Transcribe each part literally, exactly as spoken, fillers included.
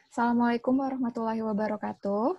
Assalamualaikum warahmatullahi wabarakatuh.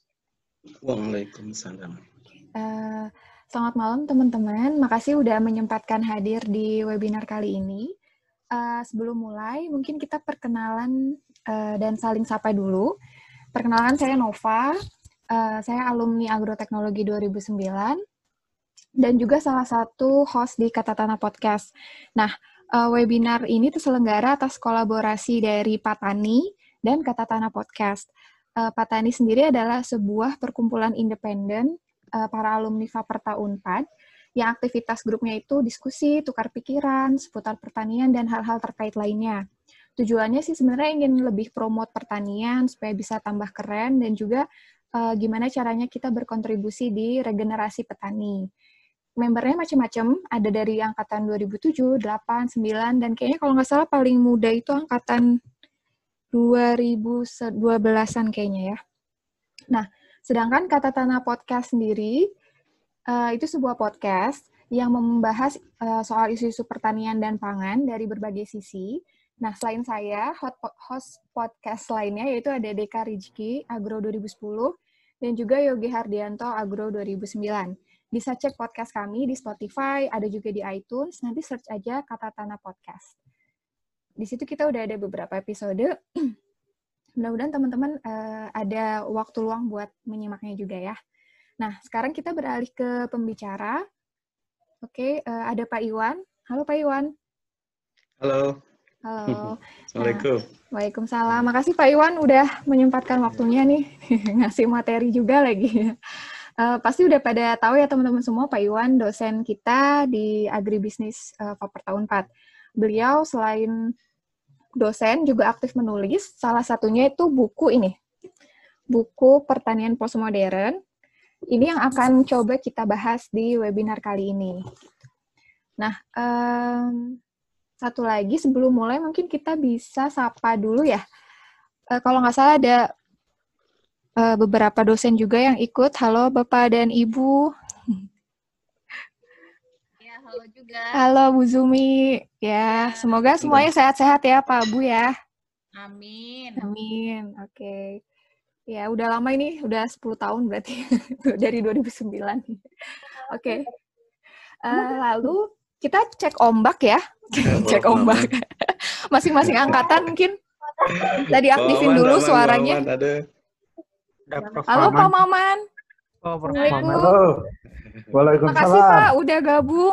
Waalaikumsalam. Uh, selamat malam teman-teman. Makasih udah menyempatkan hadir di webinar kali ini. Uh, sebelum mulai, mungkin kita perkenalan uh, dan saling sapa dulu. Perkenalkan, saya Nova. Uh, saya alumni Agroteknologi dua ribu sembilan dan juga salah satu host di Kata Tanah Podcast. Nah, uh, webinar ini terselenggara atas kolaborasi dari Patani dan Kata Tanah Podcast. Uh, Patani sendiri adalah sebuah perkumpulan independen uh, para alumni Faperta Unpad yang aktivitas grupnya itu diskusi, tukar pikiran, seputar pertanian, dan hal-hal terkait lainnya. Tujuannya sih sebenarnya ingin lebih promote pertanian supaya bisa tambah keren dan juga uh, gimana caranya kita berkontribusi di regenerasi petani. Membernya macam-macam, ada dari angkatan dua ribu tujuh, delapan, sembilan, dan kayaknya kalau nggak salah paling muda itu angkatan dua ribu dua belasan kayaknya ya. Nah, sedangkan Kata Tanah Podcast sendiri, uh, itu sebuah podcast yang membahas uh, soal isu-isu pertanian dan pangan dari berbagai sisi. Nah, selain saya, host podcast lainnya yaitu ada Deka Rizky, Agro dua ribu sepuluh, dan juga Yogi Hardianto, Agro dua ribu sembilan. Bisa cek podcast kami di Spotify, ada juga di iTunes, nanti search aja Kata Tanah Podcast. Di situ kita udah ada beberapa episode. Mudah-mudahan teman-teman uh, ada waktu luang buat menyimaknya juga ya. Nah, sekarang kita beralih ke pembicara. Oke, uh, ada Pak Iwan. Halo Pak Iwan. Halo. Halo. Assalamualaikum. Nah, Waalaikumsalam. Makasih Pak Iwan udah menyempatkan waktunya nih, ngasih materi juga lagi. Uh, pasti udah pada tahu ya teman-teman semua, Pak Iwan dosen kita di Agribisnis uh, Faperta Unpad. Beliau selain dosen juga aktif menulis, salah satunya itu buku ini, buku Pertanian Postmodern. Ini yang akan coba kita bahas di webinar kali ini. Nah, um, satu lagi sebelum mulai mungkin kita bisa sapa dulu ya. Uh, kalau nggak salah ada uh, beberapa dosen juga yang ikut. Halo Bapak dan Ibu. Ya, halo juga. Halo Bu Zumi. Ya, ya semoga semuanya sehat-sehat ya Pak Bu ya. Amin. Amin. Oke. Okay. Ya, udah lama ini, udah sepuluh tahun berarti dari dua ribu sembilan. Oke. Okay. Uh, lalu kita cek ombak ya. Cek ombak. Masing-masing angkatan mungkin bisa diaktifin dulu suaranya. Halo Pak Maman. Halo. Waalaikumsalam. Makasih Pak udah gabung.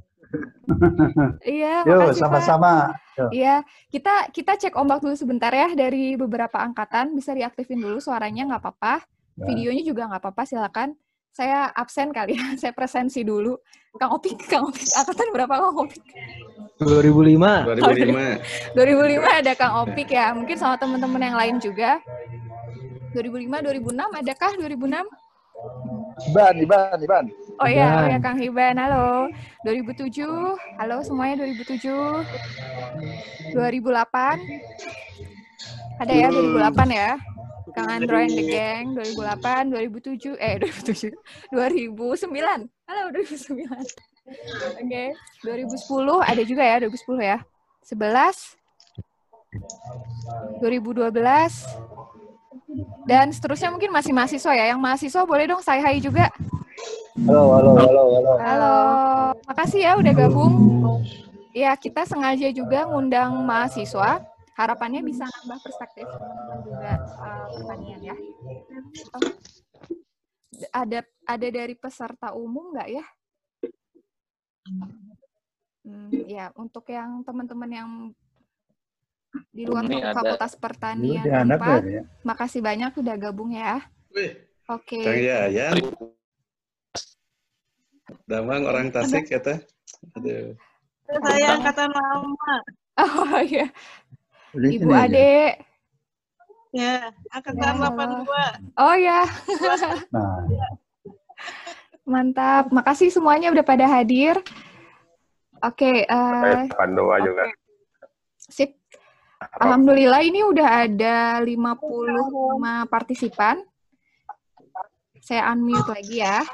Iya, makasih sama-sama. Iya, kita kita cek ombak dulu sebentar ya dari beberapa angkatan, bisa diaktifin dulu suaranya nggak apa-apa, videonya juga nggak apa-apa, silakan. Saya absen kali ya, saya presensi dulu. Kang Opik, Kang Opik, angkatan berapa Kang Opik? dua ribu lima. dua ribu lima. dua ribu lima ada Kang Opik ya, mungkin sama teman-teman yang lain juga. dua ribu lima, dua ribu enam adakah dua ribu enam? Iban, Iban, Iban. Oh iya, oh ya Kang Hiban, halo. dua ribu tujuh, halo semuanya dua ribu tujuh. dua ribu delapan. Ada ya dua ribu delapan ya. Kang Andro and the Gang, dua ribu delapan, dua ribu tujuh, eh dua ribu tujuh, dua ribu sembilan. Halo dua ribu sembilan. Oke, okay. dua ribu sepuluh ada juga ya, dua ribu sepuluh ya. sebelas. dua ribu dua belas. Dan seterusnya mungkin masih mahasiswa ya. Yang mahasiswa boleh dong say hi juga. Halo, halo, halo, halo. Halo. Makasih ya udah gabung. Ya, kita sengaja juga ngundang mahasiswa. Harapannya bisa nambah perspektif teman-teman juga soal pertanian ya. Oh. Ada ada dari peserta umum nggak ya? Hmm, ya, untuk yang teman-teman yang di luar Fakultas Pertanian Unpad, ya. Makasih banyak udah gabung ya. Oke. Okay. Kang Yayan. Damang orang Tasik ya teh. Aduh. Saya angkatan lama. Oh iya. Ibu Ade. Ya, angkatan delapan puluh dua. Oh ya. Nah. Mantap. Makasih semuanya udah pada hadir. Oke, okay, uh, delapan puluh dua juga. Sip. Alhamdulillah ini udah ada lima puluh lima partisipan. Saya unmute lagi ya.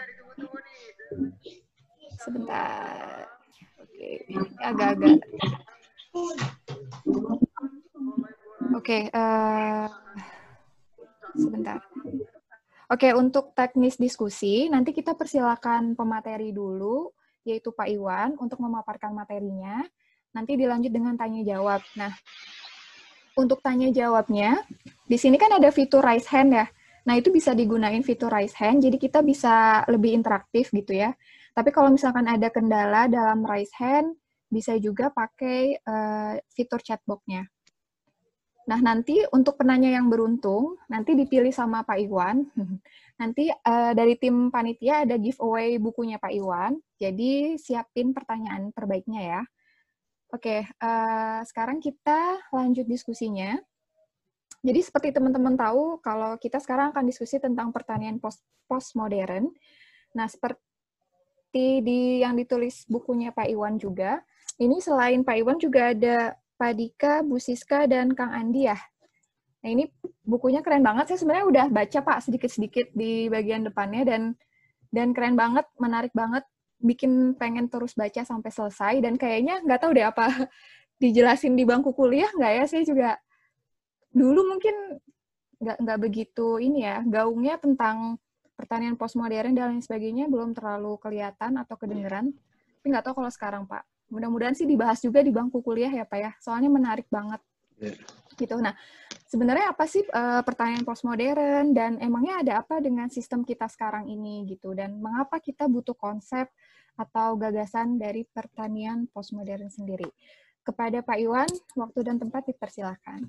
Sebentar. Oke, okay. Agak-agak. Oke, uh, sebentar. Oke, untuk teknis diskusi, nanti kita persilakan pemateri dulu, yaitu Pak Iwan, untuk memaparkan materinya. Nanti dilanjut dengan tanya-jawab. Nah, untuk tanya-jawabnya, di sini kan ada fitur raise hand ya. Nah, itu bisa digunain fitur raise hand, jadi kita bisa lebih interaktif gitu ya. Tapi kalau misalkan ada kendala dalam raise hand, bisa juga pakai uh, fitur chatbox-nya. Nah, nanti untuk penanya yang beruntung, nanti dipilih sama Pak Iwan. Nanti uh, dari tim panitia ada giveaway bukunya Pak Iwan. Jadi, siapin pertanyaan terbaiknya ya. Oke, uh, sekarang kita lanjut diskusinya. Jadi, seperti teman-teman tahu, kalau kita sekarang akan diskusi tentang pertanian postmodern. Nah, seperti di yang ditulis bukunya Pak Iwan juga, ini selain Pak Iwan juga ada Pak Dika, Bu Siska, dan Kang Andi ya. Nah, ini bukunya keren banget. Saya sebenarnya udah baca, Pak, sedikit-sedikit di bagian depannya, dan dan keren banget, menarik banget, bikin pengen terus baca sampai selesai, dan kayaknya nggak tahu deh apa dijelasin di bangku kuliah nggak ya, saya juga dulu mungkin nggak nggak begitu ini ya, gaungnya tentang pertanian postmodern dan lain sebagainya belum terlalu kelihatan atau kedengeran, tapi nggak tahu kalau sekarang, Pak. Mudah-mudahan sih dibahas juga di bangku kuliah ya, Pak ya. Soalnya menarik banget. Yeah. Gitu. Nah, sebenarnya apa sih uh, pertanian postmodern dan emangnya ada apa dengan sistem kita sekarang ini gitu, dan mengapa kita butuh konsep atau gagasan dari pertanian postmodern sendiri? Kepada Pak Iwan, waktu dan tempat dipersilakan.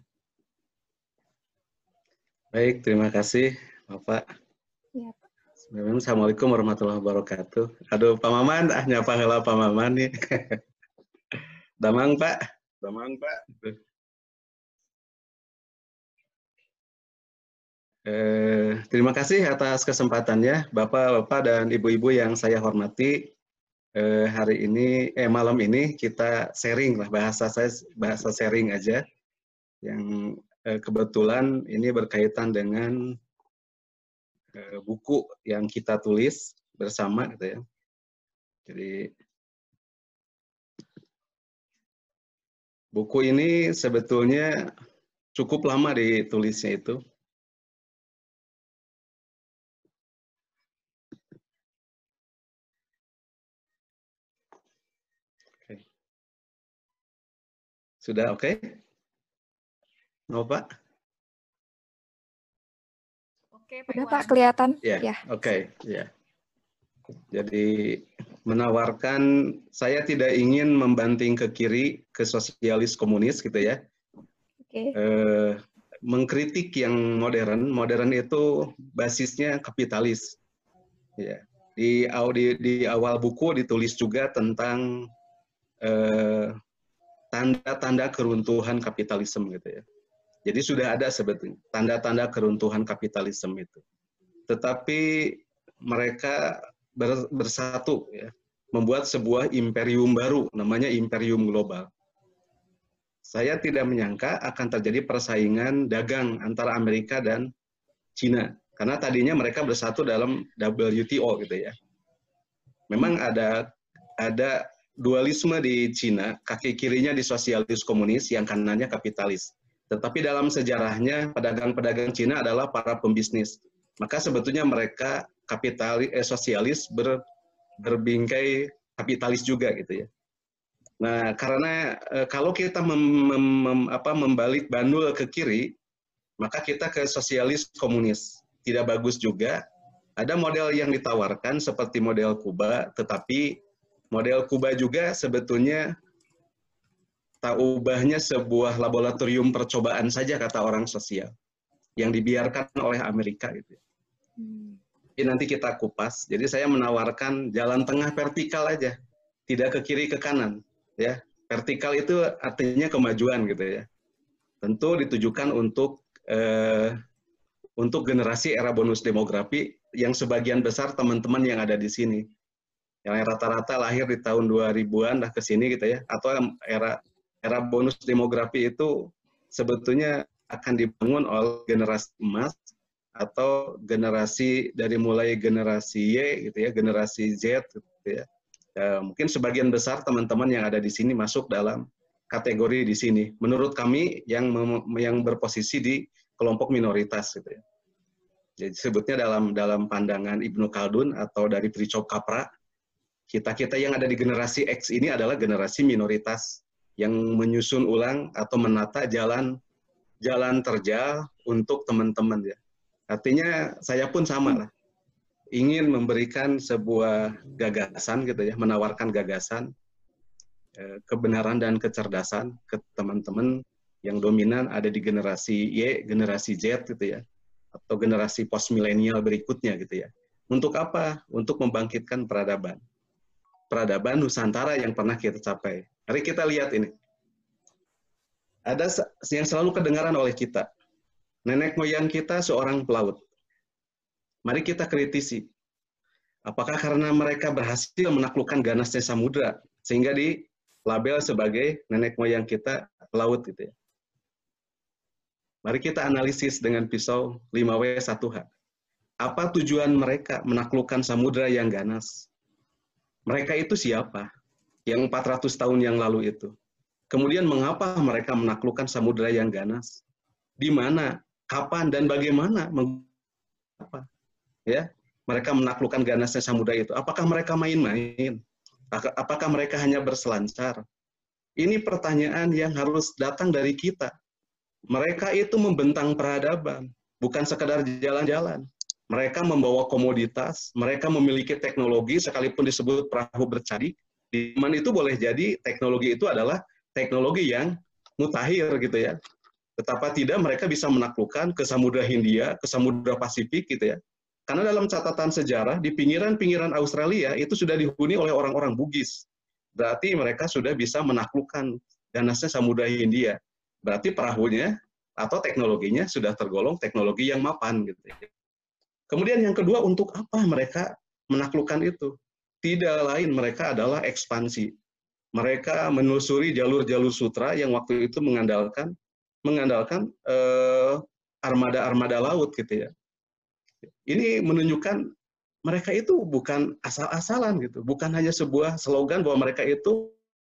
Baik, terima kasih Bapak. Ya, Pak. Assalamualaikum warahmatullahi wabarakatuh. Aduh, Pak Maman, ah nyapa heula Pak Maman nih. Damang Pak, damang Pak. Eh, terima kasih atas kesempatannya, Bapak-bapak dan Ibu-ibu yang saya hormati. Eh, hari ini, eh malam ini kita sharing lah, bahasa saya bahasa sharing aja. Yang eh, kebetulan ini berkaitan dengan eh, buku yang kita tulis bersama, gitu ya. Jadi buku ini sebetulnya cukup lama ditulisnya itu. Oke. Sudah oke? Okay? No, Pak? Oke, Pak Udah, Iwan. Pak, kelihatan. Yeah, ya, oke, okay. ya. Yeah. Jadi menawarkan, saya tidak ingin membanting ke kiri, ke sosialis komunis gitu ya. Oke. Eh, mengkritik yang modern, modern itu basisnya kapitalis. Ya. Di, di, di awal buku ditulis juga tentang eh, tanda-tanda keruntuhan kapitalisme gitu ya. Jadi sudah ada sebetulnya tanda-tanda keruntuhan kapitalisme itu. Tetapi mereka bersatu ya, membuat sebuah imperium baru, namanya imperium global. Saya tidak menyangka akan terjadi persaingan dagang antara Amerika dan Cina, karena tadinya mereka bersatu dalam W T O gitu ya. Memang ada ada dualisme di Cina, kaki kirinya di sosialis komunis, yang kanannya kapitalis. Tetapi dalam sejarahnya pedagang-pedagang Cina adalah para pembisnis. Maka sebetulnya mereka kapitalis eh, sosialis ber, berbingkai kapitalis juga gitu ya. Nah, karena eh, kalau kita mem, mem, mem, apa, membalik bandul ke kiri, maka kita ke sosialis komunis. Tidak bagus juga. Ada model yang ditawarkan seperti model Kuba, tetapi model Kuba juga sebetulnya tak ubahnya sebuah laboratorium percobaan saja, kata orang sosial, yang dibiarkan oleh Amerika gitu. Hmm. Jadi nanti kita kupas. Jadi saya menawarkan jalan tengah vertikal aja, tidak ke kiri ke kanan. Ya, vertikal itu artinya kemajuan gitu ya. Tentu ditujukan untuk eh, untuk generasi era bonus demografi yang sebagian besar teman-teman yang ada di sini, yang rata-rata lahir di tahun dua ribuan lah ke sini gitu ya, atau era era bonus demografi itu sebetulnya akan dibangun oleh generasi emas atau generasi dari mulai generasi Y gitu ya, generasi Z gitu ya. Ya, mungkin sebagian besar teman-teman yang ada di sini masuk dalam kategori di sini. Menurut kami yang yang berposisi di kelompok minoritas gitu ya. Jadi sebutnya dalam dalam pandangan Ibnu Khaldun atau dari Fritjof Capra, kita-kita yang ada di generasi X ini adalah generasi minoritas yang menyusun ulang atau menata jalan jalan terjal untuk teman-teman ya. Artinya saya pun sama lah. Ingin memberikan sebuah gagasan gitu ya, menawarkan gagasan kebenaran dan kecerdasan ke teman-teman yang dominan ada di generasi Y, generasi Z gitu ya, atau generasi post milenial berikutnya gitu ya. Untuk apa? Untuk membangkitkan peradaban. Peradaban Nusantara yang pernah kita capai. Mari kita lihat ini. Ada yang selalu kedengaran oleh kita. Nenek moyang kita seorang pelaut. Mari kita kritisi. Apakah karena mereka berhasil menaklukkan ganasnya samudra sehingga di label sebagai nenek moyang kita pelaut gitu ya. Mari kita analisis dengan pisau lima W satu H. Apa tujuan mereka menaklukkan samudra yang ganas? Mereka itu siapa? Yang empat ratus tahun yang lalu itu. Kemudian mengapa mereka menaklukkan samudra yang ganas? Di mana, kapan, dan bagaimana? Apa? Ya, mereka menaklukkan ganasnya samudra itu. Apakah mereka main-main? Apakah mereka hanya berselancar? Ini pertanyaan yang harus datang dari kita. Mereka itu membentang peradaban, bukan sekedar jalan-jalan. Mereka membawa komoditas, mereka memiliki teknologi, sekalipun disebut perahu bercadik. Di mana itu boleh jadi teknologi itu adalah teknologi yang mutakhir gitu ya. Betapa tidak mereka bisa menaklukkan ke Samudra Hindia, ke Samudra Pasifik gitu ya. Karena dalam catatan sejarah, di pinggiran-pinggiran Australia itu sudah dihuni oleh orang-orang Bugis. Berarti mereka sudah bisa menaklukkan ganasnya Samudra Hindia. Berarti perahunya atau teknologinya sudah tergolong teknologi yang mapan. Gitu. Kemudian yang kedua, untuk apa mereka menaklukkan itu? Tidak lain, mereka adalah ekspansi. Mereka menelusuri jalur-jalur sutra yang waktu itu mengandalkan mengandalkan eh, armada-armada laut gitu ya. Ini menunjukkan mereka itu bukan asal-asalan gitu, bukan hanya sebuah slogan bahwa mereka itu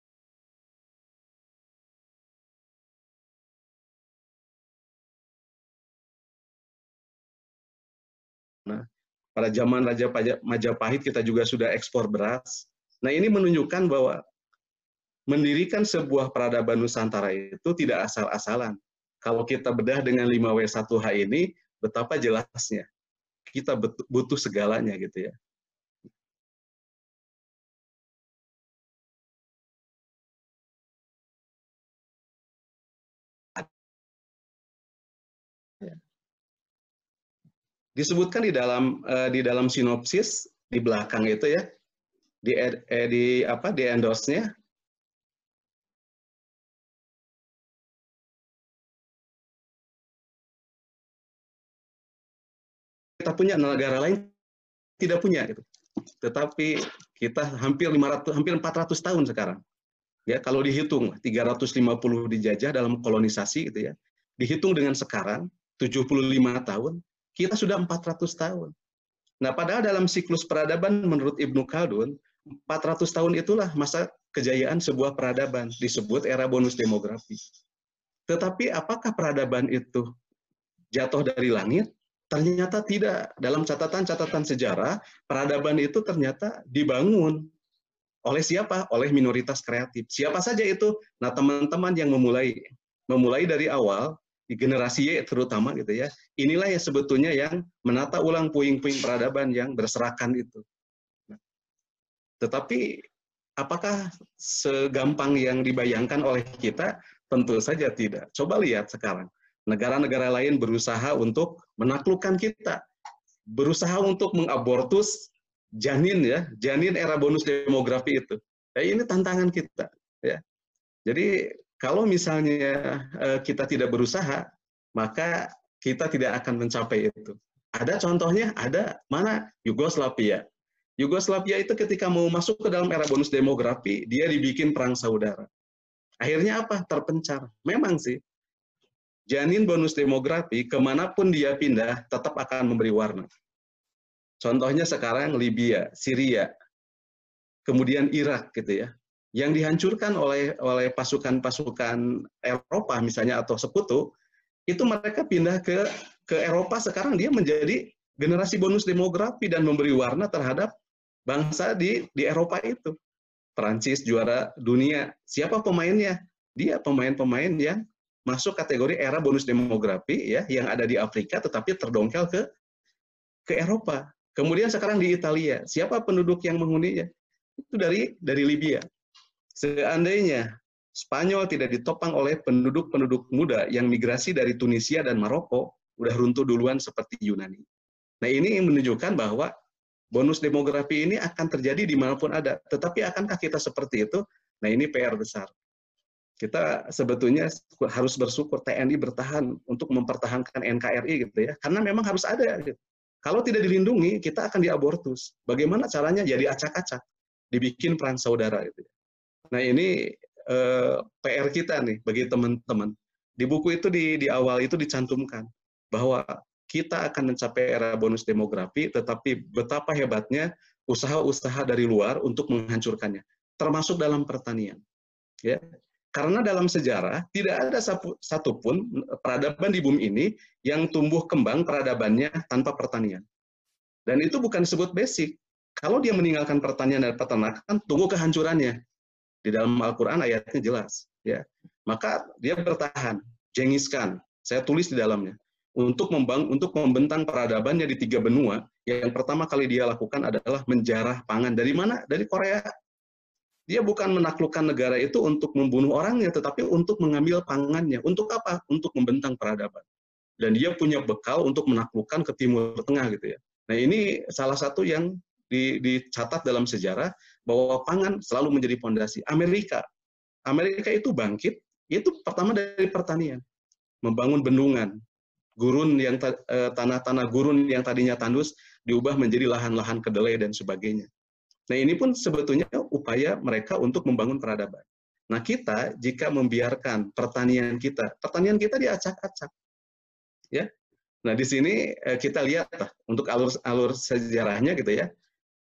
nah, pada zaman Raja Majapahit kita juga sudah ekspor beras. Nah, ini menunjukkan bahwa mendirikan sebuah peradaban Nusantara itu tidak asal-asalan. Kalau kita bedah dengan lima W satu H ini, betapa jelasnya. Kita butuh segalanya gitu ya. Disebutkan di dalam uh, di dalam sinopsis di belakang itu ya, di eh, di apa di endorse-nya. Kita punya, negara lain tidak punya gitu. Tetapi kita hampir lima ratus hampir empat ratus tahun sekarang. Ya, kalau dihitung tiga ratus lima puluh dijajah dalam kolonisasi gitu ya. Dihitung dengan sekarang tujuh puluh lima tahun, kita sudah empat ratus tahun. Nah, padahal dalam siklus peradaban menurut Ibnu Khaldun, empat ratus tahun itulah masa kejayaan sebuah peradaban, disebut era bonus demografi. Tetapi apakah peradaban itu jatuh dari langit? Ternyata tidak. Dalam catatan-catatan sejarah, peradaban itu ternyata dibangun oleh siapa? Oleh minoritas kreatif. Siapa saja itu? Nah, teman-teman yang memulai memulai dari awal, di generasi Y terutama gitu ya, inilah yang sebetulnya yang menata ulang puing-puing peradaban yang berserakan itu. Nah, tetapi apakah segampang yang dibayangkan oleh kita? Tentu saja tidak. Coba lihat sekarang. Negara-negara lain berusaha untuk menaklukkan kita, berusaha untuk mengabortus janin ya, janin era bonus demografi itu. Ya, ini tantangan kita. Ya. Jadi kalau misalnya uh, kita tidak berusaha, maka kita tidak akan mencapai itu. Ada contohnya, ada mana? Yugoslavia. Yugoslavia itu ketika mau masuk ke dalam era bonus demografi, dia dibikin perang saudara. Akhirnya apa? Terpencar. Memang sih. Janin bonus demografi, kemanapun dia pindah, tetap akan memberi warna. Contohnya sekarang Libya, Syria, kemudian Irak gitu ya, yang dihancurkan oleh oleh pasukan-pasukan Eropa misalnya atau sekutu, itu mereka pindah ke ke Eropa, sekarang dia menjadi generasi bonus demografi dan memberi warna terhadap bangsa di di Eropa itu. Perancis juara dunia, siapa pemainnya? Dia pemain-pemain yang masuk kategori era bonus demografi ya, yang ada di Afrika tetapi terdongkel ke ke Eropa. Kemudian sekarang di Italia, siapa penduduk yang menghuninya? Itu dari dari Libya. Seandainya Spanyol tidak ditopang oleh penduduk-penduduk muda yang migrasi dari Tunisia dan Maroko, udah runtuh duluan seperti Yunani. Nah, ini menunjukkan bahwa bonus demografi ini akan terjadi dimanapun ada. Tetapi akankah kita seperti itu? Nah, ini P R besar. Kita sebetulnya harus bersyukur T N I bertahan untuk mempertahankan N K R I gitu ya, karena memang harus ada. Gitu. Kalau tidak dilindungi, kita akan diabortus. Bagaimana caranya? Jadi acak-acak, dibikin perang saudara. Gitu. Nah ini eh, P R kita nih bagi teman-teman. Di buku itu di, di awal itu dicantumkan bahwa kita akan mencapai era bonus demografi, tetapi betapa hebatnya usaha-usaha dari luar untuk menghancurkannya, termasuk dalam pertanian. Ya. Karena dalam sejarah tidak ada satupun peradaban di bumi ini yang tumbuh kembang peradabannya tanpa pertanian. Dan itu bukan disebut basic. Kalau dia meninggalkan pertanian dan peternakan, tunggu kehancurannya. Di dalam Al-Quran ayatnya jelas. Ya. Maka dia bertahan, Genghis Khan, saya tulis di dalamnya, untuk membang, untuk membentang peradabannya di tiga benua. Yang pertama kali dia lakukan adalah menjarah pangan. Dari mana? Dari Korea. Dia bukan menaklukkan negara itu untuk membunuh orangnya, tetapi untuk mengambil pangannya. Untuk apa? Untuk membentang peradaban. Dan dia punya bekal untuk menaklukkan ke Timur Tengah gitu ya. Nah ini salah satu yang di, dicatat dalam sejarah bahwa pangan selalu menjadi fondasi. Amerika, Amerika itu bangkit, itu pertama dari pertanian, membangun bendungan, gurun yang tanah-tanah gurun yang tadinya tandus diubah menjadi lahan-lahan kedelai dan sebagainya. Nah ini pun sebetulnya upaya mereka untuk membangun peradaban. Nah kita jika membiarkan pertanian kita, pertanian kita diacak-acak, ya. Nah di sini kita lihat untuk alur-alur sejarahnya gitu ya.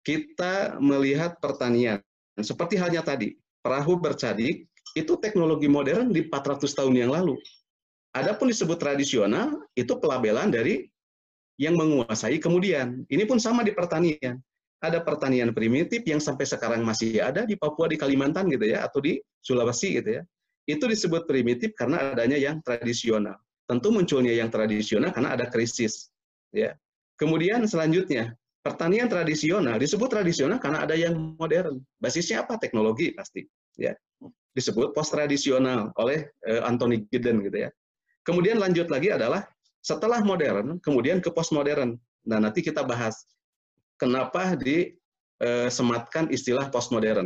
Kita melihat pertanian seperti halnya tadi perahu bercadik itu teknologi modern di empat ratus tahun yang lalu. Adapun disebut tradisional itu pelabelan dari yang menguasai kemudian. Ini pun sama di pertanian. Ada pertanian primitif yang sampai sekarang masih ada di Papua, di Kalimantan gitu ya, atau di Sulawesi gitu ya. Itu disebut primitif karena adanya yang tradisional. Tentu munculnya yang tradisional karena ada krisis. Ya. Kemudian selanjutnya, pertanian tradisional disebut tradisional karena ada yang modern. Basisnya apa? Teknologi pasti. Ya. Disebut post-tradisional oleh uh, Anthony Giddens gitu ya. Kemudian lanjut lagi adalah setelah modern, kemudian ke postmodern. Nah nanti kita bahas. Kenapa disematkan istilah postmodern?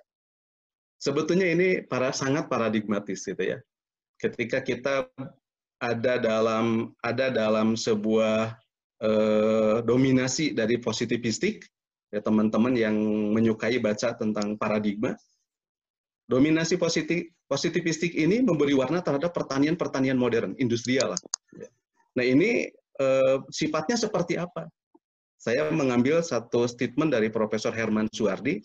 Sebetulnya ini para sangat paradigmatis gitu ya. Ketika kita ada dalam ada dalam sebuah eh, dominasi dari positivistik, ya teman-teman yang menyukai baca tentang paradigma, dominasi positif positivistik ini memberi warna terhadap pertanian-pertanian modern, industrial. Nah ini eh, sifatnya seperti apa? Saya mengambil satu statement dari Profesor Herman Suwardi,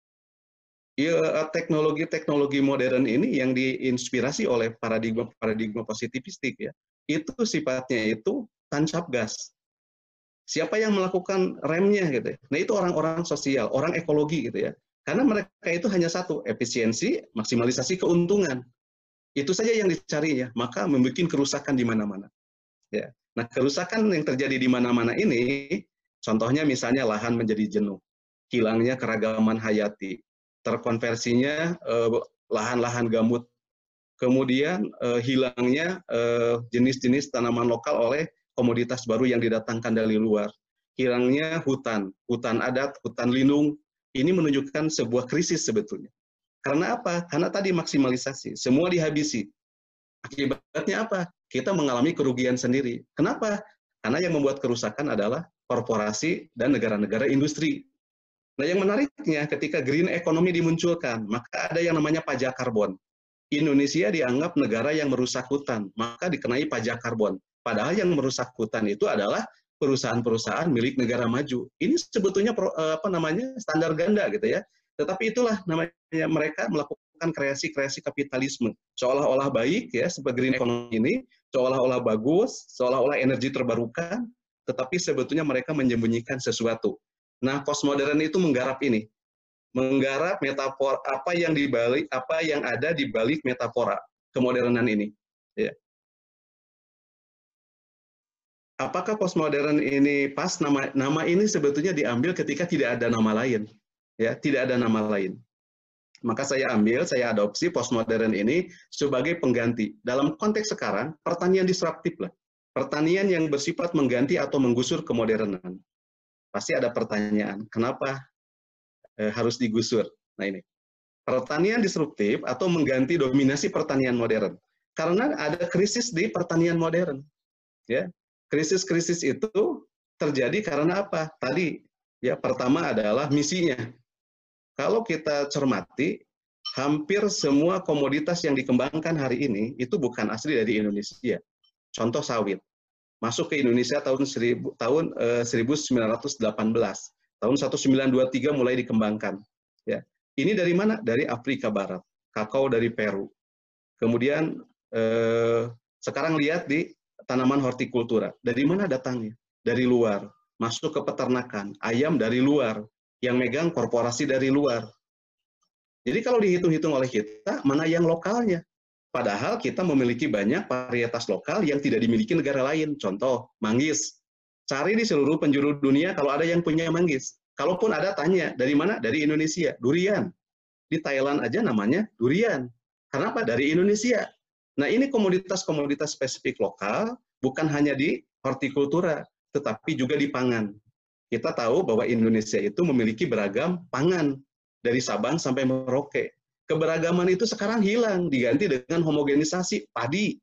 ya, teknologi-teknologi modern ini yang diinspirasi oleh paradigma-paradigma positivistik, ya, itu sifatnya itu tancap gas. Siapa yang melakukan remnya, gitu ya? Nah itu orang-orang sosial, orang ekologi, gitu ya. Karena mereka itu hanya satu, efisiensi, maksimalisasi keuntungan. Itu saja yang dicarinya, maka membuat kerusakan di mana-mana. Ya. Nah kerusakan yang terjadi di mana-mana ini, contohnya misalnya lahan menjadi jenuh, hilangnya keragaman hayati, terkonversinya lahan-lahan eh, gambut, kemudian eh, hilangnya jenis-jenis eh, tanaman lokal oleh komoditas baru yang didatangkan dari luar, hilangnya hutan, hutan adat, hutan lindung, ini menunjukkan sebuah krisis sebetulnya. Karena apa? Karena tadi maksimalisasi, semua dihabisi. Akibatnya apa? Kita mengalami kerugian sendiri. Kenapa? Karena yang membuat kerusakan adalah korporasi dan negara-negara industri. Nah, yang menariknya ketika green economy dimunculkan, maka ada yang namanya pajak karbon. Indonesia dianggap negara yang merusak hutan, maka dikenai pajak karbon. Padahal yang merusak hutan itu adalah perusahaan-perusahaan milik negara maju. Ini sebetulnya apa namanya standar ganda gitu ya. Tetapi itulah namanya mereka melakukan kreasi-kreasi kapitalisme. Seolah-olah baik ya, sebagai green economy ini, seolah-olah bagus, seolah-olah energi terbarukan, tetapi sebetulnya mereka menyembunyikan sesuatu. Nah, postmodern itu menggarap ini. Menggarap metafora apa yang dibalik apa yang ada di balik metafora kemodernan ini. Ya. Apakah postmodern ini pas? Nama nama ini sebetulnya diambil ketika tidak ada nama lain, ya, tidak ada nama lain. Maka saya ambil, saya adopsi postmodern ini sebagai pengganti. Dalam konteks sekarang, pertanian disruptif lah, pertanian yang bersifat mengganti atau menggusur kemodernan. Pasti ada pertanyaan, kenapa eh, harus digusur? Nah ini, pertanian disruptif atau mengganti dominasi pertanian modern. Karena ada krisis di pertanian modern, ya. Krisis-krisis itu terjadi karena apa? Tadi ya pertama adalah misinya. Kalau kita cermati, hampir semua komoditas yang dikembangkan hari ini itu bukan asli dari Indonesia. Contoh sawit, masuk ke Indonesia tahun seribu, tahun eh, seribu sembilan ratus delapan belas, tahun seribu sembilan ratus dua puluh tiga mulai dikembangkan. Ya, ini dari mana? Dari Afrika Barat, kakao dari Peru. Kemudian eh, sekarang lihat di tanaman hortikultura. Dari mana datangnya? Dari luar. Masuk ke peternakan. Ayam dari luar. Yang megang korporasi dari luar. Jadi kalau dihitung-hitung oleh kita, mana yang lokalnya? Padahal kita memiliki banyak varietas lokal yang tidak dimiliki negara lain. Contoh, manggis. Cari di seluruh penjuru dunia kalau ada yang punya manggis. Kalaupun ada, tanya. Dari mana? Dari Indonesia. Durian. Di Thailand aja namanya durian. Kenapa? Dari Indonesia. Nah, ini komoditas-komoditas spesifik lokal, bukan hanya di hortikultura, tetapi juga di pangan. Kita tahu bahwa Indonesia itu memiliki beragam pangan, dari Sabang sampai Merauke. Keberagaman itu sekarang hilang, diganti dengan homogenisasi padi.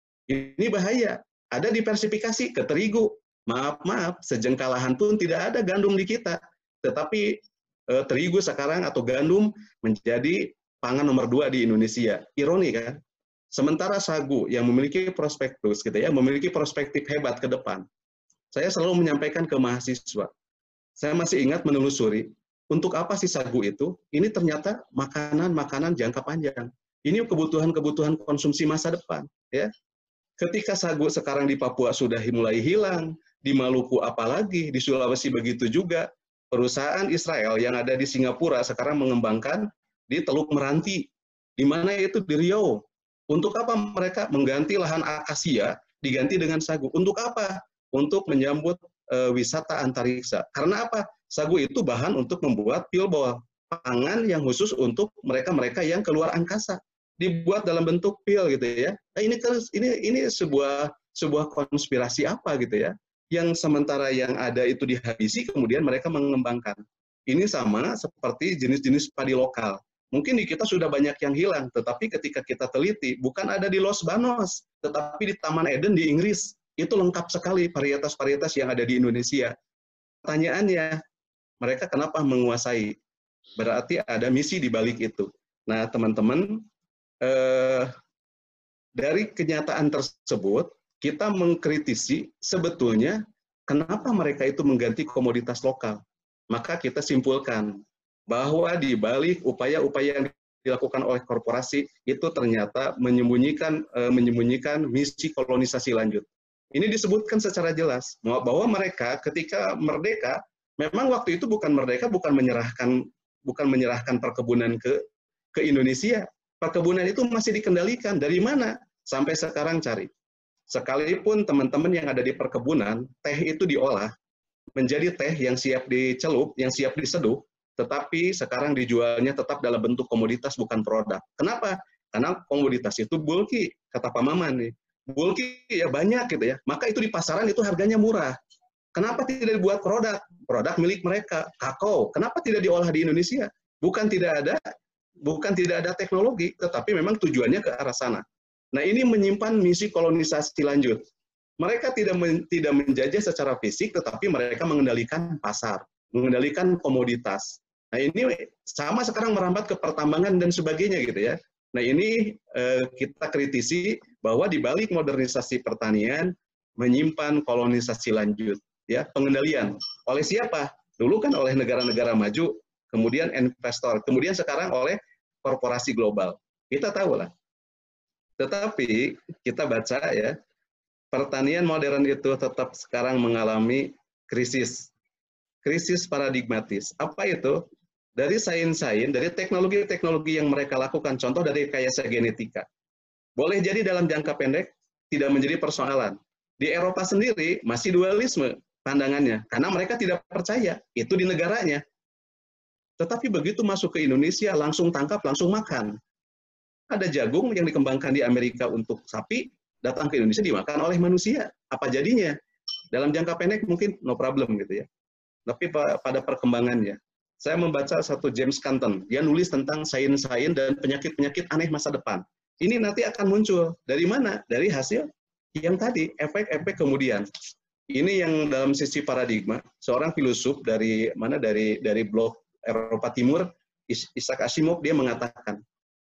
Ini bahaya. Ada diversifikasi ke terigu. Maaf-maaf, sejengkal lahan pun tidak ada gandum di kita. Tetapi eh, terigu sekarang atau gandum menjadi pangan nomor dua di Indonesia. Ironi kan? Sementara sagu yang memiliki prospektus, gitu ya, memiliki perspektif hebat ke depan. Saya selalu menyampaikan ke mahasiswa. Saya masih ingat menelusuri, untuk apa sih sagu itu? Ini ternyata makanan-makanan jangka panjang. Ini kebutuhan-kebutuhan konsumsi masa depan. Ya. Ketika sagu sekarang di Papua sudah mulai hilang, di Maluku apalagi, di Sulawesi begitu juga. Perusahaan Israel yang ada di Singapura sekarang mengembangkan di Teluk Meranti. Di mana itu? Di Riau. Untuk apa mereka mengganti lahan akasia diganti dengan sagu? Untuk apa? Untuk menyambut e, wisata antariksa. Karena apa? Sagu itu bahan untuk membuat pilbol, pangan yang khusus untuk mereka-mereka yang keluar angkasa. Dibuat dalam bentuk pil gitu ya. Nah, ini ini ini sebuah sebuah konspirasi apa gitu ya? Yang sementara yang ada itu dihabisi, kemudian mereka mengembangkan. Ini sama seperti jenis-jenis padi lokal. Mungkin di kita sudah banyak yang hilang, tetapi ketika kita teliti, bukan ada di Los Banos, tetapi di Taman Eden di Inggris. Itu lengkap sekali varietas-varietas yang ada di Indonesia. Pertanyaannya, mereka kenapa menguasai? Berarti ada misi di balik itu. Nah, teman-teman, eh, dari kenyataan tersebut, kita mengkritisi sebetulnya kenapa mereka itu mengganti komoditas lokal. Maka kita simpulkan, bahwa di balik upaya-upaya yang dilakukan oleh korporasi itu ternyata menyembunyikan eh, menyembunyikan misi kolonisasi lanjut. Ini disebutkan secara jelas bahwa mereka ketika merdeka memang waktu itu bukan merdeka bukan menyerahkan bukan menyerahkan perkebunan ke ke Indonesia. Perkebunan itu masih dikendalikan. Dari mana? Sampai sekarang cari. Sekalipun teman-teman yang ada di perkebunan, teh itu diolah menjadi teh yang siap dicelup, yang siap diseduh, tetapi sekarang dijualnya tetap dalam bentuk komoditas bukan produk. Kenapa? Karena komoditas itu bulky, kata Pak Maman nih. Bulky ya banyak gitu ya. Maka itu di pasaran itu harganya murah. Kenapa tidak dibuat produk? Produk milik mereka, kakao. Kenapa tidak diolah di Indonesia? Bukan tidak ada, bukan tidak ada teknologi, tetapi memang tujuannya ke arah sana. Nah, ini menyimpan misi kolonisasi lanjut. Mereka tidak men, tidak menjajah secara fisik, tetapi mereka mengendalikan pasar, mengendalikan komoditas. Nah, ini sama sekarang merambat ke pertambangan dan sebagainya gitu ya. Nah, ini eh, kita kritisi bahwa di balik modernisasi pertanian menyimpan kolonisasi lanjut, ya, pengendalian. Oleh siapa? Dulu kan oleh negara-negara maju, kemudian investor, kemudian sekarang oleh korporasi global. Kita tahu lah. Tetapi kita baca ya, pertanian modern itu tetap sekarang mengalami krisis. Krisis paradigmatis. Apa itu? Dari sains-sains, dari teknologi-teknologi yang mereka lakukan, contoh dari rekayasa genetika. Boleh jadi dalam jangka pendek tidak menjadi persoalan. Di Eropa sendiri masih dualisme pandangannya, karena mereka tidak percaya, itu di negaranya. Tetapi begitu masuk ke Indonesia, langsung tangkap, langsung makan. Ada jagung yang dikembangkan di Amerika untuk sapi, datang ke Indonesia dimakan oleh manusia. Apa jadinya? Dalam jangka pendek mungkin no problem gitu ya. Tapi pada perkembangannya, saya membaca satu James Canton, dia nulis tentang sains-sains dan penyakit-penyakit aneh masa depan. Ini nanti akan muncul. Dari mana? Dari hasil yang tadi, efek-efek kemudian. Ini yang dalam sisi paradigma, seorang filosof dari mana dari dari blok Eropa Timur, Isaac Asimov, dia mengatakan,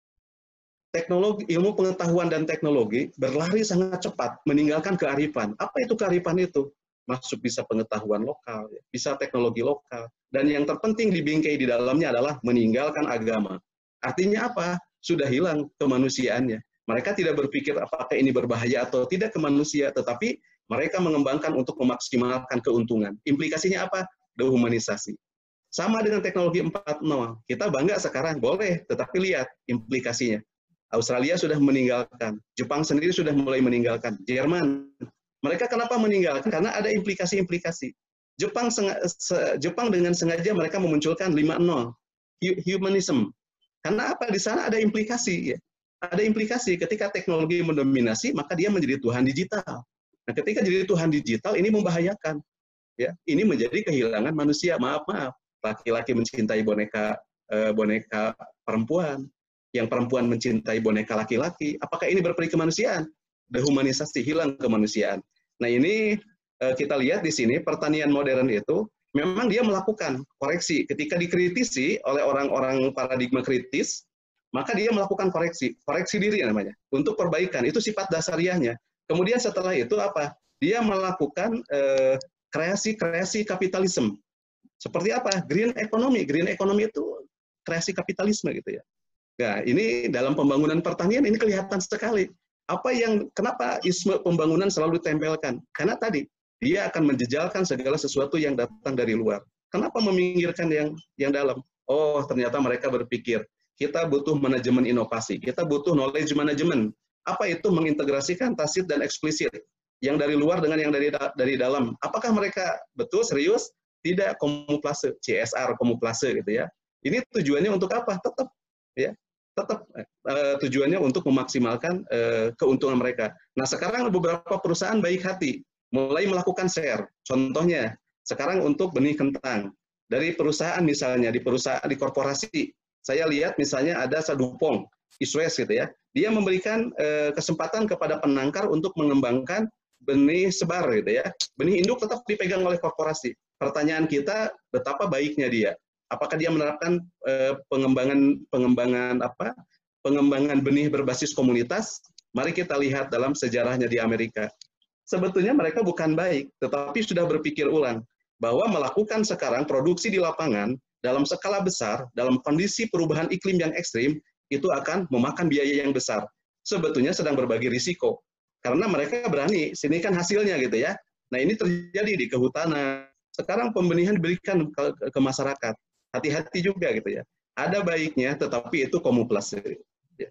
teknologi, ilmu pengetahuan dan teknologi berlari sangat cepat, meninggalkan kearifan. Apa itu kearifan itu? Masuk bisa pengetahuan lokal, bisa teknologi lokal, dan yang terpenting dibingkai di dalamnya adalah meninggalkan agama. Artinya apa? Sudah hilang kemanusiaannya. Mereka tidak berpikir apakah ini berbahaya atau tidak ke manusia, tetapi mereka mengembangkan untuk memaksimalkan keuntungan. Implikasinya apa? Dehumanisasi. Sama dengan teknologi empat titik nol. Kita bangga sekarang, boleh, tetapi lihat implikasinya. Australia sudah meninggalkan, Jepang sendiri sudah mulai meninggalkan, Jerman. Mereka kenapa meninggalkan? Karena ada implikasi-implikasi. Jepang, Jepang dengan sengaja mereka memunculkan lima nol, humanism. Karena apa? Di sana ada implikasi. Ya. Ada implikasi ketika teknologi mendominasi, maka dia menjadi Tuhan digital. Nah, ketika jadi Tuhan digital, ini membahayakan. Ya, ini menjadi kehilangan manusia. Maaf, maaf. Laki-laki mencintai boneka eh, boneka perempuan, yang perempuan mencintai boneka laki-laki. Apakah ini berperi kemanusiaan? Dehumanisasi, hilang kemanusiaan. Nah ini eh, kita lihat di sini pertanian modern itu memang dia melakukan koreksi ketika dikritisi oleh orang-orang paradigma kritis, maka dia melakukan koreksi, koreksi diri namanya untuk perbaikan. Itu sifat dasariahnya. Kemudian setelah itu apa? Dia melakukan eh, kreasi-kreasi kapitalisme. Seperti apa? Green economy. Green economy itu kreasi kapitalisme gitu ya. Nah, ini dalam pembangunan pertanian ini kelihatan sekali. Apa yang kenapa isme pembangunan selalu ditempelkan? Karena tadi dia akan menjejalkan segala sesuatu yang datang dari luar. Kenapa meminggirkan yang yang dalam? Oh, ternyata mereka berpikir kita butuh manajemen inovasi, kita butuh knowledge management. Apa itu mengintegrasikan tacit dan eksplisit yang dari luar dengan yang dari dari dalam? Apakah mereka betul serius? Tidak, komuplase, C S R komuplase gitu ya. Ini tujuannya untuk apa? Tetap ya. tetap uh, tujuannya untuk memaksimalkan uh, keuntungan mereka. Nah, sekarang beberapa perusahaan baik hati mulai melakukan share. Contohnya, sekarang untuk benih kentang. Dari perusahaan misalnya, di perusahaan, di korporasi, saya lihat misalnya ada Sadupong, Iswes gitu ya, dia memberikan uh, kesempatan kepada penangkar untuk mengembangkan benih sebar gitu ya. Benih induk tetap dipegang oleh korporasi. Pertanyaan kita, betapa baiknya dia. Apakah dia menerapkan eh, pengembangan pengembangan apa? Pengembangan benih berbasis komunitas? Mari kita lihat dalam sejarahnya di Amerika. Sebetulnya mereka bukan baik, tetapi sudah berpikir ulang bahwa melakukan sekarang produksi di lapangan dalam skala besar, dalam kondisi perubahan iklim yang ekstrim, itu akan memakan biaya yang besar. Sebetulnya sedang berbagi risiko. Karena mereka berani, sini kan hasilnya gitu ya. Nah ini terjadi di kehutanan. Sekarang pembenihan diberikan ke, ke, ke masyarakat. Hati-hati juga gitu ya. Ada baiknya, tetapi itu komuplase. Ya.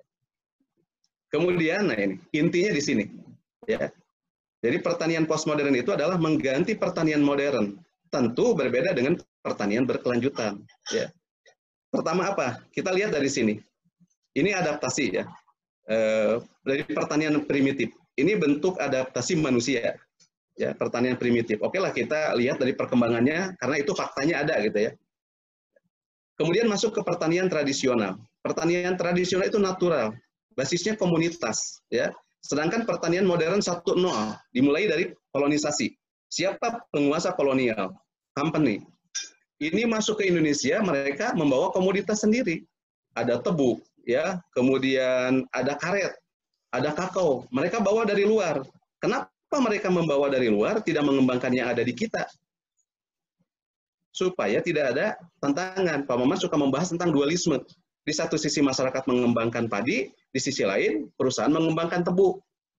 Kemudian, nah ini intinya di sini. Ya. Jadi pertanian postmodern itu adalah mengganti pertanian modern. Tentu berbeda dengan pertanian berkelanjutan. Ya. Pertama apa? Kita lihat dari sini. Ini adaptasi ya. E, dari pertanian primitif. Ini bentuk adaptasi manusia. Ya, pertanian primitif. Oke lah kita lihat dari perkembangannya karena itu faktanya ada gitu ya. Kemudian masuk ke pertanian tradisional. Pertanian tradisional itu natural, basisnya komunitas, ya. Sedangkan pertanian modern satu titik nol dimulai dari kolonisasi. Siapa penguasa kolonial? Company. Ini masuk ke Indonesia, mereka membawa komoditas sendiri. Ada tebu, ya. Kemudian ada karet, ada kakao. Mereka bawa dari luar. Kenapa mereka membawa dari luar? Tidak mengembangkan yang ada di kita. supaya tidak ada tantangan. Pak Maman suka membahas tentang dualisme. Di satu sisi masyarakat mengembangkan padi, di sisi lain perusahaan mengembangkan tebu.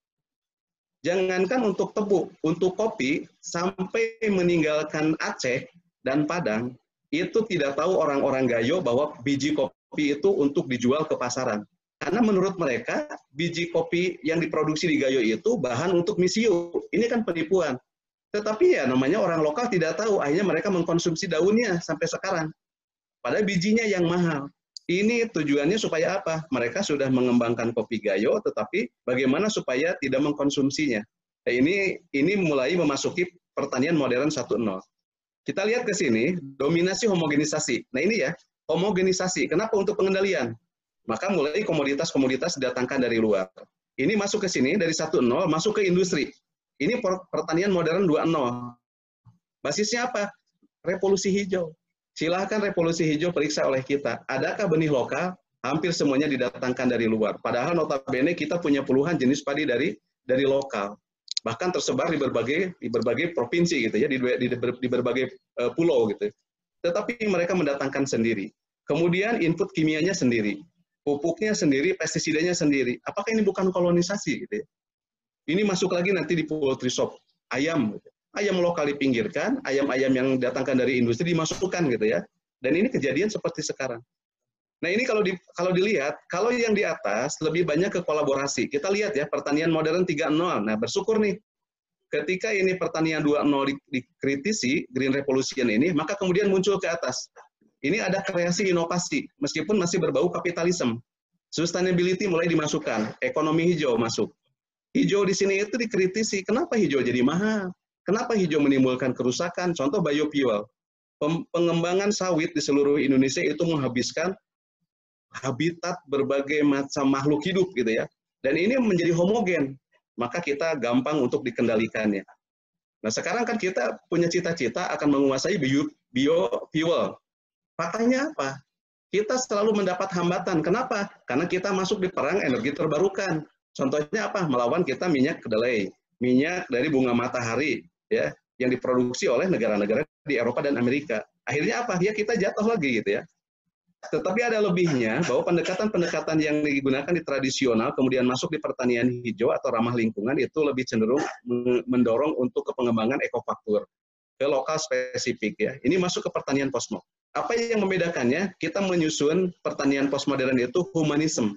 Jangankan untuk tebu, untuk kopi, sampai meninggalkan Aceh dan Padang, itu tidak tahu orang-orang Gayo bahwa biji kopi itu untuk dijual ke pasaran. Karena menurut mereka, biji kopi yang diproduksi di Gayo itu bahan untuk misiu. Ini kan penipuan. Tetapi ya namanya orang lokal tidak tahu, akhirnya mereka mengkonsumsi daunnya sampai sekarang. Padahal bijinya yang mahal. Ini tujuannya supaya apa? Mereka sudah mengembangkan kopi Gayo, tetapi bagaimana supaya tidak mengkonsumsinya. Nah, ini ini mulai memasuki pertanian modern satu titik nol. Kita lihat ke sini, dominasi homogenisasi. Nah ini ya, homogenisasi. Kenapa untuk pengendalian? Maka mulai komoditas-komoditas didatangkan dari luar. Ini masuk ke sini dari satu titik nol, masuk ke industri. Ini pertanian modern dua titik nol. Basisnya apa? Revolusi hijau. Silahkan revolusi hijau periksa oleh kita. Adakah benih lokal? Hampir semuanya didatangkan dari luar. Padahal notabene kita punya puluhan jenis padi dari dari lokal. Bahkan tersebar di berbagai di berbagai provinsi gitu ya, di, di, di berbagai uh, pulau gitu. Tetapi mereka mendatangkan sendiri. Kemudian input kimianya sendiri, pupuknya sendiri, pestisidanya sendiri. Apakah ini bukan kolonisasi gitu ya? Ini masuk lagi nanti di poultry shop, ayam. Gitu. Ayam lokal dipinggirkan, ayam-ayam yang datangkan dari industri dimasukkan gitu ya. Dan ini kejadian seperti sekarang. Nah ini kalau di, kalau dilihat, kalau yang di atas lebih banyak ke kolaborasi. Kita lihat ya, pertanian modern tiga titik nol. Nah bersyukur nih, ketika ini pertanian dua titik nol dikritisi, Green Revolution ini, maka kemudian muncul ke atas. Ini ada kreasi inovasi, meskipun masih berbau kapitalisme. Sustainability mulai dimasukkan, ekonomi hijau masuk. Hijau di sini itu dikritisi, kenapa hijau jadi mahal? Kenapa hijau menimbulkan kerusakan? Contoh biofuel. Pengembangan sawit di seluruh Indonesia itu menghabiskan habitat berbagai macam makhluk hidup gitu ya. Dan ini menjadi homogen. Maka kita gampang untuk dikendalikannya. Nah sekarang kan kita punya cita-cita akan menguasai biofuel. Faktanya apa? Kita selalu mendapat hambatan. Kenapa? Karena kita masuk di perang energi terbarukan. Contohnya apa? Melawan kita minyak kedelai. Minyak dari bunga matahari ya yang diproduksi oleh negara-negara di Eropa dan Amerika. Akhirnya apa? Ya kita jatuh lagi gitu ya. Tetapi ada lebihnya bahwa pendekatan-pendekatan yang digunakan di tradisional kemudian masuk di pertanian hijau atau ramah lingkungan itu lebih cenderung mendorong untuk ke pengembangan ekofaktor ke lokal spesifik ya. Ini masuk ke pertanian postmodern. Apa yang membedakannya? Kita menyusun pertanian postmodern itu humanisme.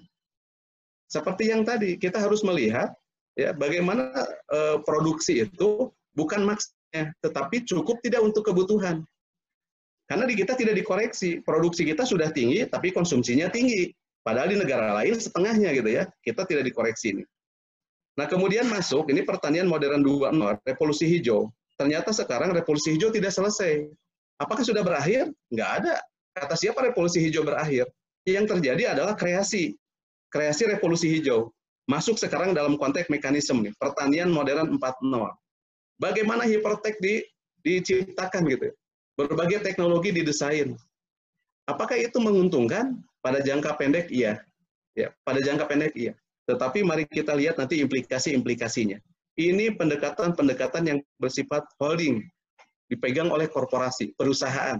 Seperti yang tadi, kita harus melihat ya bagaimana e, produksi itu bukan maksudnya, tetapi cukup tidak untuk kebutuhan. Karena di kita tidak dikoreksi, produksi kita sudah tinggi, tapi konsumsinya tinggi. Padahal di negara lain setengahnya gitu ya, kita tidak dikoreksi ini. Nah kemudian masuk, ini pertanian modern dua titik nol, revolusi hijau. Ternyata sekarang revolusi hijau tidak selesai. Apakah sudah berakhir? Nggak ada. Kata siapa revolusi hijau berakhir? Yang terjadi adalah kreasi. Kreasi revolusi hijau. Masuk sekarang dalam konteks mekanisme nih, pertanian modern empat titik nol. Bagaimana hipertek di, diciptakan gitu. Berbagai teknologi didesain. Apakah itu menguntungkan? Pada jangka pendek iya. Ya, pada jangka pendek iya. Tetapi mari kita lihat nanti implikasi-implikasinya. Ini pendekatan-pendekatan yang bersifat holding, dipegang oleh korporasi, perusahaan.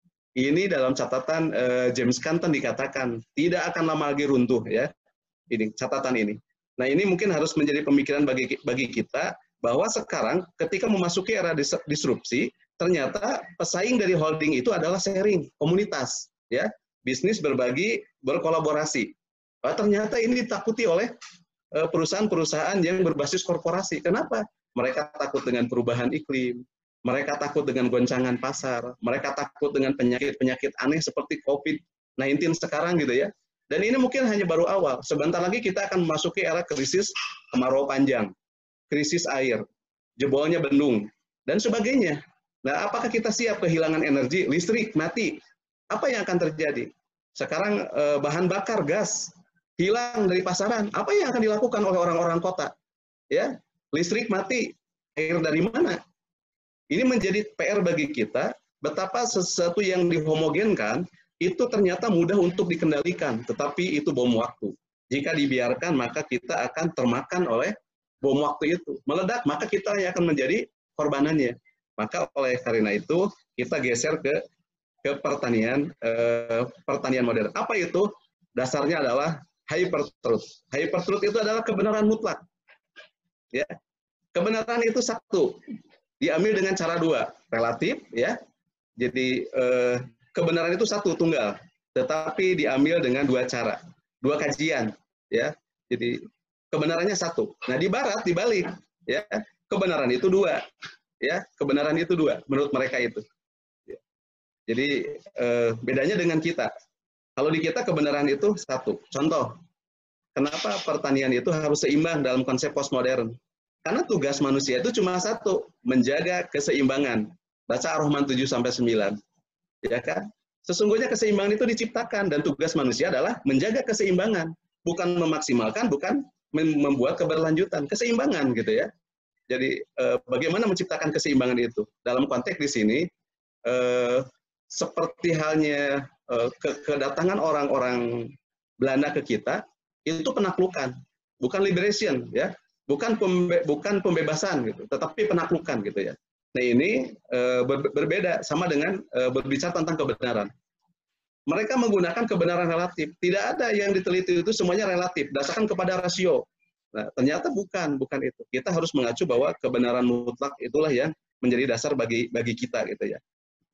Ini dalam catatan uh, James Canton dikatakan tidak akan lama lagi runtuh ya. Ini catatan ini. Nah, ini mungkin harus menjadi pemikiran bagi bagi kita bahwa sekarang ketika memasuki era dis disrupsi, ternyata pesaing dari holding itu adalah sharing, komunitas, ya, bisnis berbagi, berkolaborasi. Nah, ternyata ini ditakuti oleh perusahaan-perusahaan yang berbasis korporasi. Kenapa? Mereka takut dengan perubahan iklim, mereka takut dengan goncangan pasar, mereka takut dengan penyakit-penyakit aneh seperti COVID sembilan belas sekarang gitu ya. Dan ini mungkin hanya baru awal. Sebentar lagi kita akan memasuki era krisis kemarau panjang, krisis air, jebolnya bendung, dan sebagainya. Nah, apakah kita siap kehilangan energi? Listrik mati. Apa yang akan terjadi? Sekarang eh, bahan bakar gas hilang dari pasaran. Apa yang akan dilakukan oleh orang-orang kota? Ya, listrik mati. Air dari mana? Ini menjadi P R bagi kita. Betapa sesuatu yang dihomogenkan itu ternyata mudah untuk dikendalikan, tetapi itu bom waktu. Jika dibiarkan, maka kita akan termakan oleh bom waktu itu. Meledak, maka kita yang akan menjadi korbanannya. Maka oleh karena itu kita geser ke ke pertanian eh, pertanian modern. Apa itu? Dasarnya adalah hypertruth. Hypertruth itu adalah kebenaran mutlak. Ya, kebenaran itu satu, diambil dengan cara dua, relatif, ya. Jadi eh, kebenaran itu satu tunggal, tetapi diambil dengan dua cara, dua kajian, ya. Jadi kebenarannya satu. Nah di Barat dibalik, ya, kebenaran itu dua. Ya, kebenaran itu dua menurut mereka itu. Jadi eh, bedanya dengan kita. Kalau di kita kebenaran itu satu. Contoh, kenapa pertanian itu harus seimbang dalam konsep postmodern? Karena tugas manusia itu cuma satu, menjaga keseimbangan. Baca Ar-Rahman tujuh sampai sembilan. Ya kan? Sesungguhnya keseimbangan itu diciptakan dan tugas manusia adalah menjaga keseimbangan, bukan memaksimalkan, bukan membuat keberlanjutan, keseimbangan gitu ya. Jadi eh, bagaimana menciptakan keseimbangan itu? Dalam konteks di sini, eh, seperti halnya eh, ke kedatangan orang-orang Belanda ke kita, itu penaklukan, bukan liberation, ya, bukan pembe bukan pembebasan, gitu, tetapi penaklukan, gitu ya. Nah ini eh, ber berbeda sama dengan eh, berbicara tentang kebenaran. Mereka menggunakan kebenaran relatif. Tidak ada yang diteliti itu semuanya relatif, berdasarkan kepada rasio. Nah, ternyata bukan, bukan itu. Kita harus mengacu bahwa kebenaran mutlak itulah yang menjadi dasar bagi bagi kita gitu ya.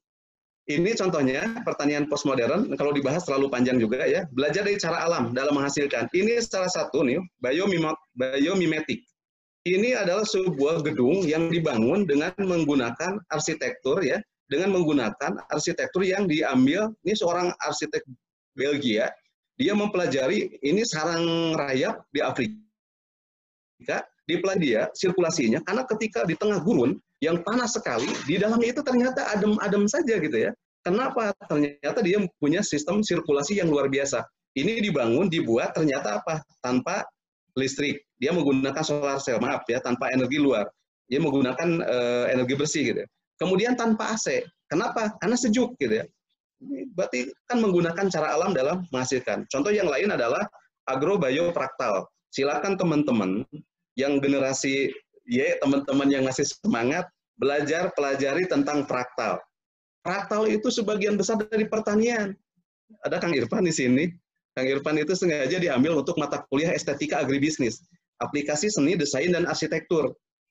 Ini contohnya pertanian postmodern, kalau dibahas terlalu panjang juga ya. Belajar dari cara alam dalam menghasilkan. Ini salah satu nih, biomimetik. Ini adalah sebuah gedung yang dibangun dengan menggunakan arsitektur ya, dengan menggunakan arsitektur yang diambil, ini seorang arsitek Belgia, dia mempelajari ini sarang rayap di Afrika. Dipelajari dia sirkulasinya, karena ketika di tengah gurun yang panas sekali, di dalamnya itu ternyata adem-adem saja gitu ya. Kenapa? Ternyata dia punya sistem sirkulasi yang luar biasa. Ini dibangun, dibuat ternyata apa? Tanpa listrik. Dia menggunakan solar cell, maaf ya, tanpa energi luar. Dia menggunakan uh, energi bersih gitu. Kemudian tanpa A C. Kenapa? Karena sejuk gitu ya. Berarti kan menggunakan cara alam dalam menghasilkan. Contoh yang lain adalah agrobiopraktal. Silakan teman-teman yang generasi Y, teman-teman yang masih semangat, belajar, pelajari tentang fraktal. Fraktal itu sebagian besar dari pertanian. Ada Kang Irfan di sini. Kang Irfan itu sengaja diambil untuk mata kuliah estetika agribisnis, aplikasi seni, desain, dan arsitektur.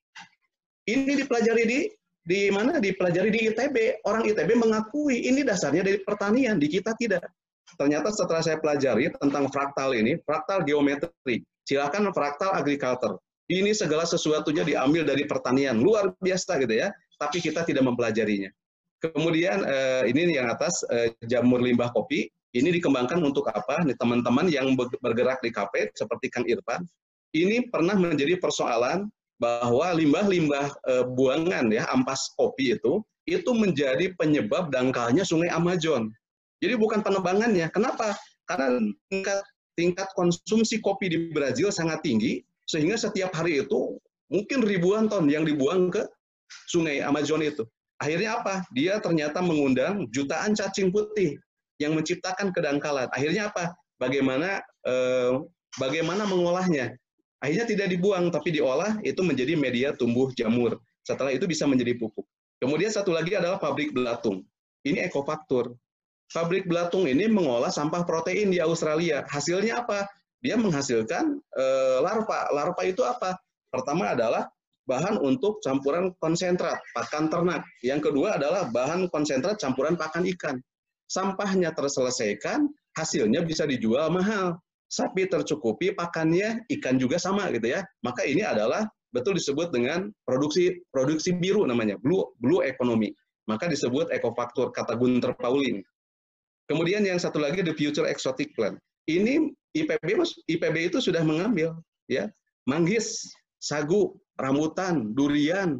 Ini dipelajari di di mana? Dipelajari di I T B. Orang I T B mengakui ini dasarnya dari pertanian, di kita tidak. Ternyata setelah saya pelajari tentang fraktal ini, fraktal geometri, silakan fraktal agriculture. Ini segala sesuatunya diambil dari pertanian, luar biasa gitu ya, tapi kita tidak mempelajarinya. Kemudian eh, ini yang atas, eh, jamur limbah kopi, ini dikembangkan untuk apa? Nih teman-teman yang bergerak di K P, seperti Kang Irfan, ini pernah menjadi persoalan bahwa limbah-limbah eh, buangan ya, ampas kopi itu, itu menjadi penyebab dangkalnya sungai Amazon. Jadi bukan penebangannya. Kenapa? Karena tingkat, tingkat konsumsi kopi di Brazil sangat tinggi, sehingga setiap hari itu mungkin ribuan ton yang dibuang ke sungai Amazon itu. Akhirnya apa? Dia ternyata mengundang jutaan cacing putih yang menciptakan kedangkalan. Akhirnya apa? Bagaimana eh, bagaimana mengolahnya? Akhirnya tidak dibuang, tapi diolah, itu menjadi media tumbuh jamur. Setelah itu bisa menjadi pupuk. Kemudian satu lagi adalah pabrik belatung. Ini ekofaktur. Pabrik belatung ini mengolah sampah protein di Australia. Hasilnya apa? Dia menghasilkan e, larva. Larva itu apa? Pertama adalah bahan untuk campuran konsentrat, pakan ternak. Yang kedua adalah bahan konsentrat campuran pakan ikan. Sampahnya terselesaikan, hasilnya bisa dijual mahal. Sapi tercukupi, pakannya, ikan juga sama gitu ya. Maka ini adalah betul disebut dengan produksi produksi biru namanya, blue blue economy. Maka disebut ekofaktur, kata Gunter Pauling. Kemudian yang satu lagi the future exotic plant. Ini I P B I P B itu sudah mengambil ya, manggis, sagu, rambutan, durian.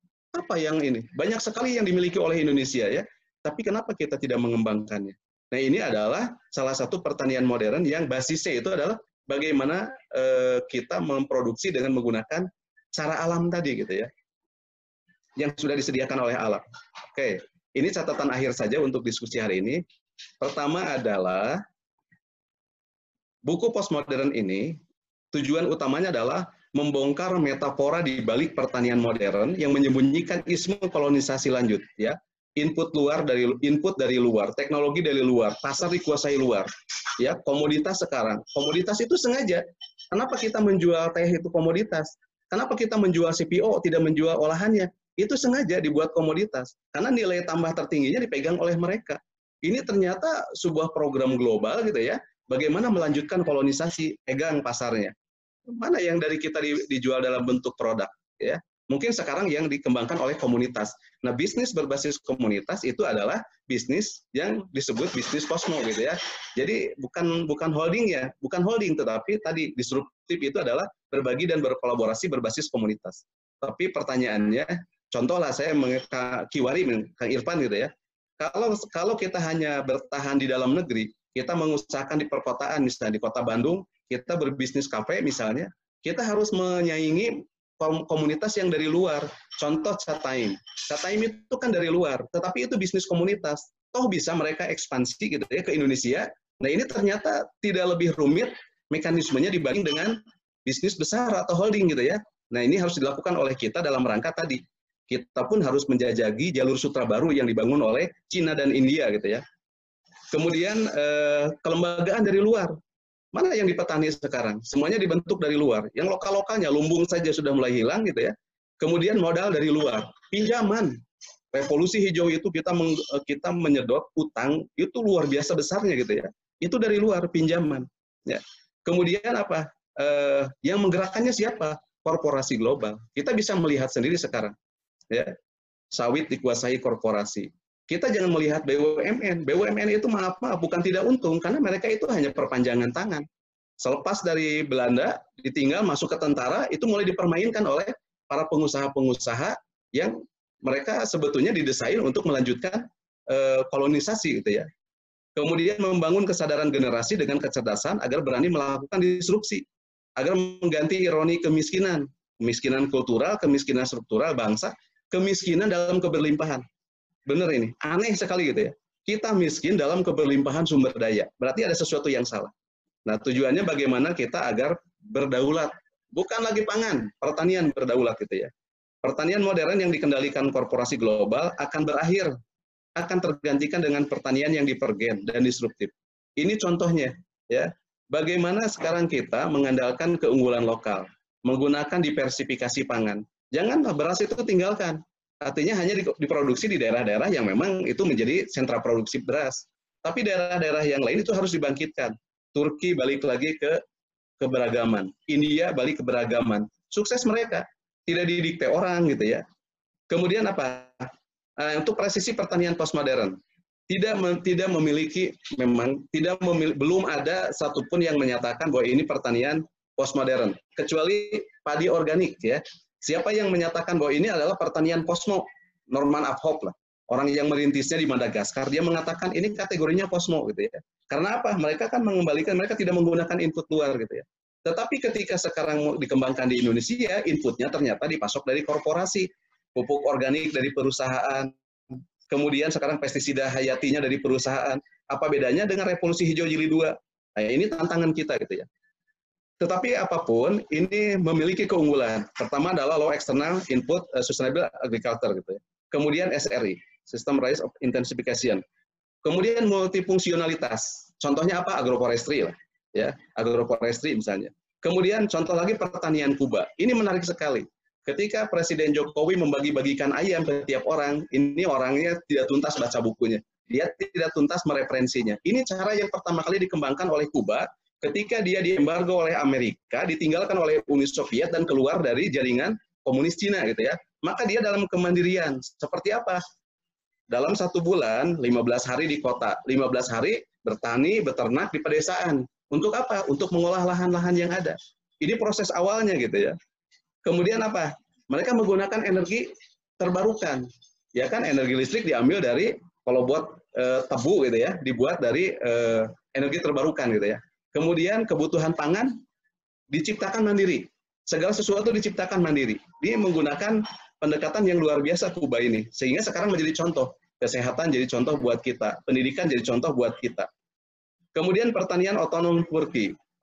Apa yang ini? Banyak sekali yang dimiliki oleh Indonesia ya. Tapi kenapa kita tidak mengembangkannya? Nah, ini adalah salah satu pertanian modern yang basisnya itu adalah bagaimana eh, kita memproduksi dengan menggunakan cara alam tadi gitu ya. Yang sudah disediakan oleh alam. Oke, ini catatan akhir saja untuk diskusi hari ini. Pertama adalah buku postmodern ini tujuan utamanya adalah membongkar metafora di balik pertanian modern yang menyembunyikan isme kolonisasi lanjut, ya. Input luar dari input dari luar, teknologi dari luar, pasar dikuasai luar, ya. Komoditas sekarang, komoditas itu sengaja. Kenapa kita menjual teh itu komoditas? Kenapa kita menjual C P O tidak menjual olahannya? Itu sengaja dibuat komoditas karena nilai tambah tertingginya dipegang oleh mereka. Ini ternyata sebuah program global gitu ya. Bagaimana melanjutkan kolonisasi, pegang pasarnya. Mana yang dari kita dijual dalam bentuk produk, ya? Mungkin sekarang yang dikembangkan oleh komunitas. Nah, bisnis berbasis komunitas itu adalah bisnis yang disebut bisnis kosmo gitu ya. Jadi bukan bukan holding ya, bukan holding, tetapi tadi disruptif itu adalah berbagi dan berkolaborasi berbasis komunitas. Tapi pertanyaannya, contohlah saya kiwari Kang Irfan gitu ya. Kalau kalau kita hanya bertahan di dalam negeri, kita mengusahakan di perkotaan, misalnya di kota Bandung, kita berbisnis kafe misalnya, kita harus menyaingi komunitas yang dari luar. Contoh Chatime. Chatime itu kan dari luar, tetapi itu bisnis komunitas. Toh bisa mereka ekspansi gitu ya ke Indonesia. Nah ini ternyata tidak lebih rumit mekanismenya dibanding dengan bisnis besar atau holding gitu ya. Nah ini harus dilakukan oleh kita dalam rangka tadi. Kita pun harus menjajagi jalur sutra baru yang dibangun oleh Cina dan India gitu ya. Kemudian eh, kelembagaan dari luar. Mana yang dipetani sekarang? Semuanya dibentuk dari luar. Yang lokal-lokalnya, lumbung saja sudah mulai hilang gitu ya. Kemudian modal dari luar. Pinjaman. Revolusi hijau itu kita meng, kita menyedot utang, itu luar biasa besarnya gitu ya. Itu dari luar, pinjaman. Ya. Kemudian apa? Eh, yang menggerakkannya siapa? Korporasi global. Kita bisa melihat sendiri sekarang. Ya. Sawit dikuasai korporasi. Kita jangan melihat B U M N. B U M N itu maaf maaf bukan tidak untung karena mereka itu hanya perpanjangan tangan. Selepas dari Belanda ditinggal masuk ke tentara itu mulai dipermainkan oleh para pengusaha-pengusaha yang mereka sebetulnya didesain untuk melanjutkan eh, kolonisasi gitu ya. Kemudian membangun kesadaran generasi dengan kecerdasan agar berani melakukan disrupsi, agar mengganti ironi kemiskinan, kemiskinan kultural, kemiskinan struktural bangsa, kemiskinan dalam keberlimpahan. Benar ini, aneh sekali gitu ya. Kita miskin dalam keberlimpahan sumber daya. Berarti ada sesuatu yang salah. Nah, tujuannya bagaimana kita agar berdaulat. Bukan lagi pangan, pertanian berdaulat gitu ya. Pertanian modern yang dikendalikan korporasi global akan berakhir, akan tergantikan dengan pertanian yang dipergen dan disruptif. Ini contohnya, ya. Bagaimana sekarang kita mengandalkan keunggulan lokal, menggunakan diversifikasi pangan. Janganlah beras itu tinggalkan. Artinya hanya diproduksi di daerah-daerah yang memang itu menjadi sentra produksi beras. Tapi daerah-daerah yang lain itu harus dibangkitkan. Turki balik lagi ke keberagaman. India balik ke keberagaman. Sukses mereka. Tidak didikte orang gitu ya. Kemudian apa? Uh, untuk presisi pertanian postmodern. Tidak tidak memiliki, memang tidak memil, belum ada satupun yang menyatakan bahwa ini pertanian postmodern. Kecuali padi organik ya. Siapa yang menyatakan bahwa ini adalah pertanian kosmo? Norman Abhoff lah. Orang yang merintisnya di Madagaskar, dia mengatakan ini kategorinya kosmo gitu ya. Karena apa? Mereka kan mengembalikan, mereka tidak menggunakan input luar gitu ya. Tetapi ketika sekarang dikembangkan di Indonesia, inputnya ternyata dipasok dari korporasi, pupuk organik dari perusahaan, kemudian sekarang pestisida hayatinya dari perusahaan. Apa bedanya dengan revolusi hijau jilid dua? Nah, ini tantangan kita gitu ya. Tetapi apapun, ini memiliki keunggulan. Pertama adalah low external input uh, sustainable agriculture gitu ya. Kemudian S R I, System Rise of Intensification. Kemudian multifungsionalitas. Contohnya apa? Agroforestry lah, ya. Agroforestry misalnya. Kemudian contoh lagi pertanian Kuba. Ini menarik sekali. Ketika Presiden Jokowi membagi-bagikan ayam ke tiap orang, ini orangnya tidak tuntas baca bukunya. Dia tidak tuntas mereferensinya. Ini cara yang pertama kali dikembangkan oleh Kuba. Ketika dia diembargo oleh Amerika, ditinggalkan oleh Uni Soviet dan keluar dari jaringan komunis Cina gitu ya. Maka dia dalam kemandirian. Seperti apa? Dalam satu bulan, lima belas hari di kota, lima belas hari bertani, beternak di pedesaan. Untuk apa? Untuk mengolah lahan-lahan yang ada. Ini proses awalnya gitu ya. Kemudian apa? Mereka menggunakan energi terbarukan. Ya kan, energi listrik diambil dari, kalau buat e, tebu gitu ya, dibuat dari e, energi terbarukan gitu ya. Kemudian kebutuhan pangan diciptakan mandiri. Segala sesuatu diciptakan mandiri. Dia menggunakan pendekatan yang luar biasa Kuba ini. Sehingga sekarang menjadi contoh. Kesehatan jadi contoh buat kita. Pendidikan jadi contoh buat kita. Kemudian pertanian otonom Turki.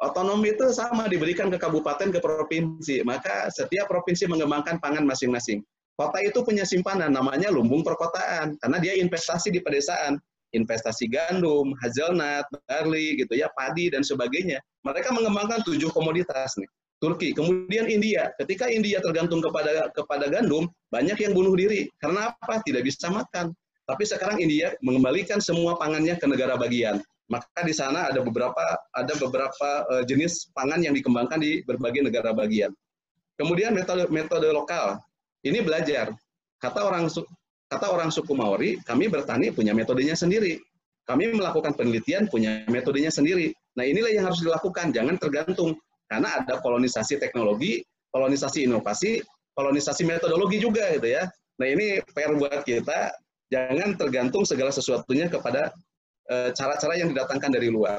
Otonomi itu sama diberikan ke kabupaten, ke provinsi. Maka setiap provinsi mengembangkan pangan masing-masing. Kota itu punya simpanan, namanya lumbung perkotaan, karena dia investasi di pedesaan. Investasi gandum, hazelnut, barley, gitu ya, padi, dan sebagainya. Mereka mengembangkan tujuh komoditas nih. Turki, kemudian India. Ketika India tergantung kepada kepada gandum, banyak yang bunuh diri. Karena apa? Tidak bisa makan. Tapi sekarang India mengembalikan semua pangannya ke negara bagian. Maka di sana ada beberapa ada beberapa uh, jenis pangan yang dikembangkan di berbagai negara bagian. Kemudian metode metode lokal. Ini belajar. Kata orang kata orang suku Maori, kami bertani punya metodenya sendiri. Kami melakukan penelitian punya metodenya sendiri. Nah, inilah yang harus dilakukan, jangan tergantung. Karena ada kolonisasi teknologi, kolonisasi inovasi, kolonisasi metodologi juga gitu ya. Nah, ini P R buat kita, jangan tergantung segala sesuatunya kepada cara-cara yang didatangkan dari luar.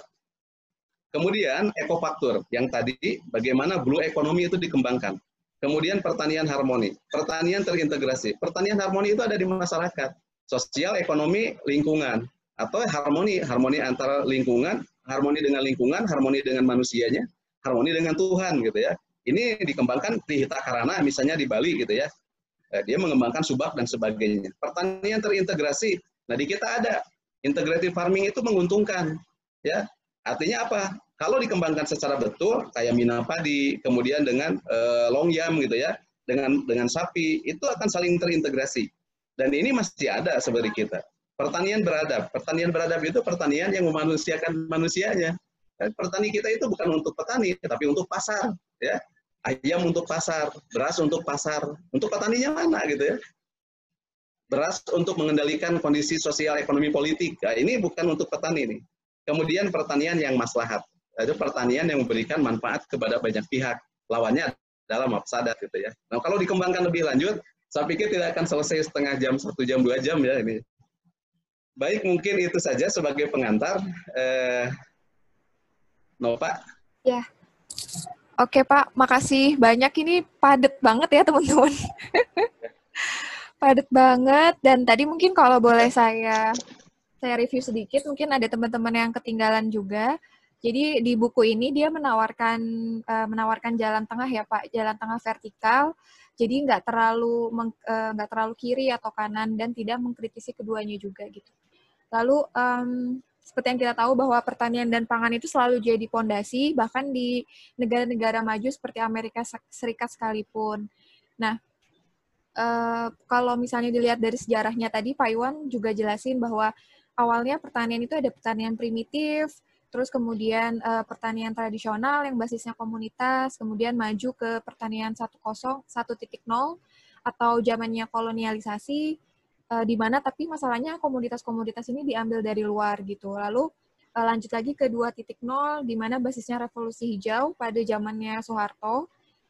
Kemudian ekofaktor, yang tadi bagaimana blue economy itu dikembangkan. Kemudian pertanian harmoni, pertanian terintegrasi. Pertanian harmoni itu ada di masyarakat, sosial, ekonomi, lingkungan, atau harmoni, harmoni antara lingkungan, harmoni dengan lingkungan, harmoni dengan manusianya, harmoni dengan Tuhan gitu ya. Ini dikembangkan di Hitakarana misalnya di Bali gitu ya. Dia mengembangkan subak dan sebagainya. Pertanian terintegrasi. Nah, di kita ada integrative farming itu menguntungkan ya. Artinya apa? Kalau dikembangkan secara betul kayak mina padi, kemudian dengan uh, longyam gitu ya, dengan dengan sapi, itu akan saling terintegrasi. Dan ini masih ada sebenarnya kita. Pertanian beradab. Pertanian beradab itu pertanian yang memanusiakan manusianya. Pertani kita itu bukan untuk petani, tapi untuk pasar ya. Ayam untuk pasar, beras untuk pasar. Untuk petaninya mana gitu ya? Beras untuk mengendalikan kondisi sosial ekonomi politik. Nah, ini bukan untuk petani nih. Kemudian pertanian yang maslahat. Itu pertanian yang memberikan manfaat kepada banyak pihak. Lawannya adalah mafsadat gitu ya. Nah, kalau dikembangkan lebih lanjut, saya pikir tidak akan selesai setengah jam, satu jam, dua jam ya ini. Baik, mungkin itu saja sebagai pengantar. Eh, Nova. Ya. Oke Pak, makasih banyak. Ini padat banget ya teman-teman. Padat banget. Dan tadi mungkin kalau boleh saya saya review sedikit, mungkin ada teman-teman yang ketinggalan juga. Jadi di buku ini dia menawarkan uh, menawarkan jalan tengah ya Pak, jalan tengah vertikal. Jadi nggak terlalu uh, nggak terlalu kiri atau kanan dan tidak mengkritisi keduanya juga gitu. Lalu um, seperti yang kita tahu bahwa pertanian dan pangan itu selalu jadi pondasi, bahkan di negara-negara maju seperti Amerika Serikat sekalipun. Nah, uh, kalau misalnya dilihat dari sejarahnya tadi, Pak Iwan juga jelasin bahwa awalnya pertanian itu ada pertanian primitif, terus kemudian uh, pertanian tradisional yang basisnya komunitas, kemudian maju ke pertanian satu titik nol atau zamannya kolonialisasi, uh, di mana tapi masalahnya komoditas-komoditas ini diambil dari luar gitu. Lalu uh, lanjut lagi ke dua titik nol, di mana basisnya revolusi hijau pada zamannya Soeharto.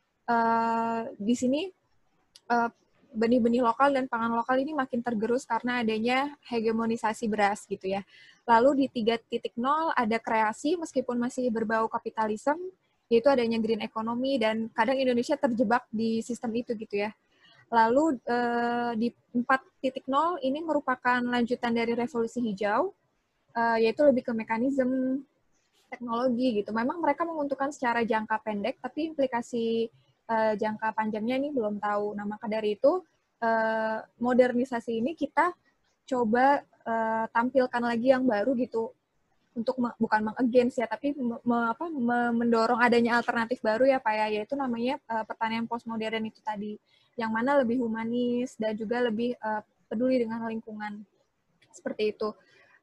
Uh, di sini uh, benih-benih lokal dan pangan lokal ini makin tergerus karena adanya hegemonisasi beras gitu ya. Lalu di tiga titik nol ada kreasi meskipun masih berbau kapitalisme, yaitu adanya green economy dan kadang Indonesia terjebak di sistem itu gitu ya. Lalu eh, di empat titik nol ini merupakan lanjutan dari revolusi hijau, eh, yaitu lebih ke mekanisme teknologi gitu. Memang mereka menguntungkan secara jangka pendek, tapi implikasi Uh, jangka panjangnya ini belum tahu. Nah, maka dari itu uh, modernisasi ini kita coba uh, tampilkan lagi yang baru gitu, untuk me, bukan meng-against ya, tapi me, me, apa, me, mendorong adanya alternatif baru ya Pak ya, yaitu namanya uh, pertanian postmodern itu tadi, yang mana lebih humanis dan juga lebih uh, peduli dengan lingkungan. Seperti itu.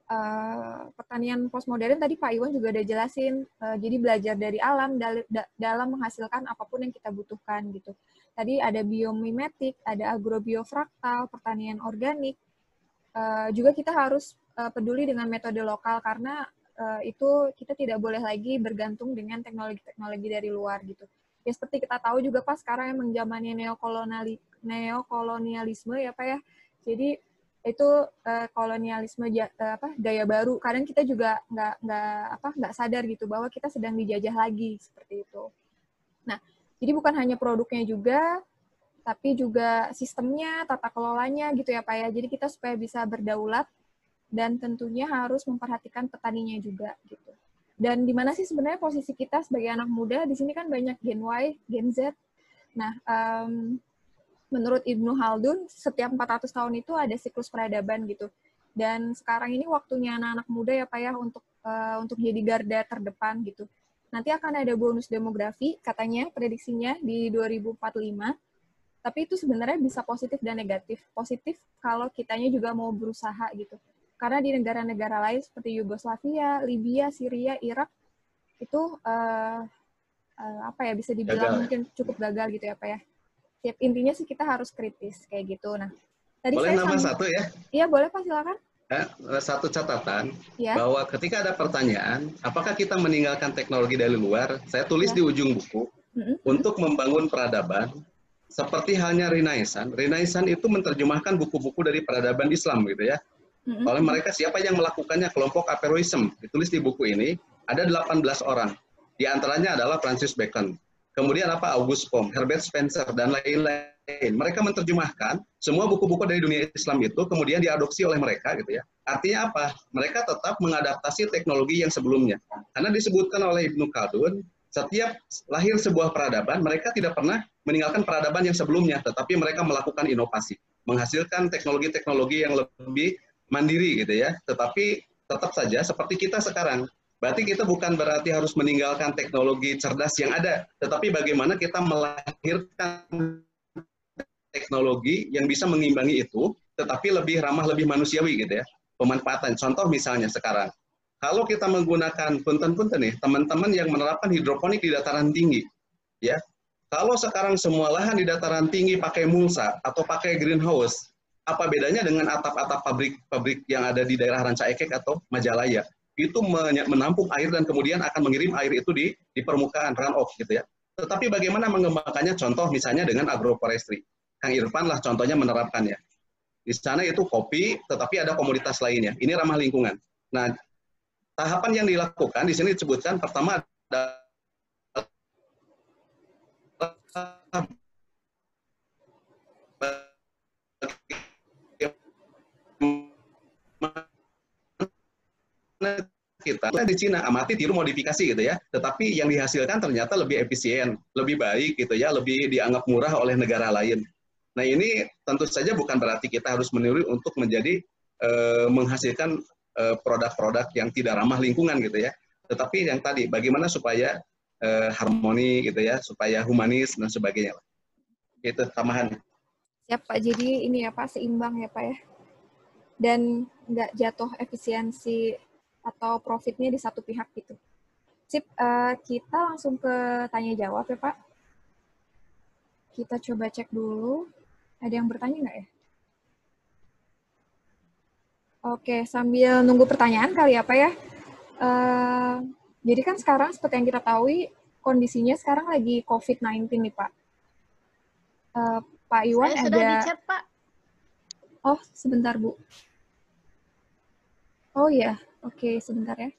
Uh, pertanian postmodern tadi Pak Iwan juga udah jelasin, uh, jadi belajar dari alam dal da dalam menghasilkan apapun yang kita butuhkan gitu. Tadi ada biomimetik, ada agrobiofraktal, pertanian organik. Uh, juga kita harus uh, peduli dengan metode lokal karena uh, itu kita tidak boleh lagi bergantung dengan teknologi-teknologi dari luar gitu. Ya seperti kita tahu juga Pak, sekarang emang zamannya neokoloniali neokolonialisme ya Pak ya. Jadi itu uh, kolonialisme ja, uh, apa gaya baru. Kadang kita juga nggak nggak apa nggak sadar gitu bahwa kita sedang dijajah lagi seperti itu. Nah, jadi bukan hanya produknya juga, tapi juga sistemnya, tata kelolanya gitu ya Pak ya. Jadi kita supaya bisa berdaulat dan tentunya harus memperhatikan petaninya juga gitu. Dan di mana sih sebenarnya posisi kita sebagai anak muda? Di sini kan banyak Gen Y, Gen Z. Nah, um, menurut Ibnu Khaldun, setiap empat ratus tahun itu ada siklus peradaban gitu. Dan sekarang ini waktunya anak-anak muda ya Pak ya untuk uh, untuk jadi garda terdepan gitu. Nanti akan ada bonus demografi, katanya prediksinya di dua ribu empat puluh lima. Tapi itu sebenarnya bisa positif dan negatif. Positif kalau kitanya juga mau berusaha gitu. Karena di negara-negara lain seperti Yugoslavia, Libya, Syria, Irak, itu uh, uh, apa ya bisa dibilang gagal, mungkin cukup gagal gitu ya Pak ya. Tiap intinya sih kita harus kritis kayak gitu. Nah, tadi boleh saya nambah sambil... satu ya? Iya boleh Pak, silakan. Satu catatan ya. bahwa ketika ada pertanyaan, apakah kita meninggalkan teknologi dari luar? Saya tulis ya. Di ujung buku mm-hmm. untuk membangun peradaban seperti halnya Renaissance. Renaissance itu menerjemahkan buku-buku dari peradaban Islam gitu ya. Mm-hmm. Oleh mereka siapa yang melakukannya? Kelompok Averroism. Ditulis di buku ini ada delapan belas orang. Di antaranya adalah Francis Bacon. Kemudian apa? Auguste Comte, Herbert Spencer, dan lain-lain. Mereka menerjemahkan semua buku-buku dari dunia Islam itu kemudian diadopsi oleh mereka gitu ya. Artinya apa? Mereka tetap mengadaptasi teknologi yang sebelumnya. Karena disebutkan oleh Ibnu Khaldun, setiap lahir sebuah peradaban, mereka tidak pernah meninggalkan peradaban yang sebelumnya, tetapi mereka melakukan inovasi, menghasilkan teknologi-teknologi yang lebih mandiri gitu ya. Tetapi tetap saja seperti kita sekarang. Berarti kita bukan berarti harus meninggalkan teknologi cerdas yang ada, tetapi bagaimana kita melahirkan teknologi yang bisa mengimbangi itu, tetapi lebih ramah, lebih manusiawi gitu ya. Pemanfaatan. Contoh misalnya sekarang, kalau kita menggunakan punten-punten nih, teman-teman yang menerapkan hidroponik di dataran tinggi, ya. Kalau sekarang semua lahan di dataran tinggi pakai mulsa atau pakai greenhouse, apa bedanya dengan atap-atap pabrik-pabrik yang ada di daerah Ranca Ekek atau Majalaya? Itu menampung air dan kemudian akan mengirim air itu di, di permukaan runoff gitu ya. Tetapi bagaimana mengembangkannya? Contoh misalnya dengan agroforestry. Kang Irfan lah contohnya menerapkannya. Di sana itu kopi, tetapi ada komoditas lainnya. Ini ramah lingkungan. Nah, tahapan yang dilakukan di sini disebutkan pertama ada kita di Cina amati tiru modifikasi gitu ya, tetapi yang dihasilkan ternyata lebih efisien, lebih baik gitu ya, lebih dianggap murah oleh negara lain. Nah ini tentu saja bukan berarti kita harus meniru untuk menjadi eh, menghasilkan produk-produk eh, yang tidak ramah lingkungan gitu ya, tetapi yang tadi bagaimana supaya eh, harmoni gitu ya, supaya humanis dan sebagainya. Itu tambahan. Siap Pak, jadi ini ya Pak seimbang ya Pak ya, dan nggak jatuh efisiensi atau profitnya di satu pihak gitu. Sip, uh, kita langsung ke tanya jawab ya Pak. Kita coba cek dulu. Ada yang bertanya nggak ya? Oke, sambil nunggu pertanyaan kali ya Pak ya. Uh, jadi kan sekarang seperti yang kita tahu, kondisinya sekarang lagi covid sembilan belas nih Pak. Uh, Pak Iwan Saya ada... sudah di chat Pak. Oh, sebentar Bu. Oh iya, oke sebentar ya.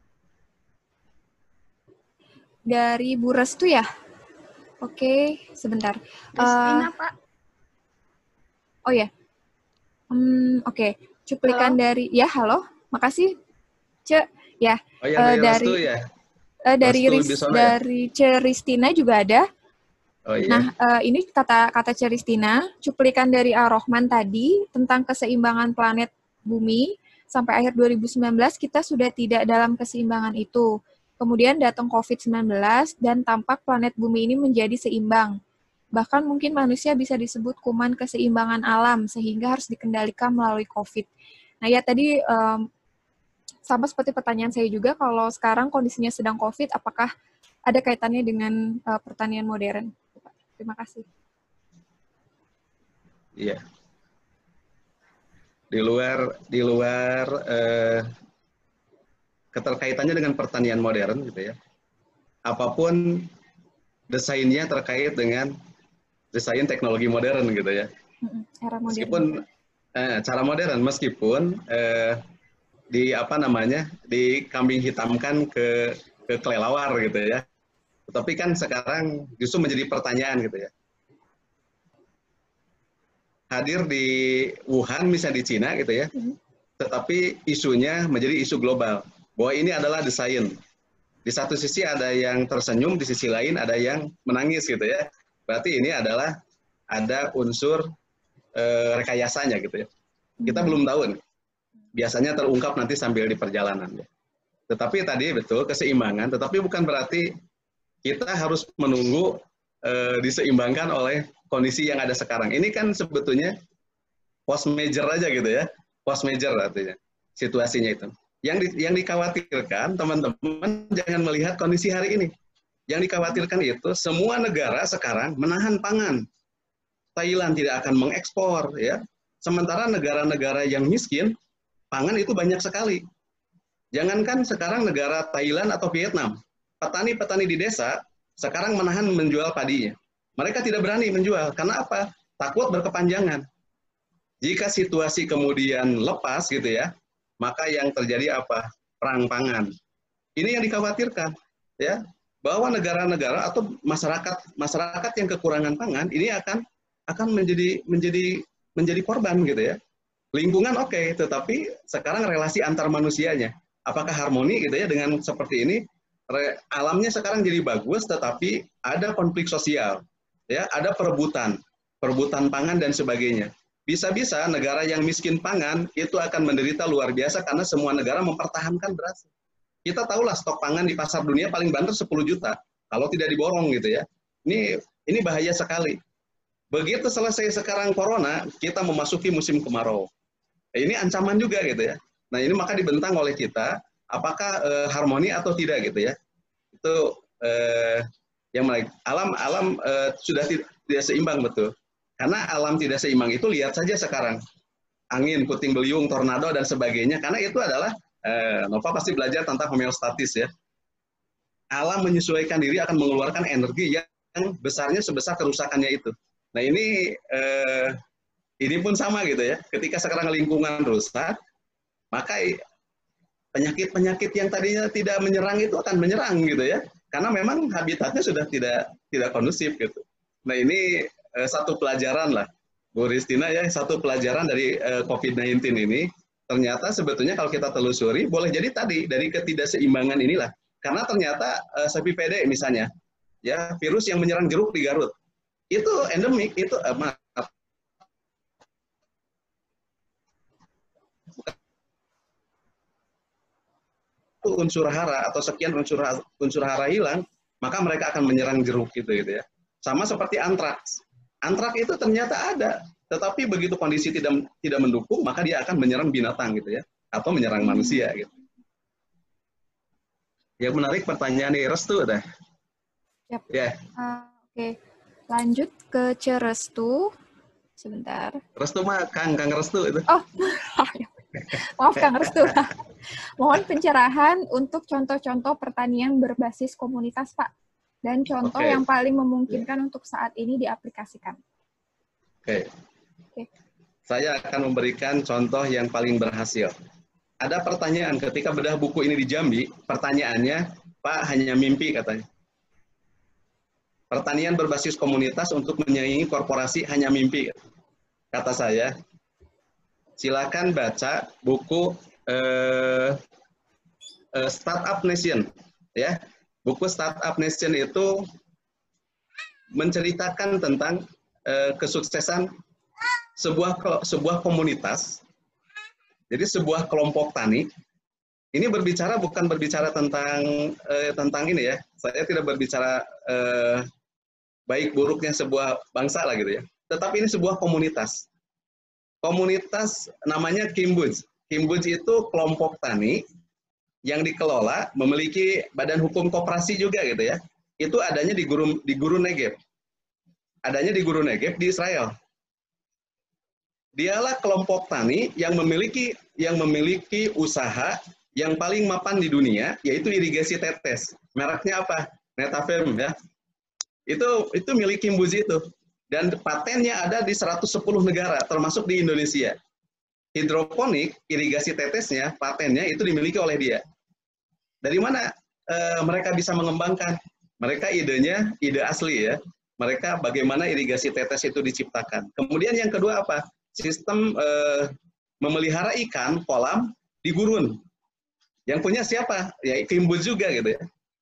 Dari Bu Restu ya? Oke, sebentar. Ristina, uh, Pak. Oh ya. Hmm, oke. Cuplikan halo. Dari ya, halo. Makasih. Ce, ya. Oh ya, uh, dari dari Restu ya. Uh, dari Restu Ris, Bisono, dari ya? Ce Ristina juga ada. Oh iya. Nah, uh, ini kata kata Ce Ristina, cuplikan dari Ar-Rahman tadi tentang keseimbangan planet bumi. Sampai akhir dua ribu sembilan belas kita sudah tidak dalam keseimbangan itu. Kemudian datang covid sembilan belas dan tampak planet bumi ini menjadi seimbang. Bahkan mungkin manusia bisa disebut kuman keseimbangan alam sehingga harus dikendalikan melalui COVID. Nah ya tadi um, sama seperti pertanyaan saya juga, kalau sekarang kondisinya sedang COVID, apakah ada kaitannya dengan uh, pertanian modern? Terima kasih. Iya. Di luar di luar eh, keterkaitannya dengan pertanian modern gitu ya. Apapun desainnya terkait dengan desain teknologi modern gitu ya. Era modern. Meskipun eh, cara modern meskipun eh, di apa namanya di kambing hitamkan ke ke kelelawar gitu ya. Tetapi kan sekarang justru menjadi pertanyaan gitu ya. Hadir di Wuhan, misalnya di Cina gitu ya, mm-hmm. tetapi isunya menjadi isu global, bahwa ini adalah desain, Di satu sisi ada yang tersenyum, di sisi lain ada yang menangis gitu ya. Berarti ini adalah ada unsur eh, rekayasanya gitu ya. Kita belum tahu nih. Biasanya terungkap nanti sambil di perjalanan ya. Tetapi tadi betul keseimbangan, tetapi bukan berarti kita harus menunggu eh, diseimbangkan oleh kondisi yang ada sekarang. Ini kan sebetulnya post major aja gitu ya, post major artinya situasinya itu. Yang di, yang dikhawatirkan teman-teman jangan melihat kondisi hari ini. Yang dikhawatirkan itu semua negara sekarang menahan pangan. Thailand tidak akan mengekspor ya. Sementara negara-negara yang miskin pangan itu banyak sekali. Jangankan sekarang negara Thailand atau Vietnam, petani-petani di desa sekarang menahan menjual padinya. Mereka tidak berani menjual. Karena apa? Takut berkepanjangan. Jika situasi kemudian lepas gitu ya, maka yang terjadi apa? Perang pangan. Ini yang dikhawatirkan, ya, bahwa negara-negara atau masyarakat masyarakat yang kekurangan pangan ini akan akan menjadi menjadi menjadi korban gitu ya. Lingkungan oke, okay, tetapi sekarang relasi antar manusianya, apakah harmoni gitu ya dengan seperti ini? Re, alamnya sekarang jadi bagus, tetapi ada konflik sosial, ya, ada perebutan, perebutan pangan dan sebagainya. Bisa-bisa negara yang miskin pangan itu akan menderita luar biasa karena semua negara mempertahankan beras. Kita tahulah stok pangan di pasar dunia paling banter sepuluh juta, kalau tidak diborong gitu ya. Ini ini bahaya sekali. Begitu selesai sekarang corona, kita memasuki musim kemarau. Ini ancaman juga gitu ya. Nah ini maka dibentang oleh kita, apakah eh, harmoni atau tidak gitu ya. Itu eh, yang menarik. Alam alam eh, sudah tidak, tidak seimbang betul. Karena alam tidak seimbang itu lihat saja sekarang. Angin, puting beliung, tornado dan sebagainya. Karena itu adalah eh, Nova pasti belajar tentang homeostatis ya. Alam menyesuaikan diri akan mengeluarkan energi yang besarnya sebesar kerusakannya itu. Nah ini eh, ini pun sama gitu ya. Ketika sekarang lingkungan rusak, maka penyakit-penyakit yang tadinya tidak menyerang itu akan menyerang gitu ya. Karena memang habitatnya sudah tidak tidak kondusif gitu. Nah ini eh, satu pelajaran lah, Bu Ristina ya, satu pelajaran dari eh, COVID sembilan belas ini. Ternyata sebetulnya kalau kita telusuri, boleh jadi tadi dari ketidakseimbangan inilah. Karena ternyata eh, sapi pede misalnya, ya virus yang menyerang jeruk di Garut, itu endemik, itu eh, maaf, unsur hara atau sekian unsur unsur hara hilang, maka mereka akan menyerang jeruk gitu gitu ya. Sama seperti antraks. Antraks itu ternyata ada, tetapi begitu kondisi tidak tidak mendukung, maka dia akan menyerang binatang gitu ya, atau menyerang manusia gitu. Yang menarik pertanyaan nih, Restu dah. Yep. Ya. Uh, Oke, okay. Lanjut ke Cerestu. Sebentar. Restu mah Kang, Kang Restu itu. Oh, maaf Kang Restu. Mohon pencerahan untuk contoh-contoh pertanian berbasis komunitas, Pak. Dan contoh okay. yang paling memungkinkan yeah. untuk saat ini diaplikasikan. Oke. Okay. Okay. Saya akan memberikan contoh yang paling berhasil. Ada pertanyaan ketika bedah buku ini di Jambi, pertanyaannya, Pak, hanya mimpi katanya. Pertanian berbasis komunitas untuk menyaingi korporasi hanya mimpi. Kata saya, silakan baca buku eh, eh, Startup Nation. Ya, buku Startup Nation itu menceritakan tentang eh, kesuksesan sebuah sebuah komunitas. Jadi sebuah kelompok tani. Ini berbicara bukan berbicara tentang eh, tentang ini ya. Saya tidak berbicara eh, baik buruknya sebuah bangsa lah gitu ya. Tetapi ini sebuah komunitas. Komunitas namanya Kimbunj. Kimbunj itu kelompok tani yang dikelola, memiliki badan hukum koperasi juga gitu ya. Itu adanya di Guru di Guru Negev. Adanya di Guru Negev di Israel. Dialah kelompok tani yang memiliki yang memiliki usaha yang paling mapan di dunia, yaitu irigasi tetes. Mereknya apa? Netafim ya. Itu itu milik Kimbunj itu. Dan patennya ada di seratus sepuluh negara, termasuk di Indonesia. Hidroponik, irigasi tetesnya, patennya itu dimiliki oleh dia. Dari mana e, mereka bisa mengembangkan? Mereka idenya, ide asli ya. Mereka bagaimana irigasi tetes itu diciptakan. Kemudian yang kedua apa? Sistem e, memelihara ikan, kolam, di gurun. Yang punya siapa? Ya Kimbunj juga gitu ya.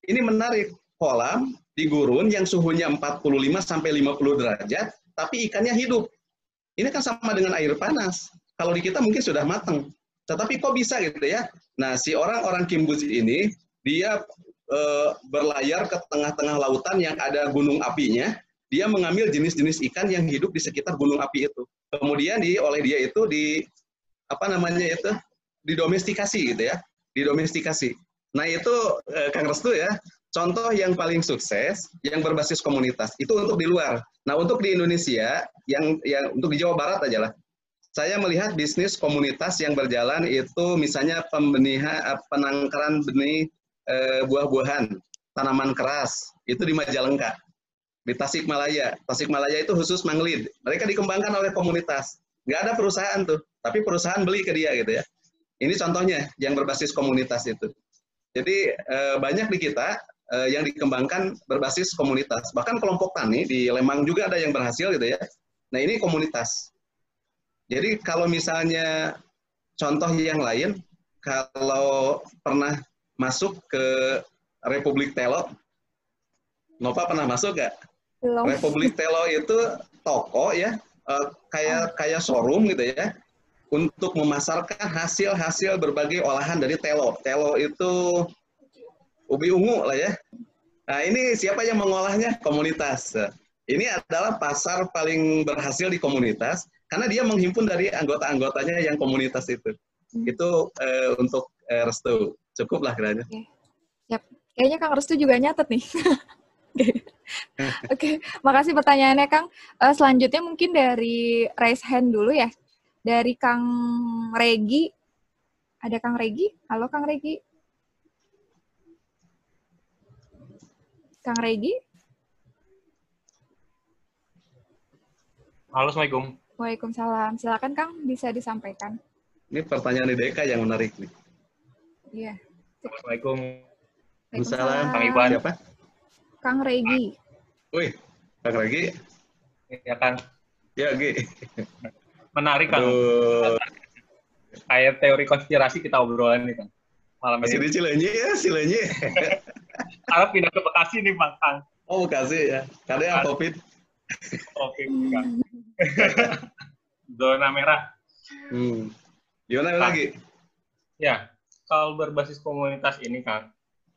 ini menarik, kolam di gurun yang suhunya empat puluh lima sampai lima puluh derajat, tapi ikannya hidup. Ini kan sama dengan air panas. Kalau di kita mungkin sudah matang. Tetapi kok bisa gitu ya? Nah, si orang-orang Kimbutz ini, dia e, berlayar ke tengah-tengah lautan yang ada gunung apinya, dia mengambil jenis-jenis ikan yang hidup di sekitar gunung api itu. Kemudian di, oleh dia itu di, apa namanya itu, didomestikasi gitu ya, didomestikasi. Nah itu e, Kang Restu ya, contoh yang paling sukses, yang berbasis komunitas, itu untuk di luar. Nah untuk di Indonesia, yang, yang untuk di Jawa Barat aja lah, saya melihat bisnis komunitas yang berjalan itu misalnya pembenihan, penangkaran benih e, buah-buahan, tanaman keras, itu di Majalengka, di Tasikmalaya. Tasikmalaya itu khusus manglid. Mereka dikembangkan oleh komunitas. Nggak ada perusahaan tuh, tapi perusahaan beli ke dia gitu ya. Ini contohnya yang berbasis komunitas itu. Jadi e, banyak di kita e, yang dikembangkan berbasis komunitas. Bahkan kelompok tani di Lembang juga ada yang berhasil gitu ya. Nah ini komunitas. Jadi kalau misalnya contoh yang lain, kalau pernah masuk ke Republik Telo, Nova pernah masuk nggak? Belum. Republik Telo itu toko ya, eh, kayak kayak showroom gitu ya, untuk memasarkan hasil-hasil berbagai olahan dari telo. Telo itu ubi ungu lah ya. Nah ini siapa yang mengolahnya? Komunitas. Ini adalah pasar paling berhasil di komunitas, karena dia menghimpun dari anggota-anggotanya yang komunitas itu. Hmm. Itu uh, untuk uh, Restu. Cukup lah kiranya. Oke. Yap. Kayaknya Kang Restu juga nyatet nih. Oke, okay. Makasih pertanyaannya Kang. Uh, selanjutnya mungkin dari raise hand dulu ya. Dari Kang Regi. Ada Kang Regi? Halo Kang Regi. Kang Regi? Halo, Assalamualaikum. Waalaikumsalam. Silakan Kang, bisa disampaikan. Ini pertanyaan di Deka yang menarik nih. Iya. Assalamualaikum. Waalaikumsalam. Kang Iwan. Siapa? Kang Regi. Wih, Kang Regi. Ya Kang. Ya, Gi. Menarik Kang. Aduh. Kayak teori konspirasi kita obrolan nih Kang. Malam Masih ini. di Cileunyi ya, Cileunyi. Karena pindah ke Bekasi nih Bang Kang. Oh, Bekasi ya. Karena yang COVID. Oke, Kang. Zona merah. Hmm. Gimana Kang. lagi? Ya, kalau berbasis komunitas ini Kang,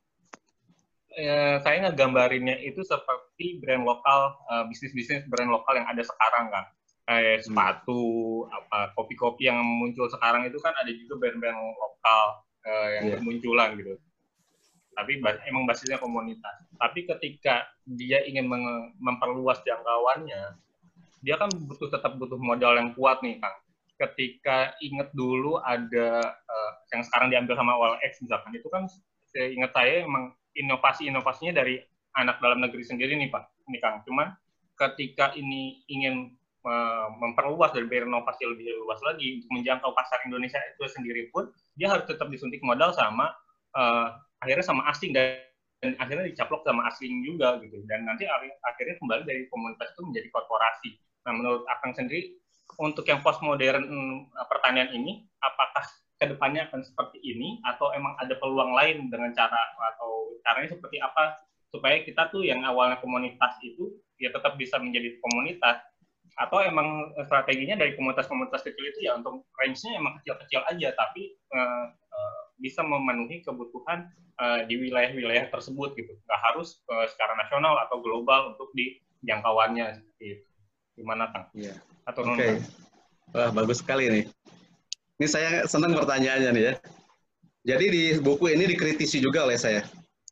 eh, saya ngegambarinnya itu seperti brand lokal, uh, bisnis-bisnis brand lokal yang ada sekarang Kang. Kayak sepatu, hmm. apa kopi-kopi yang muncul sekarang itu kan ada juga brand-brand lokal uh, yang yeah. bermunculan gitu. Tapi emang basisnya komunitas. Tapi ketika dia ingin memperluas jangkauannya, dia kan butuh tetap butuh modal yang kuat nih, Kang. Ketika inget dulu ada uh, yang sekarang diambil sama O L X misalkan, itu kan saya ingat saya emang inovasi-inovasinya dari anak dalam negeri sendiri nih, Pak. Ini Kang. Cuman ketika ini ingin uh, memperluas dan berinovasi lebih luas lagi untuk menjangkau pasar Indonesia itu sendiri pun, dia harus tetap disuntik modal sama uh, akhirnya sama asing dan, dan akhirnya dicaplok sama asing juga gitu, dan nanti akhirnya kembali dari komunitas itu menjadi korporasi. Nah menurut Akang sendiri untuk yang postmodern hmm, pertanian ini, apakah kedepannya akan seperti ini atau emang ada peluang lain dengan cara atau caranya seperti apa supaya kita tuh yang awalnya komunitas itu ya tetap bisa menjadi komunitas, atau emang strateginya dari komunitas-komunitas kecil itu ya untuk range-nya emang kecil-kecil aja tapi uh, uh, bisa memenuhi kebutuhan uh, di wilayah-wilayah tersebut gitu, nggak harus uh, secara nasional atau global untuk di jangkauannya gitu. Gimana Kang? Iya. Atau Oke. Okay. Wah bagus sekali nih. Ini saya senang pertanyaannya nih ya. Jadi di buku ini dikritisi juga oleh saya.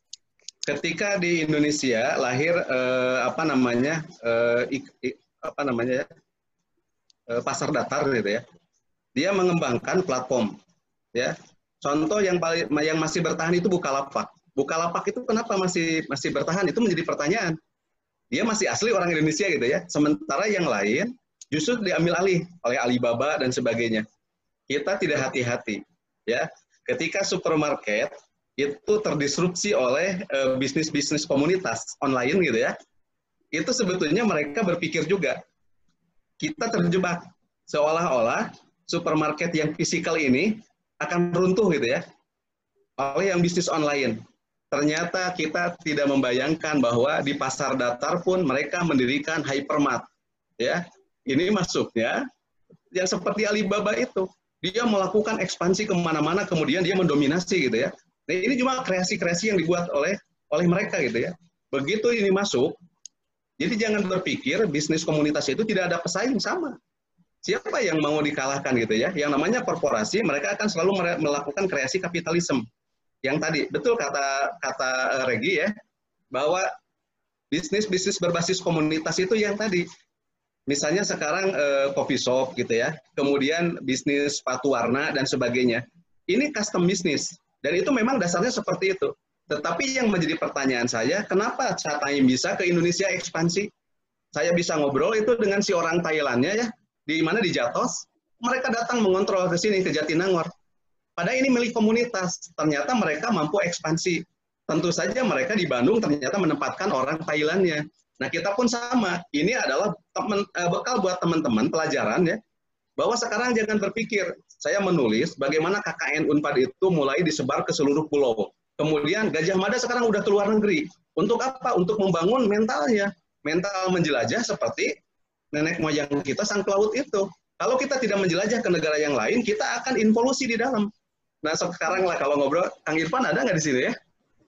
Ketika di Indonesia lahir eh, apa namanya eh, ik, ik, apa namanya ya, eh, pasar datar gitu ya. Dia mengembangkan platform, ya. Contoh yang paling yang masih bertahan itu Bukalapak. Bukalapak itu kenapa masih masih bertahan? Itu menjadi pertanyaan. Dia masih asli orang Indonesia gitu ya. Sementara yang lain justru diambil alih oleh Alibaba dan sebagainya. Kita tidak hati-hati, ya. Ketika supermarket itu terdisrupsi oleh uh, bisnis-bisnis komunitas online gitu ya, itu sebetulnya mereka berpikir juga, kita terjebak seolah-olah supermarket yang fisikal ini akan runtuh gitu ya, oleh yang bisnis online. ternyata kita tidak membayangkan bahwa di pasar datar pun mereka mendirikan hypermart. Ya, ini masuknya yang seperti Alibaba itu. Dia melakukan ekspansi kemana-mana, kemudian dia mendominasi gitu ya. Nah, ini cuma kreasi-kreasi yang dibuat oleh oleh mereka gitu ya. Begitu ini masuk, jadi jangan berpikir bisnis komunitas itu tidak ada pesaing, sama. Siapa yang mau dikalahkan gitu ya? Yang namanya korporasi, mereka akan selalu melakukan kreasi kapitalisme. Yang tadi, betul kata kata Regi ya, bahwa bisnis-bisnis berbasis komunitas itu yang tadi. Misalnya sekarang eh, coffee shop gitu ya, kemudian bisnis sepatu warna dan sebagainya. Ini custom bisnis, dan itu memang dasarnya seperti itu. Tetapi yang menjadi pertanyaan saya, kenapa Chatime bisa ke Indonesia ekspansi? Saya bisa ngobrol itu dengan si orang Thailandnya ya, di mana di Jatos, mereka datang mengontrol ke sini, ke Jatinangor. Padahal ini milik komunitas, ternyata mereka mampu ekspansi. Tentu saja mereka di Bandung ternyata menempatkan orang Thailandnya. Nah, kita pun sama. Ini adalah temen, bekal buat teman-teman pelajaran ya, bahwa sekarang jangan berpikir, saya menulis bagaimana K K N Unpad itu mulai disebar ke seluruh pulau. Kemudian Gajah Mada sekarang udah ke luar negeri. Untuk apa? Untuk membangun mentalnya. Mental menjelajah seperti nenek moyang kita sang pelaut itu. Kalau kita tidak menjelajah ke negara yang lain, kita akan involusi di dalam. Nah, sekarang lah kalau ngobrol, Kang Irfan ada nggak di sini ya?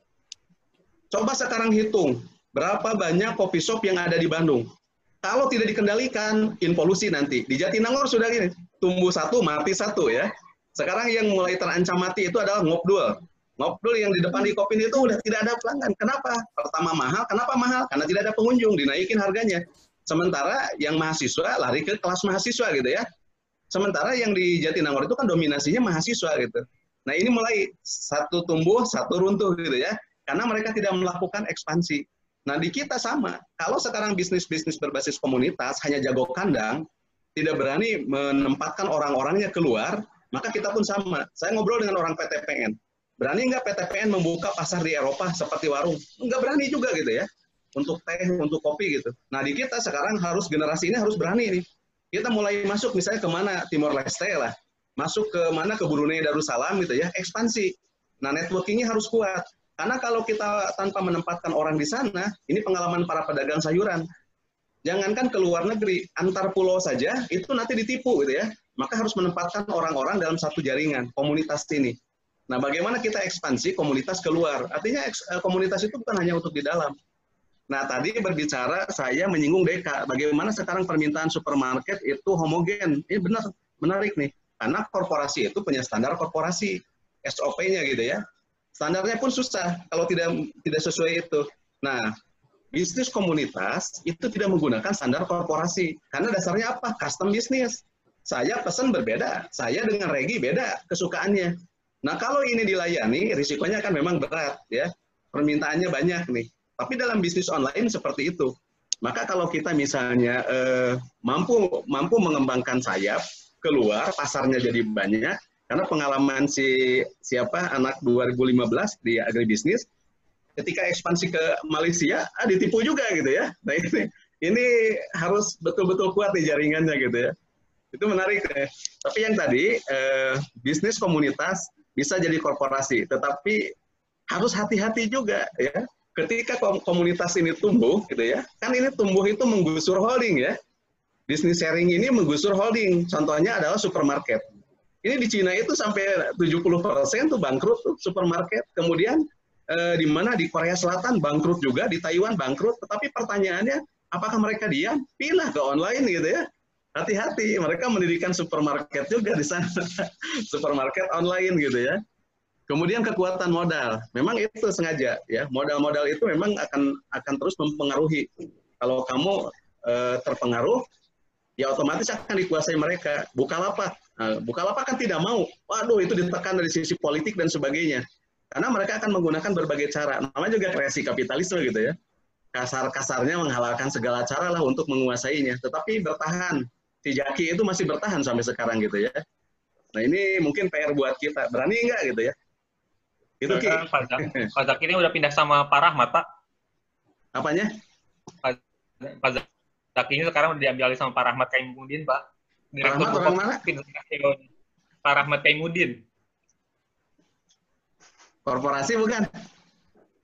Coba sekarang hitung, berapa banyak coffee shop yang ada di Bandung. Kalau tidak dikendalikan, involusi nanti. Di Jatinangor sudah gini, tumbuh satu, mati satu ya. Sekarang yang mulai terancam mati itu adalah ngobdul. Ngobdul yang di depan di Kopin itu udah tidak ada pelanggan. Kenapa? Pertama mahal, kenapa mahal? Karena tidak ada pengunjung, dinaikin harganya. Sementara yang mahasiswa lari ke kelas mahasiswa gitu ya. Sementara yang di Jatinangor itu kan dominasinya mahasiswa gitu. Nah, ini mulai satu tumbuh, satu runtuh gitu ya. Karena mereka tidak melakukan ekspansi. Nah, di kita sama. Kalau sekarang bisnis-bisnis berbasis komunitas hanya jago kandang, tidak berani menempatkan orang-orangnya keluar, maka kita pun sama. Saya ngobrol dengan orang P T P N. Berani nggak P T P N membuka pasar di Eropa seperti warung? Nggak berani juga gitu ya. Untuk teh, untuk kopi gitu. Nah, di kita sekarang harus, generasi ini harus berani nih. Kita mulai masuk misalnya kemana? Timor Leste lah. Masuk ke mana? Ke Brunei Darussalam gitu ya, ekspansi. Nah, networkingnya harus kuat. Karena kalau kita tanpa menempatkan orang di sana, ini pengalaman para pedagang sayuran. Jangankan ke luar negeri, antar pulau saja, itu nanti ditipu gitu ya. Maka harus menempatkan orang-orang dalam satu jaringan, komunitas ini. Nah, bagaimana kita ekspansi komunitas keluar? Artinya komunitas itu bukan hanya untuk di dalam. Nah, tadi berbicara, saya menyinggung Deka, bagaimana sekarang permintaan supermarket itu homogen. Ini benar, menarik nih. Karena korporasi itu punya standar korporasi, S O P-nya gitu ya. Standarnya pun susah kalau tidak tidak sesuai itu. Nah, bisnis komunitas itu tidak menggunakan standar korporasi. Karena dasarnya apa? Custom bisnis. Saya pesan berbeda, saya dengan Regi beda kesukaannya. Nah, kalau ini dilayani, risikonya kan memang berat ya. Permintaannya banyak nih. Tapi dalam bisnis online seperti itu. Maka kalau kita misalnya eh, mampu mampu mengembangkan sayap, keluar, pasarnya jadi banyak, karena pengalaman si siapa anak dua ribu lima belas di agribisnis, ketika ekspansi ke Malaysia, ah, ditipu juga gitu ya. Nah, ini, ini harus betul-betul kuat nih jaringannya gitu ya. Itu menarik ya. Tapi yang tadi, eh, bisnis komunitas bisa jadi korporasi, tetapi harus hati-hati juga ya. Ketika komunitas ini tumbuh, gitu ya, kan ini tumbuh itu menggusur holding ya. Bisnis sharing ini menggusur holding. Contohnya adalah supermarket. Ini di Cina itu sampai tujuh puluh persen tuh bangkrut tuh supermarket. Kemudian eh, di mana di Korea Selatan bangkrut juga, di Taiwan bangkrut. Tetapi pertanyaannya, apakah mereka diam? Pindah ke online gitu ya. Hati-hati, mereka mendirikan supermarket juga di sana. Supermarket online gitu ya. Kemudian kekuatan modal. Memang itu sengaja ya. Modal-modal itu memang akan akan terus mempengaruhi. Kalau kamu eh, terpengaruh, ya otomatis akan dikuasai mereka. Bukalapak. Nah, Bukalapak kan tidak mau. Waduh, itu ditekan dari sisi politik dan sebagainya. Karena mereka akan menggunakan berbagai cara. Namanya juga kreasi kapitalisme gitu ya. Kasar-kasarnya menghalalkan segala cara lah untuk menguasainya. Tetapi bertahan. Si Jaki itu masih bertahan sampai sekarang gitu ya. Nah, ini mungkin P R buat kita. Berani nggak gitu ya? Itu Ki. Pak Zaki ini udah pindah sama Pak Rahmat, Pak. Apanya? Pak Zaki ini sekarang udah diambil alih sama Pak Rahmat Kaimudin, Pak. Direktur Rahmat orang mana? Pak Rahmat Kaimudin. Korporasi bukan?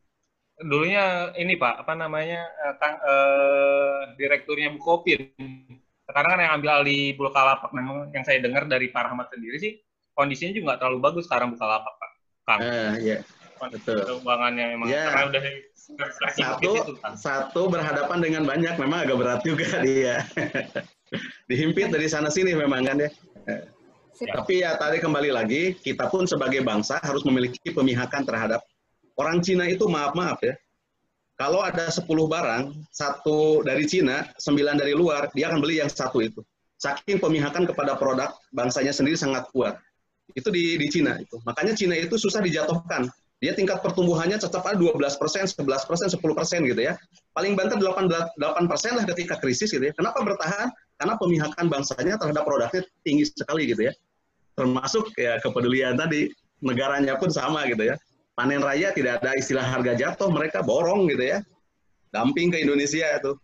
dulunya ini Pak, apa namanya, uh, kang, uh, direkturnya Bukopin. Sekarang kan yang ambil alih Bukalapak. Memang yang saya dengar dari Pak Rahmat sendiri sih, kondisinya juga nggak terlalu bagus sekarang Bukalapak, Pak. Kang. Uh, ya, betul. Keuangannya memang ya. Karena udah satu, itu, satu berhadapan dengan banyak, memang agak berat juga dia. Dihimpit dari sana sini memang kan ya. Ya. Tapi ya tadi kembali lagi, kita pun sebagai bangsa harus memiliki pemihakan terhadap orang Cina itu, maaf-maaf ya. Kalau ada sepuluh barang, satu dari Cina, sembilan dari luar, dia akan beli yang satu itu. Saking pemihakan kepada produk bangsanya sendiri sangat kuat. Itu di, di Cina itu. Makanya Cina itu susah dijatuhkan. Dia tingkat pertumbuhannya tetap ada dua belas persen, sebelas persen, sepuluh persen gitu ya. Paling banter delapan persen lah ketika krisis gitu ya. Kenapa bertahan? Karena pemihakan bangsanya terhadap produknya tinggi sekali gitu ya. Termasuk ya kepedulian tadi, negaranya pun sama gitu ya. Panen raya tidak ada istilah harga jatuh, mereka borong gitu ya. Dumping ke Indonesia itu.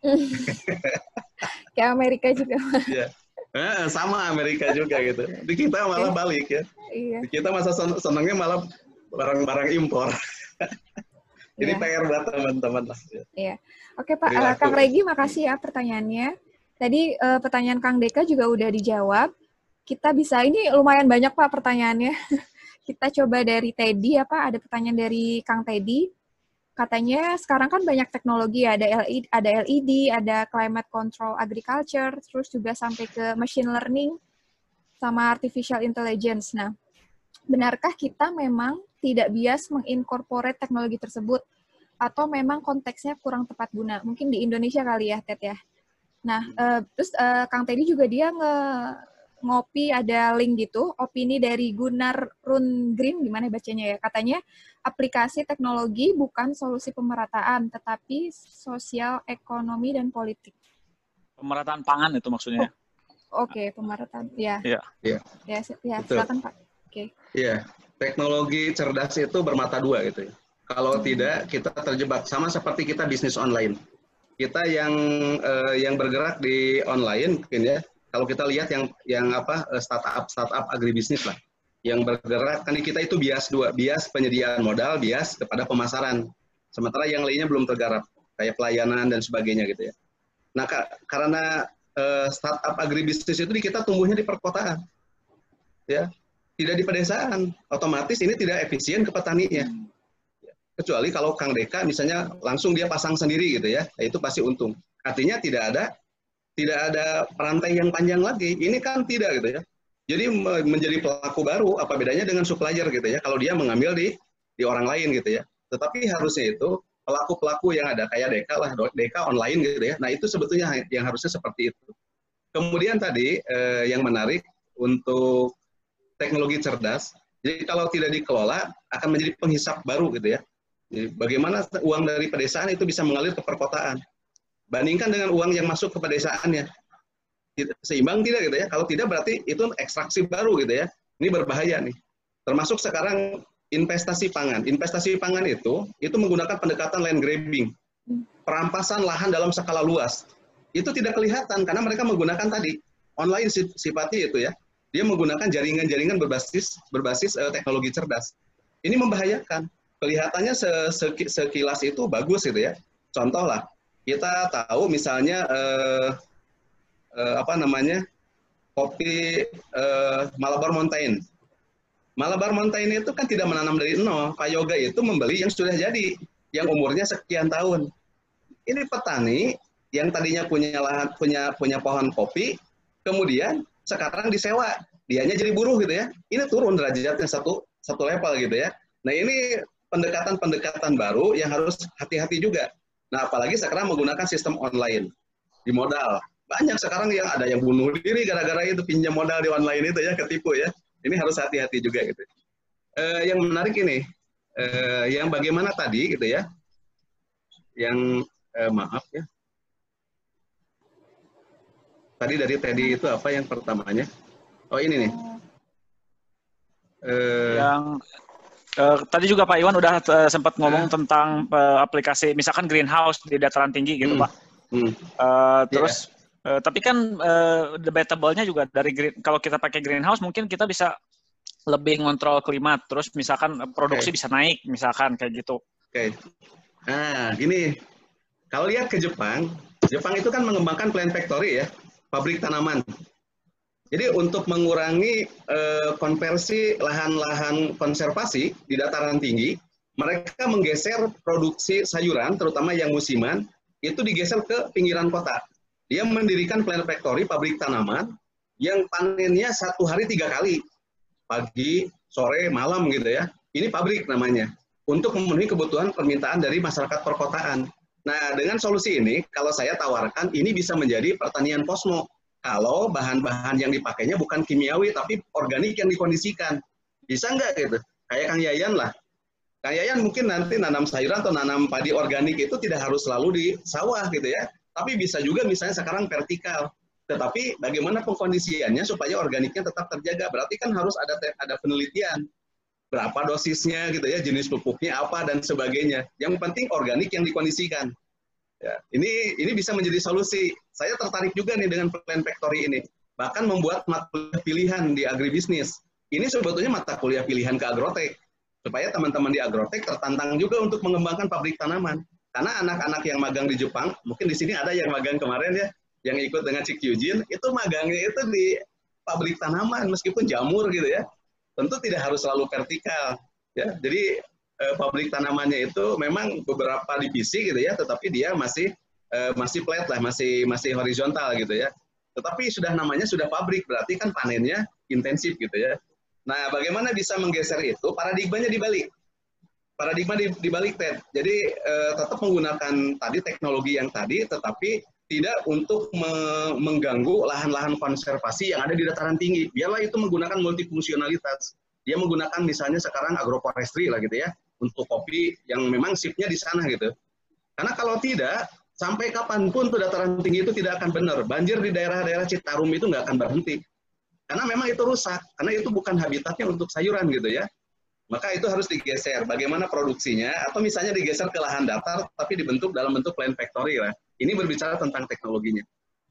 Kayak Amerika juga. Ya. Eh, sama Amerika juga gitu. Di kita malah balik ya. Iya. Di kita masa sen senangnya malah barang-barang impor. Jadi iya. P R buat teman-teman lah. Iya. Oke Pak, uh, Kang Regi makasih ya pertanyaannya. Tadi uh, pertanyaan Kang Deka juga udah dijawab. Kita bisa, ini lumayan banyak Pak pertanyaannya. Kita coba dari Teddy ya Pak, ada pertanyaan dari Kang Teddy. Katanya sekarang kan banyak teknologi, ada L E D, ada L E D, ada climate control agriculture, terus juga sampai ke machine learning sama artificial intelligence. Nah, benarkah kita memang tidak bias mengincorporate teknologi tersebut atau memang konteksnya kurang tepat guna? Mungkin di Indonesia kali ya, Ted ya. Nah, uh, terus uh, Kang Teddy juga dia nge ngopi ada link gitu, opini dari Gunnar Rundgren, gimana bacanya ya, katanya aplikasi teknologi bukan solusi pemerataan, tetapi sosial, ekonomi, dan politik. Pemerataan pangan itu maksudnya. Oh, Oke, okay, pemerataan, ya. Iya. Ya, ya, ya silakan Pak. Oke. Okay. Iya, teknologi cerdas itu bermata dua gitu ya. Kalau hmm. tidak, kita terjebak, sama seperti kita bisnis online. Kita yang eh, yang bergerak di online mungkin ya. Kalau kita lihat yang yang apa startup startup agribisnis lah, yang bergerak kan kita itu bias dua, bias penyediaan modal, bias kepada pemasaran. Sementara yang lainnya belum tergarap, kayak pelayanan dan sebagainya gitu ya. Nah ka karena uh, startup agribisnis itu di kita tumbuhnya di perkotaan, ya, tidak di pedesaan. Otomatis ini tidak efisien ke petaninya. Kecuali kalau Kang Deka misalnya langsung dia pasang sendiri gitu ya, itu pasti untung. Artinya tidak ada tidak ada perantai yang panjang lagi. Ini kan tidak gitu ya. Jadi menjadi pelaku baru, apa bedanya dengan supplier gitu ya, kalau dia mengambil di di orang lain gitu ya. Tetapi harusnya itu pelaku-pelaku yang ada kayak Deka lah, Deka online gitu ya. Nah itu sebetulnya yang harusnya seperti itu. Kemudian tadi eh, yang menarik untuk teknologi cerdas, jadi kalau tidak dikelola akan menjadi penghisap baru gitu ya. Jadi bagaimana uang dari pedesaan itu bisa mengalir ke perkotaan. Bandingkan dengan uang yang masuk ke pedesaannya. Seimbang tidak gitu ya? Kalau tidak berarti itu ekstraksi baru gitu ya. Ini berbahaya nih. Termasuk sekarang investasi pangan. Investasi pangan itu itu menggunakan pendekatan land grabbing. Perampasan lahan dalam skala luas. Itu tidak kelihatan karena mereka menggunakan tadi online sifatnya itu ya. Dia menggunakan jaringan-jaringan berbasis berbasis uh, teknologi cerdas. Ini membahayakan. Kelihatannya sekilas itu bagus gitu ya. Contoh lah, kita tahu misalnya eh, eh, apa namanya kopi eh, Malabar Mountain. Malabar Mountain itu kan tidak menanam dari nol. Pak Yoga itu membeli yang sudah jadi, yang umurnya sekian tahun. Ini petani yang tadinya punya lahan, punya punya pohon kopi, kemudian sekarang disewa, dianya jadi buruh gitu ya. Ini turun derajatnya satu satu level gitu ya. Nah ini pendekatan-pendekatan baru yang harus hati-hati juga. Nah, apalagi sekarang menggunakan sistem online di modal. Banyak sekarang yang ada yang bunuh diri gara-gara itu pinjam modal di online itu ya, ketipu ya. Ini harus hati-hati juga gitu. Eh, yang menarik ini, eh, yang bagaimana tadi gitu ya, yang eh, maaf ya. Tadi dari Teddy itu apa yang pertamanya? Oh ini nih. Eh, yang Uh, tadi juga Pak Iwan udah uh, sempat ngomong uh, tentang uh, aplikasi misalkan greenhouse di dataran tinggi gitu hmm, Pak. Hmm, uh, terus, yeah. uh, tapi kan uh, debatable-nya juga dari green, kalau kita pakai greenhouse mungkin kita bisa lebih ngontrol klimat. Terus misalkan produksi okay. bisa naik, misalkan kayak gitu. Oke. Okay. Nah, gini, kalau lihat ke Jepang, Jepang itu kan mengembangkan plant factory ya, pabrik tanaman. Jadi untuk mengurangi eh, konversi lahan-lahan konservasi di dataran tinggi, mereka menggeser produksi sayuran, terutama yang musiman, itu digeser ke pinggiran kota. Dia mendirikan plant factory, pabrik tanaman, yang panennya satu hari tiga kali, pagi, sore, malam gitu ya. Ini pabrik namanya, untuk memenuhi kebutuhan permintaan dari masyarakat perkotaan. Nah, dengan solusi ini, kalau saya tawarkan, ini bisa menjadi pertanian kosmo. Kalau bahan-bahan yang dipakainya bukan kimiawi, tapi organik yang dikondisikan. Bisa nggak gitu? Kayak Kang Yayan lah. Kang Yayan mungkin nanti nanam sayuran atau nanam padi organik itu tidak harus selalu di sawah gitu ya. Tapi bisa juga misalnya sekarang vertikal. Tetapi bagaimana pengkondisiannya supaya organiknya tetap terjaga? Berarti kan harus ada ada penelitian. Berapa dosisnya gitu ya, jenis pupuknya apa dan sebagainya. Yang penting organik yang dikondisikan. Ya, ini ini bisa menjadi solusi. Saya tertarik juga nih dengan plant factory ini. Bahkan membuat mata kuliah pilihan di agribisnis. Ini sebetulnya mata kuliah pilihan ke agrotek. Supaya teman-teman di agrotek tertantang juga untuk mengembangkan pabrik tanaman. Karena anak-anak yang magang di Jepang, mungkin di sini ada yang magang kemarin ya, yang ikut dengan Cik Yujin, itu magangnya itu di pabrik tanaman, meskipun jamur gitu ya. Tentu tidak harus selalu vertikal. Ya, jadi eh, pabrik tanamannya itu memang beberapa divisi gitu ya, tetapi dia masih eh, masih flat lah, masih masih horizontal gitu ya. Tetapi sudah namanya sudah pabrik, berarti kan panennya intensif gitu ya. Nah, bagaimana bisa menggeser itu? Paradigmanya dibalik. Paradigma dibalik, Ted. Jadi eh, tetap menggunakan tadi teknologi yang tadi, tetapi tidak untuk me mengganggu lahan-lahan konservasi yang ada di dataran tinggi. Biarlah itu menggunakan multifungsionalitas. Dia menggunakan misalnya sekarang agroforestry lah gitu ya, untuk kopi yang memang shiftnya di sana gitu. Karena kalau tidak, sampai kapanpun tuh dataran tinggi itu tidak akan benar. Banjir di daerah-daerah Citarum itu nggak akan berhenti. Karena memang itu rusak, karena itu bukan habitatnya untuk sayuran gitu ya. Maka itu harus digeser. Bagaimana produksinya, atau misalnya digeser ke lahan datar, tapi dibentuk dalam bentuk plant factory lah. Ini berbicara tentang teknologinya.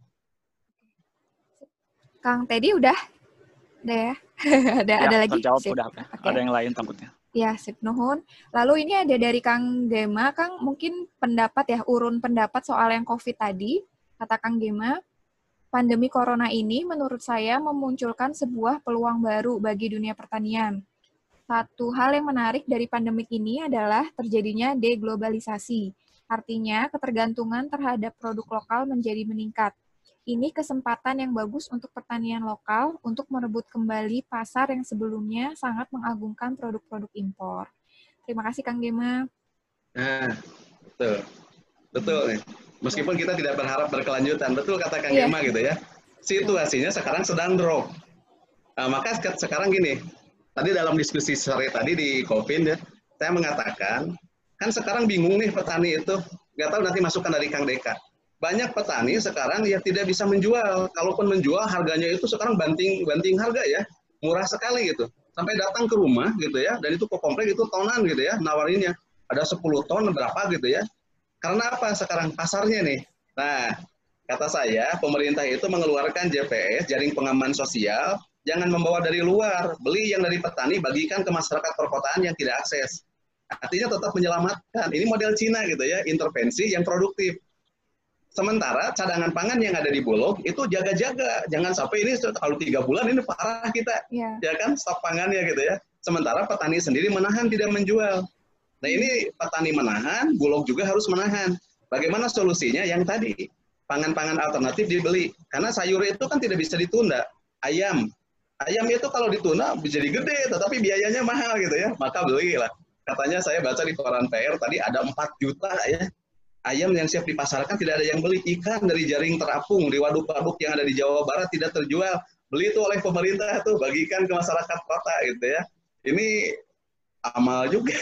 Kang Teddy udah? Udah ya? ada, ya, ada lagi? Terjawab Sip. udah. Okay. Ada yang lain takutnya. Ya, sip nuhun. Lalu ini ada dari Kang Gema. Kang, mungkin pendapat ya, urun pendapat soal yang COVID tadi. Kata Kang Gema, pandemi corona ini menurut saya memunculkan sebuah peluang baru bagi dunia pertanian. Satu hal yang menarik dari pandemik ini adalah terjadinya deglobalisasi. Artinya, ketergantungan terhadap produk lokal menjadi meningkat. Ini kesempatan yang bagus untuk pertanian lokal untuk merebut kembali pasar yang sebelumnya sangat mengagungkan produk-produk impor. Terima kasih, Kang Gema. Nah, betul. Betul nih. Meskipun kita tidak berharap berkelanjutan, betul kata Kang Iya. Gema gitu ya. Situasinya sekarang sedang drop. Nah, maka sekarang gini, tadi dalam diskusi sore tadi di Kopin ya, saya mengatakan, kan sekarang bingung nih petani itu, nggak tahu nanti masukan dari Kang Deka. Banyak petani sekarang yang tidak bisa menjual. Kalaupun menjual, harganya itu sekarang banting banting harga ya, murah sekali gitu. Sampai datang ke rumah gitu ya, dan itu ke komplek itu tonan gitu ya, nawarinnya. Ada sepuluh ton berapa gitu ya. Karena apa sekarang pasarnya nih? Nah, kata saya, pemerintah itu mengeluarkan J P S, jaring pengaman sosial, jangan membawa dari luar, beli yang dari petani, bagikan ke masyarakat perkotaan yang tidak akses. Artinya tetap menyelamatkan. Ini model Cina gitu ya, intervensi yang produktif. Sementara cadangan pangan yang ada di Bulog itu jaga-jaga, jangan sampai ini kalau tiga bulan ini parah kita, yeah. ya kan, stok pangannya gitu ya. Sementara petani sendiri menahan tidak menjual. Nah ini petani menahan, Bulog juga harus menahan. Bagaimana solusinya? Yang tadi, pangan-pangan alternatif dibeli. Karena sayur itu kan tidak bisa ditunda. Ayam, ayam itu kalau ditunda jadi gede, tetapi biayanya mahal gitu ya. Maka belilah. Katanya saya baca di koran P R tadi ada empat juta ya. Ayam yang siap dipasarkan tidak ada yang beli. Ikan dari jaring terapung di waduk-waduk yang ada di Jawa Barat tidak terjual. Beli itu oleh pemerintah tuh, bagikan ke masyarakat kota gitu ya. Ini amal juga.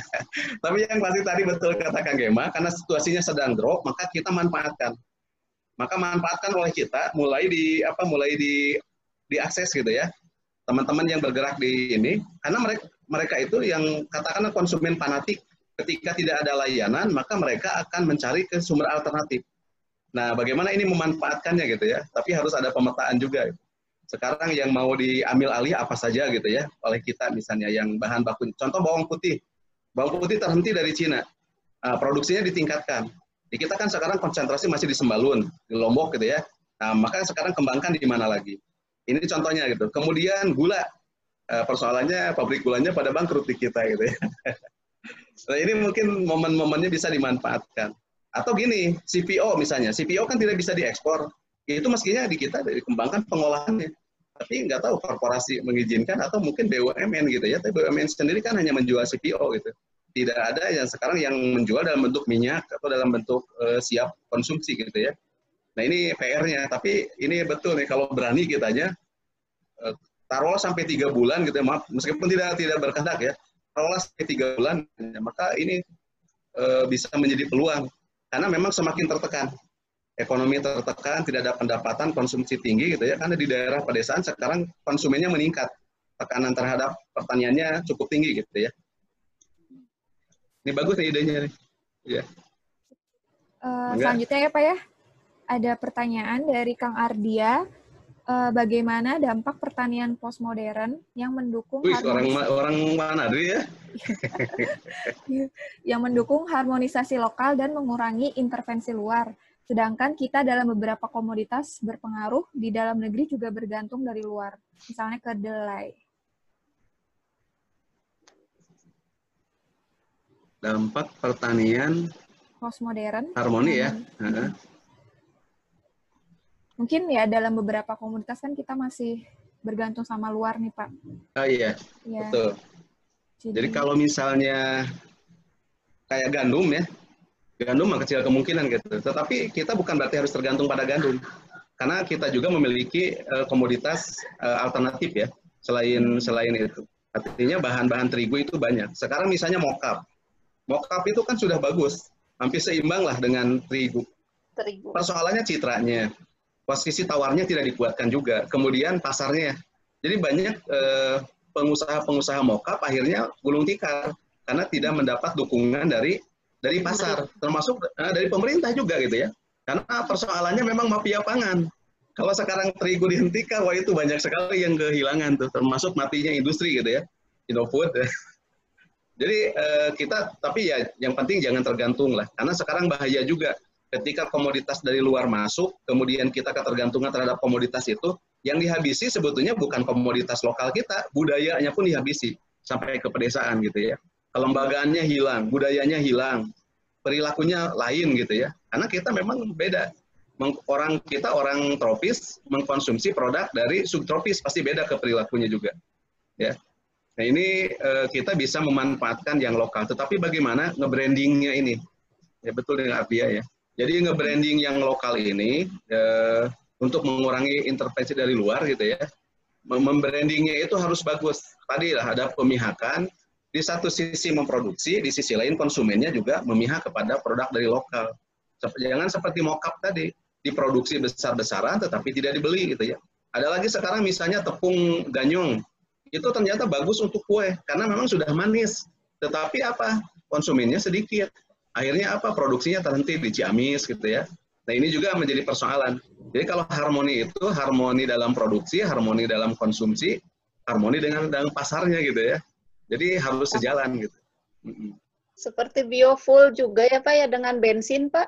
Tapi yang pasti tadi betul kata Kang Gema, karena situasinya sedang drop, maka kita manfaatkan. Maka manfaatkan oleh kita, mulai di apa, mulai di diakses gitu ya. Teman-teman yang bergerak di ini, karena mereka mereka itu yang katakanlah konsumen fanatik, ketika tidak ada layanan, maka mereka akan mencari ke sumber alternatif. Nah, bagaimana ini memanfaatkannya gitu ya? Tapi harus ada pemetaan juga. Sekarang yang mau diambil alih apa saja gitu ya oleh kita, misalnya yang bahan baku, contoh bawang putih, bawang putih terhenti dari Cina. uh, produksinya ditingkatkan. Di kita kan sekarang konsentrasi masih di Sembalun, di Lombok gitu ya. Nah, maka sekarang kembangkan di mana lagi. Ini contohnya gitu. Kemudian gula, uh, persoalannya pabrik gulanya pada bangkrut di kita gitu ya. Nah, ini mungkin momen-momennya bisa dimanfaatkan. Atau gini, C P O misalnya, C P O kan tidak bisa diekspor. Itu mestinya di kita dikembangkan pengolahannya. Tapi nggak tahu korporasi mengizinkan atau mungkin B U M N gitu ya. Tapi B U M N sendiri kan hanya menjual C P O gitu. Tidak ada yang sekarang yang menjual dalam bentuk minyak atau dalam bentuk uh, siap konsumsi gitu ya. Nah ini P R-nya. Tapi ini betul nih kalau berani kitanya uh, taruhlah sampai tiga bulan gitu ya. Maaf, meskipun tidak tidak berkehendak ya. Taruhlah sampai tiga bulan, ya, maka ini uh, bisa menjadi peluang karena memang semakin tertekan. Ekonomi tertekan, tidak ada pendapatan, konsumsi tinggi gitu ya, karena di daerah pedesaan sekarang konsumennya meningkat, tekanan terhadap pertaniannya cukup tinggi gitu ya. Ini bagus nih idenya nih. Ya. Uh, selanjutnya ya Pak ya, ada pertanyaan dari Kang Ardia, uh, bagaimana dampak pertanian postmodern yang mendukung Wih, harmonisasi orang orang mana dulu ya? yang mendukung harmonisasi lokal dan mengurangi intervensi luar. Sedangkan kita dalam beberapa komoditas berpengaruh di dalam negeri juga bergantung dari luar, misalnya kedelai. Dampak pertanian postmodern. Harmoni ya. Hmm. Mungkin ya dalam beberapa komoditas kan kita masih bergantung sama luar nih Pak. Oh iya, ya. Betul. Jadi, Jadi kalau misalnya kayak gandum ya, gandum mah kecil kemungkinan gitu. Tetapi kita bukan berarti harus tergantung pada gandum. Karena kita juga memiliki uh, komoditas uh, alternatif ya, selain selain itu. Artinya bahan-bahan terigu itu banyak. Sekarang misalnya mokap. Mokap itu kan sudah bagus, hampir seimbang lah dengan terigu. terigu. Persoalannya citranya, posisi tawarnya tidak dikuatkan juga. Kemudian pasarnya. Jadi banyak uh, pengusaha-pengusaha mokap akhirnya gulung tikar karena tidak mendapat dukungan dari dari pasar, termasuk uh, dari pemerintah juga gitu ya. Karena persoalannya memang mafia pangan. Kalau sekarang terigu dihentikan, wah itu banyak sekali yang kehilangan tuh, termasuk matinya industri gitu ya, Indofood. Jadi uh, kita, tapi ya yang penting jangan tergantung lah, karena sekarang bahaya juga ketika komoditas dari luar masuk, kemudian kita ketergantungan terhadap komoditas itu, yang dihabisi sebetulnya bukan komoditas lokal kita, budayanya pun dihabisi sampai ke pedesaan gitu ya. Kelembagaannya hilang, budayanya hilang, perilakunya lain gitu ya. Karena kita memang beda. Orang kita orang tropis mengkonsumsi produk dari subtropis pasti beda ke perilakunya juga. Ya. Nah ini eh, kita bisa memanfaatkan yang lokal. Tetapi bagaimana nge-brandingnya ini? Ya betul dengan Ardia ya. Jadi nge-branding yang lokal ini eh, untuk mengurangi intervensi dari luar gitu ya. Membrandingnya itu harus bagus. Tadi lah ada pemihakan. Di satu sisi memproduksi, di sisi lain konsumennya juga memihak kepada produk dari lokal. Jangan seperti mokap tadi, diproduksi besar-besaran tetapi tidak dibeli gitu ya. Ada lagi sekarang misalnya tepung ganyong, itu ternyata bagus untuk kue karena memang sudah manis, tetapi apa? Konsumennya sedikit. Akhirnya apa? Produksinya terhenti di Ciamis gitu ya. Nah ini juga menjadi persoalan. Jadi kalau harmoni itu harmoni dalam produksi, harmoni dalam konsumsi, harmoni dengan dengan pasarnya gitu ya. Jadi harus sejalan gitu. Seperti biofuel juga ya Pak ya dengan bensin Pak?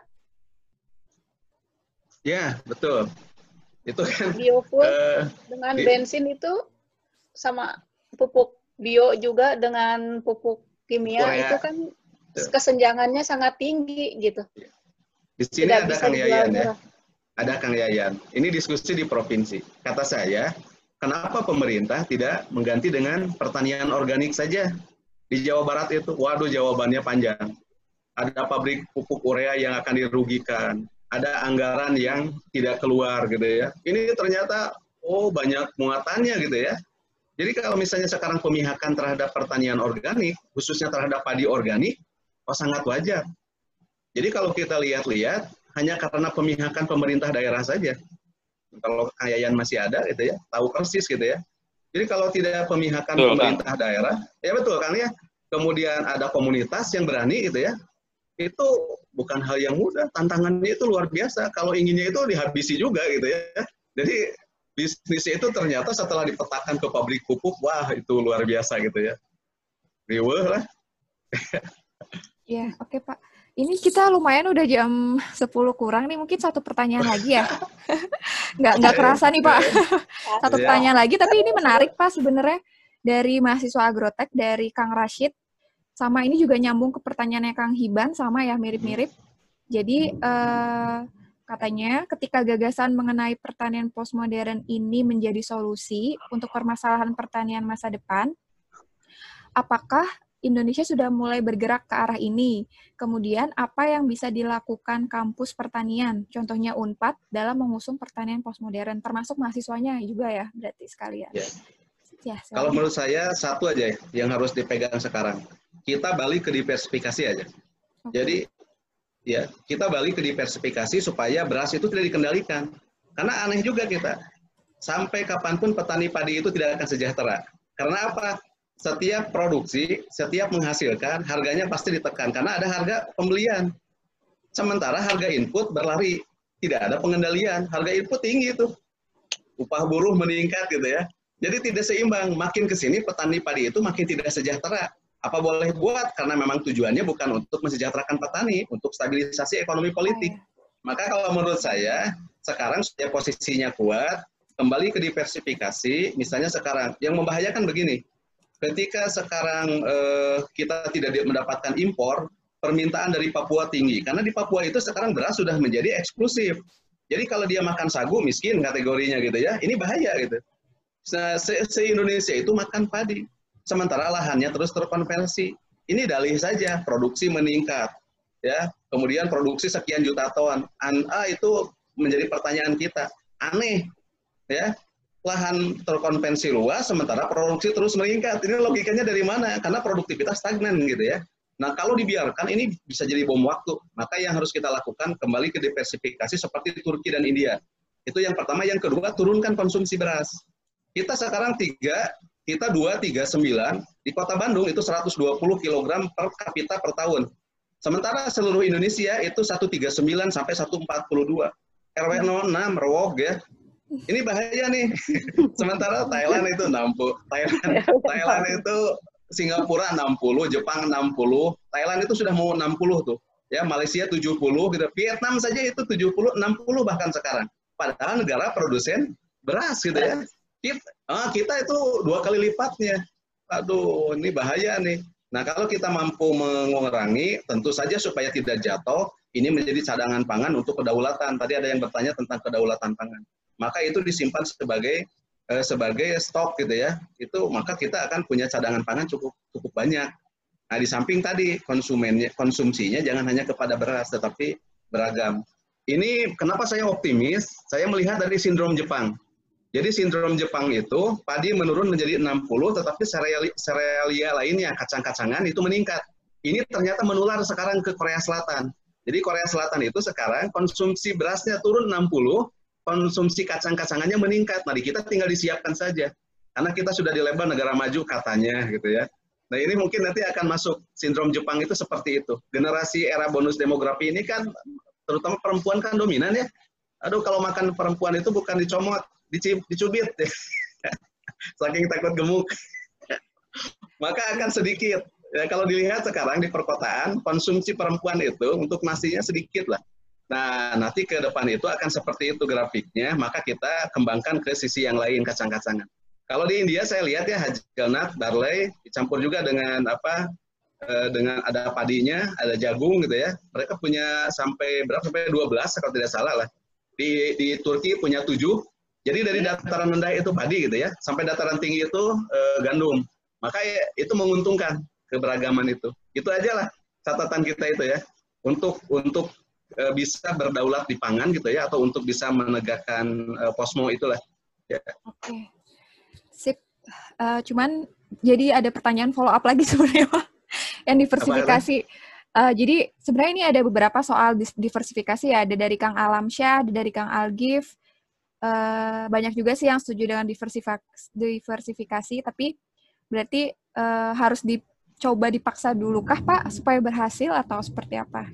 Ya betul. Itu kan biofuel uh, dengan di, bensin itu sama pupuk bio juga dengan pupuk kimia Korea. Itu kan kesenjangannya sangat tinggi gitu. Di sini Tidak ada Kang Yayan ya. Ada Kang Yayan. Ini diskusi di provinsi. Kata saya, kenapa pemerintah tidak mengganti dengan pertanian organik saja? Di Jawa Barat itu, waduh jawabannya panjang. Ada pabrik pupuk urea yang akan dirugikan. Ada anggaran yang tidak keluar gitu ya. Ini ternyata, oh banyak muatannya gitu ya. Jadi kalau misalnya sekarang pemihakan terhadap pertanian organik, khususnya terhadap padi organik, oh sangat wajar. Jadi kalau kita lihat-lihat, hanya karena pemihakan pemerintah daerah saja. Kalau Yayan masih ada gitu ya, tahu persis gitu ya. Jadi kalau tidak pemihakan betul, pemerintah Bang. Daerah, ya betul kan ya. Kemudian ada komunitas yang berani gitu ya. Itu bukan hal yang mudah, tantangannya itu luar biasa. Kalau inginnya itu dihabisi juga gitu ya. Jadi bisnis itu ternyata setelah dipetakan ke pabrik pupuk, wah itu luar biasa gitu ya. Riweuh lah. Ya, oke Pak. Ini kita lumayan udah jam sepuluh kurang nih, mungkin satu pertanyaan lagi ya. nggak nggak kerasa nih Pak. Satu pertanyaan lagi, tapi ini menarik Pak sebenarnya dari mahasiswa agrotek dari Kang Rashid. Sama ini juga nyambung ke pertanyaannya Kang Hiban, sama ya mirip-mirip. Jadi eh, katanya ketika gagasan mengenai pertanian postmodern ini menjadi solusi untuk permasalahan pertanian masa depan, apakah Indonesia sudah mulai bergerak ke arah ini? Kemudian, apa yang bisa dilakukan kampus pertanian, contohnya Unpad, dalam mengusung pertanian postmodern, termasuk mahasiswanya juga ya, berarti sekalian. Ya. Ya, kalau menurut saya, satu aja yang harus dipegang sekarang. Kita balik ke diversifikasi aja. Okay. Jadi, ya kita balik ke diversifikasi supaya beras itu tidak dikendalikan. Karena aneh juga kita, sampai kapanpun petani padi itu tidak akan sejahtera. Karena apa? Setiap produksi, setiap menghasilkan, harganya pasti ditekan. Karena ada harga pembelian. Sementara harga input berlari. Tidak ada pengendalian. Harga input tinggi itu. Upah buruh meningkat gitu ya. Jadi tidak seimbang. Makin ke sini petani padi itu makin tidak sejahtera. Apa boleh buat? Karena memang tujuannya bukan untuk mensejahterakan petani, untuk stabilisasi ekonomi politik. Maka kalau menurut saya, sekarang sudah posisinya kuat, kembali ke diversifikasi, misalnya sekarang. Yang membahayakan begini, ketika sekarang eh, kita tidak mendapatkan impor, permintaan dari Papua tinggi. Karena di Papua itu sekarang beras sudah menjadi eksklusif. Jadi kalau dia makan sagu, miskin kategorinya gitu ya, ini bahaya gitu. Se-Indonesia se itu makan padi. Sementara lahannya terus terkonversi. Ini dalih saja, produksi meningkat. Ya, kemudian produksi sekian juta ton. A itu menjadi pertanyaan kita. Aneh. Ya, lahan terkonversi luas, sementara produksi terus meningkat. Ini logikanya dari mana? Karena produktivitas stagnan gitu ya. Nah, kalau dibiarkan ini bisa jadi bom waktu. Maka yang harus kita lakukan kembali ke diversifikasi seperti Turki dan India. Itu yang pertama. Yang kedua, turunkan konsumsi beras. Kita sekarang tiga, kita dua tiga sembilan, di Kota Bandung itu seratus dua puluh kilogram per kapita per tahun. Sementara seluruh Indonesia itu seratus tiga puluh sembilan sampai seratus empat puluh dua. R W nol enam, Rewog ya. Ini bahaya nih. Sementara Thailand itu enam puluh, Thailand, Thailand itu Singapura enam puluh, Jepang enam puluh, Thailand itu sudah mau enam puluh tuh. Ya, Malaysia tujuh puluh gitu. Vietnam saja itu tujuh puluh, enam puluh bahkan sekarang. Padahal negara produsen beras gitu ya. Kita, ah, kita itu dua kali lipatnya. Aduh, ini bahaya nih. Nah, kalau kita mampu mengurangi, tentu saja supaya tidak jatuh, ini menjadi cadangan pangan untuk kedaulatan. Tadi ada yang bertanya tentang kedaulatan pangan. Maka itu disimpan sebagai eh, sebagai stok gitu ya. Itu maka kita akan punya cadangan pangan cukup cukup banyak. Nah, di samping tadi konsumennya konsumsinya jangan hanya kepada beras tetapi beragam. Ini kenapa saya optimis? Saya melihat dari sindrom Jepang. Jadi sindrom Jepang itu padi menurun menjadi enam puluh tetapi serealia, serealia lainnya kacang-kacangan itu meningkat. Ini ternyata menular sekarang ke Korea Selatan. Jadi Korea Selatan itu sekarang konsumsi berasnya turun enam puluh, konsumsi kacang-kacangannya meningkat. Nah, kita tinggal disiapkan saja. Karena kita sudah di label negara maju katanya gitu ya. Nah, ini mungkin nanti akan masuk sindrom Jepang itu seperti itu. Generasi era bonus demografi ini kan terutama perempuan kan dominan ya. Aduh, kalau makan perempuan itu bukan dicomot, dicubit. Saking takut gemuk. Maka akan sedikit. Ya, kalau dilihat sekarang di perkotaan, konsumsi perempuan itu untuk nasinya sedikit lah. Nah, nanti ke depan itu akan seperti itu grafiknya, maka kita kembangkan ke sisi yang lain, kacang-kacangan. Kalau di India saya lihat ya hazelnut, barley, dicampur juga dengan apa, eh, dengan ada padinya, ada jagung gitu ya. Mereka punya sampai berapa, sampai dua belas kalau tidak salah lah. Di, di Turki punya tujuh, jadi dari dataran rendah itu padi gitu ya, sampai dataran tinggi itu eh, gandum. Maka ya, itu menguntungkan keberagaman itu. Itu aja lah catatan kita itu ya, untuk untuk bisa berdaulat di pangan gitu ya, atau untuk bisa menegakkan uh, posmo itulah. Ya. Oke, sip. Uh, cuman jadi ada pertanyaan follow up lagi sebenarnya Pak, yang diversifikasi. Uh, jadi sebenarnya ini ada beberapa soal diversifikasi ya, ada dari Kang Alamsyah, ada dari Kang Algif. Uh, banyak juga sih yang setuju dengan diversifikasi, tapi berarti uh, harus dicoba dipaksa dulu kah Pak supaya berhasil atau seperti apa?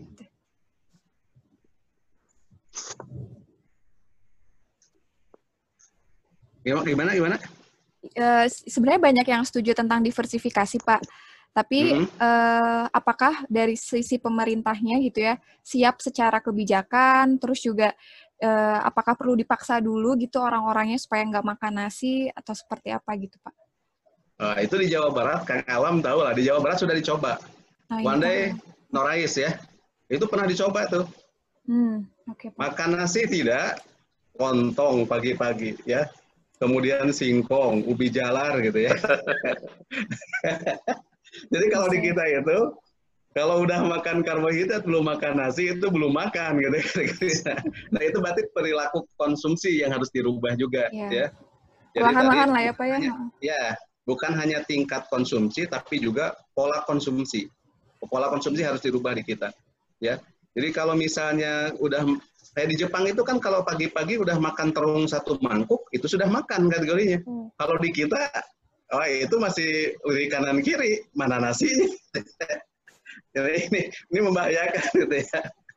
Gimana, gimana? Uh, sebenarnya banyak yang setuju tentang diversifikasi, Pak. Tapi Mhm. eh, apakah dari sisi pemerintahnya gitu ya siap secara kebijakan, terus juga eh, apakah perlu dipaksa dulu gitu orang-orangnya supaya nggak makan nasi atau seperti apa gitu Pak? Nah, itu di Jawa Barat, Kang Alam tahu lah, di Jawa Barat sudah dicoba. Nah, One ini day, Pak. no rice ya. Itu pernah dicoba tuh. Hmm, oke Pak. Makan nasi tidak, lontong pagi-pagi ya. Kemudian singkong, ubi jalar gitu ya. Jadi kalau di kita itu, kalau udah makan karbohidrat belum makan nasi itu belum makan gitu. Nah itu berarti perilaku konsumsi yang harus dirubah juga Ya. ya. Jadi Perlahan-lahan tadi lah ya Pak ya. hanya- ya, bukan hanya tingkat konsumsi tapi juga pola konsumsi. Pola konsumsi harus dirubah di kita ya. Jadi kalau misalnya udah kayak di Jepang itu kan kalau pagi-pagi udah makan terung satu mangkuk itu sudah makan kategorinya. Hmm. Kalau di kita, oh itu masih uri kanan kiri, mana nasi? Jadi ini ini membahayakan gitu ya.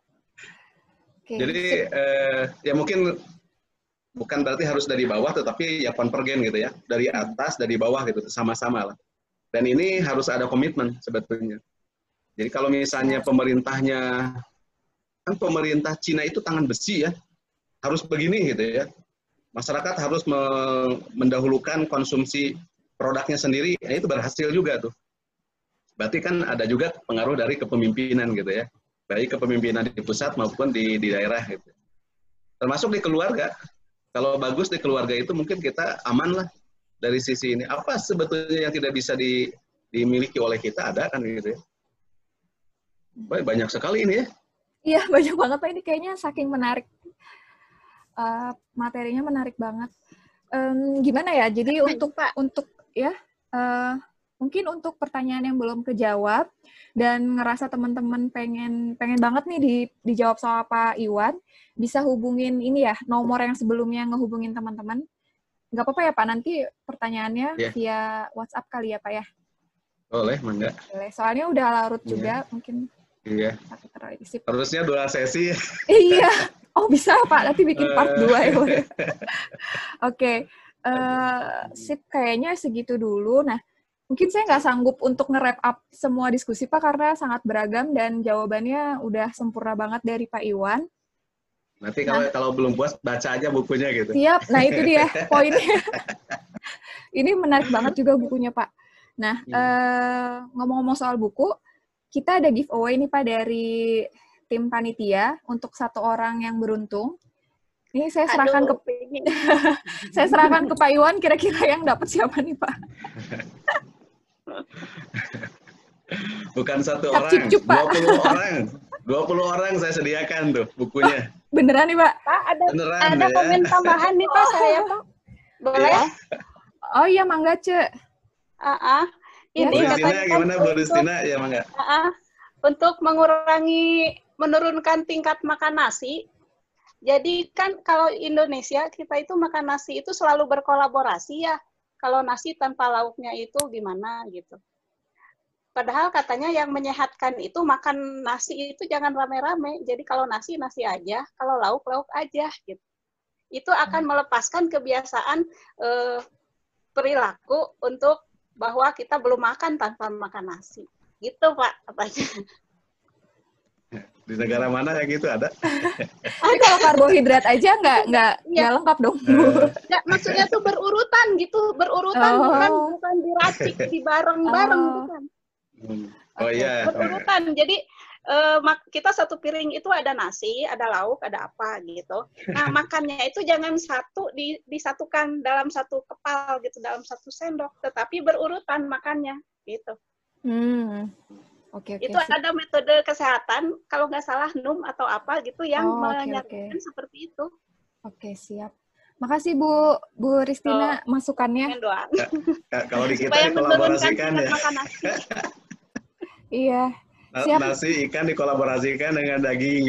Oke, Jadi sip. eh, ya mungkin bukan berarti harus dari bawah, tetapi ya konvergen gitu ya, dari atas, dari bawah gitu, sama-sama lah. Dan ini harus ada komitmen sebetulnya. Jadi kalau misalnya pemerintahnya, kan pemerintah Cina itu tangan besi ya, harus begini gitu ya. Masyarakat harus me- mendahulukan konsumsi produknya sendiri, nah itu berhasil juga tuh. Berarti kan ada juga pengaruh dari kepemimpinan gitu ya, baik kepemimpinan di pusat maupun di, di daerah gitu. Termasuk di keluarga. Kalau bagus di keluarga itu mungkin kita aman lah dari sisi ini. Apa sebetulnya yang tidak bisa di, dimiliki oleh kita ada kan gitu ya. Baik, banyak sekali ini ya. Iya, banyak banget Pak. Ini kayaknya saking menarik. Uh, materinya menarik banget. Um, gimana ya? Jadi untuk Pak. untuk ya uh, mungkin untuk pertanyaan yang belum kejawab dan ngerasa teman-teman pengen pengen banget nih di, dijawab sama Pak Iwan, bisa hubungin ini ya nomor yang sebelumnya ngehubungin teman-teman. Nggak apa-apa ya Pak, nanti pertanyaannya Yeah. via WhatsApp kali ya Pak ya. Boleh, mangga. Boleh. Soalnya udah larut Yeah. juga, mungkin. Iya. Sip. Harusnya dua sesi. Iya. Oh bisa Pak, nanti bikin part dua ya. Oke. Okay. Uh, sip, kayaknya segitu dulu. Nah, mungkin saya nggak sanggup untuk nge-wrap up semua diskusi Pak, karena sangat beragam dan jawabannya udah sempurna banget dari Pak Iwan. Nanti kalau nah, kalau belum puas, baca aja bukunya gitu. Siap, nah itu dia poinnya. Ini menarik banget juga bukunya Pak. Nah, hmm. uh, ngomong-ngomong soal buku, kita ada giveaway nih Pak dari tim panitia untuk satu orang yang beruntung. Ini saya serahkan Aduh, ke saya serahkan ke Pak Iwan, kira-kira yang dapat siapa nih Pak? Bukan satu Cap orang, cip-cup, dua puluh orang. dua puluh orang saya sediakan tuh bukunya. Beneran nih Pak? Pak, ada Beneran, ada ya? komen tambahan nih Pak saya Pak. Boleh? Ya. Oh iya, mangga Ce. Ah, uh-uh. Ini Bu Ristina, katanya gimana Bu untuk, Ristina? Ya, mangga. Uh, untuk mengurangi, menurunkan tingkat makan nasi, jadi kan kalau Indonesia, kita itu makan nasi itu selalu berkolaborasi ya. Kalau nasi tanpa lauknya itu gimana gitu. Padahal katanya yang menyehatkan itu makan nasi itu jangan rame-rame. Jadi kalau nasi, nasi aja. Kalau lauk, lauk aja gitu. Itu akan melepaskan kebiasaan eh, perilaku untuk bahwa kita belum makan tanpa makan nasi. Gitu, Pak, katanya. Di negara mana yang gitu ada? Tapi kalau karbohidrat aja nggak nggak nggak ya. lengkap dong. Nggak, maksudnya tuh berurutan gitu, berurutan oh. bukan bukan diracik, dibareng-bareng oh. bukan. Oh iya. Berurutan. Jadi eh, kita satu piring itu ada nasi, ada lauk, ada apa gitu. Nah makannya itu jangan satu di, disatukan dalam satu kepal gitu, dalam satu sendok, tetapi berurutan makannya gitu. Hmm. Oke, oke, itu sip. Ada metode kesehatan, kalau nggak salah N U M atau apa gitu yang oh, menyatakan okay. seperti itu. Oke, siap. Makasih Bu Bu Ristina oh, masukannya. Kalau di kita dikolaborasikan ya. Iya. Siap. Nasi ikan dikolaborasikan dengan daging.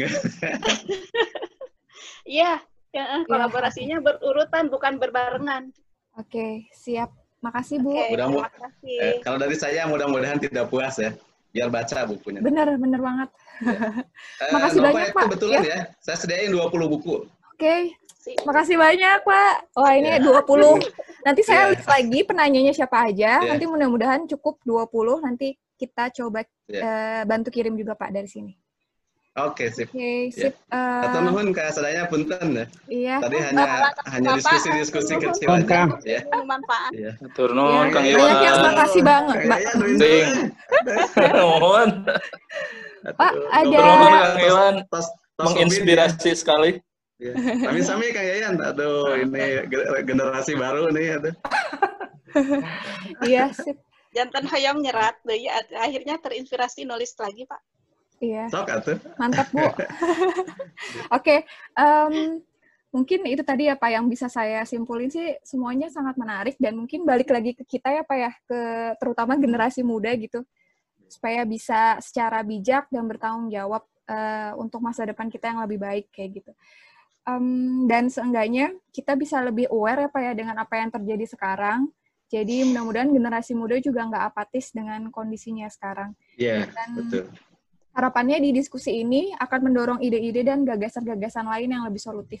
Iya, ya, kolaborasinya berurutan bukan berbarengan. Oke, siap. Makasih Bu. Oke, mudah eh, kalau dari saya mudah-mudahan tidak puas ya. Biar baca bukunya. Bener, bener banget. Ya. Makasih uh, banyak, Pak. Kebetulan ya. ya, saya sediain dua puluh buku. Oke, okay. Makasih banyak, Pak. Wah, ini yeah. dua puluh. Nanti saya yeah. list lagi penanyanya siapa aja. Yeah. Nanti mudah-mudahan cukup dua puluh. Nanti kita coba yeah. uh, bantu kirim juga Pak dari sini. Oke, okay, sip. Oke, okay, sip. Yeah. Uh, Atau nuhun Kak Sadaya punten ya. Iya. Tadi hanya Bapak, hanya diskusi-diskusi kecil aja. Ya. Manfaat. Iya. Tur nuhun ya, Kang Iwan. Banyak yang makasih banget, Mbak. Nuhun. Pak, ada Kang Iwan menginspirasi sekali. Ya. Sami-sami Kang Yayan. Aduh, ini generasi baru nih aduh. Iya, sip. Jantan hayam nyerat, ya akhirnya terinspirasi nulis lagi, Pak. Iya. Sok atuh. Mantap, Bu. Oke, okay, um, mungkin itu tadi ya Pak yang bisa saya simpulin sih semuanya sangat menarik dan mungkin balik lagi ke kita ya Pak ya, ke terutama generasi muda gitu, supaya bisa secara bijak dan bertanggung jawab uh, untuk masa depan kita yang lebih baik kayak gitu. Um, dan seenggaknya kita bisa lebih aware ya Pak ya dengan apa yang terjadi sekarang. Jadi mudah-mudahan generasi muda juga nggak apatis dengan kondisinya sekarang. Iya, yeah, betul. Harapannya di diskusi ini akan mendorong ide-ide dan gagasan-gagasan lain yang lebih solutif.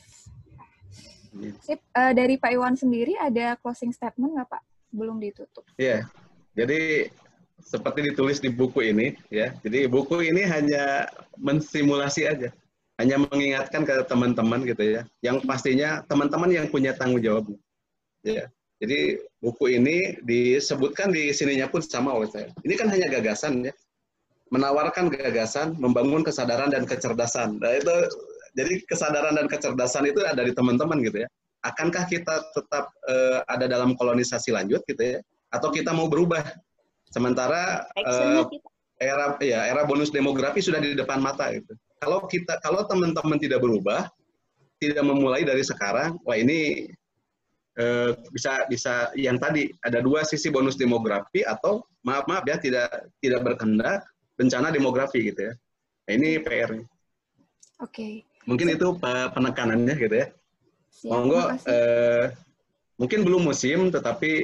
Sip, uh, dari Pak Iwan sendiri ada closing statement nggak Pak sebelum ditutup? Iya, yeah. Jadi seperti ditulis di buku ini, ya. Jadi buku ini hanya mensimulasi aja, hanya mengingatkan ke teman-teman gitu ya, yang pastinya teman-teman yang punya tanggung jawab. Ya, jadi buku ini disebutkan di sininya pun sama oleh saya. Ini kan hanya gagasan ya. Menawarkan gagasan, membangun kesadaran dan kecerdasan. Nah, itu jadi kesadaran dan kecerdasan itu ada di teman-teman gitu ya. Akankah kita tetap uh, ada dalam kolonisasi lanjut gitu ya, atau kita mau berubah? Sementara uh, era ya era bonus demografi sudah di depan mata gitu. Kalau kita kalau teman-teman tidak berubah, tidak memulai dari sekarang, wah ini uh, bisa bisa yang tadi ada dua sisi bonus demografi atau maaf maaf ya tidak tidak berkehendak bencana demografi gitu ya. Nah, ini P R-nya. Oke. Okay. Mungkin itu penekanannya gitu ya. Siap, monggo, eh, mungkin belum musim, tetapi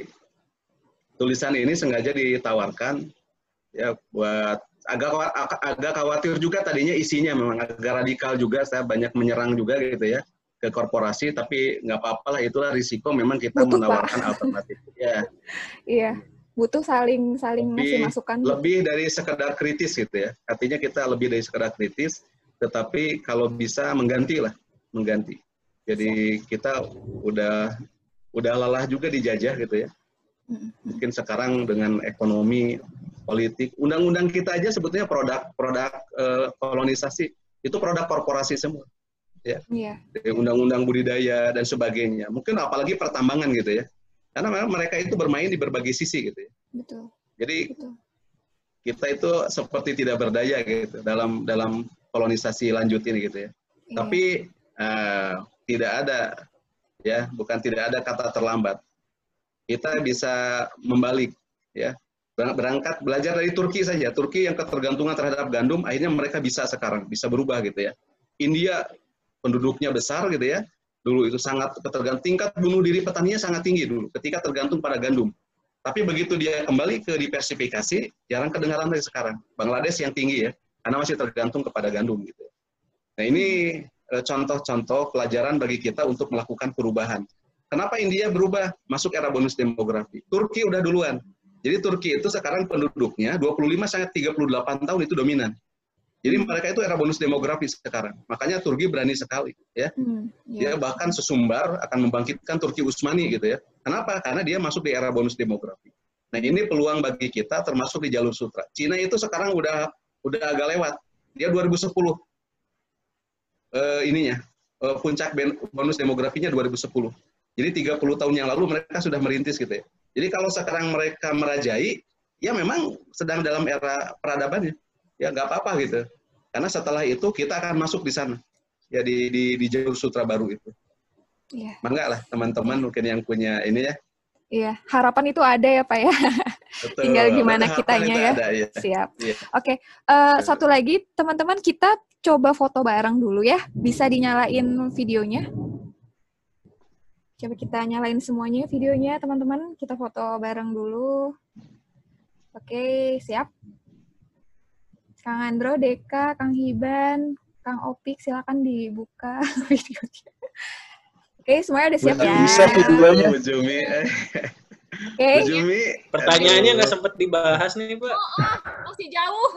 tulisan ini sengaja ditawarkan ya buat agak agak khawatir juga tadinya isinya memang agak radikal juga. Saya banyak menyerang juga gitu ya ke korporasi, tapi nggak apa-apa lah, itulah risiko memang kita butuh, menawarkan Pak. Alternatif. Ya. Iya. Butuh saling saling ngasih masukan. Lebih dari sekedar kritis gitu ya. Artinya kita lebih dari sekedar kritis, tetapi kalau bisa mengganti lah, mengganti. Jadi kita udah udah lelah juga dijajah gitu ya. Mungkin sekarang dengan ekonomi, politik, undang-undang kita aja sebetulnya produk-produk uh, kolonisasi itu produk korporasi semua. Ya. Yeah. Undang-undang budidaya dan sebagainya. Mungkin apalagi pertambangan gitu ya. Karena memang mereka itu bermain di berbagai sisi gitu ya. Betul. Jadi Betul. Kita itu seperti tidak berdaya gitu dalam dalam kolonisasi lanjut ini gitu ya. Iya. Tapi uh, tidak ada ya, bukan tidak ada kata terlambat. Kita bisa membalik ya. Berangkat belajar dari Turki saja. Turki yang ketergantungan terhadap gandum akhirnya mereka bisa sekarang bisa berubah gitu ya. India penduduknya besar gitu ya. Dulu itu sangat ketergantungan, tingkat bunuh diri petaninya sangat tinggi dulu ketika tergantung pada gandum. Tapi begitu dia kembali ke diversifikasi, jarang kedengaran dari sekarang. Bangladesh yang tinggi ya, karena masih tergantung kepada gandum gitu. Nah ini contoh-contoh pelajaran bagi kita untuk melakukan perubahan. Kenapa India berubah masuk era bonus demografi? Turki udah duluan. Jadi Turki itu sekarang penduduknya dua puluh lima sampai tiga puluh delapan tahun itu dominan. Jadi mereka itu era bonus demografi sekarang. Makanya Turki berani sekali, ya. Hmm, yeah. Dia bahkan sesumbar akan membangkitkan Turki Utsmani gitu ya. Kenapa? Karena dia masuk di era bonus demografi. Nah ini peluang bagi kita termasuk di jalur sutra. Cina itu sekarang udah udah agak lewat. Dia dua ribu sepuluh uh, ininya uh, puncak bonus demografinya dua ribu sepuluh. Jadi tiga puluh tahun yang lalu mereka sudah merintis gitu ya. Jadi kalau sekarang mereka merajai, ya memang sedang dalam era peradabannya. Ya nggak apa-apa gitu. Karena setelah itu kita akan masuk di sana. Ya di di, di jalur sutra baru itu. Iya. Mangga lah teman-teman mungkin yang punya ini ya. Iya, harapan itu ada ya Pak ya. Betul. Tinggal gimana kitanya ya. Ada, ya. Siap. Iya. Oke, uh, satu lagi teman-teman kita coba foto bareng dulu ya. Bisa dinyalain videonya. Coba kita nyalain semuanya videonya teman-teman. Kita foto bareng dulu. Oke, siap. Kang Andro, Deka, Kang Hiban, Kang Opik, silakan dibuka videonya. Oke, semuanya udah siap ya? Bisa videonya, Bu Jumi. Oke. Pertanyaannya nggak sempat dibahas nih, Pak. masih jauh.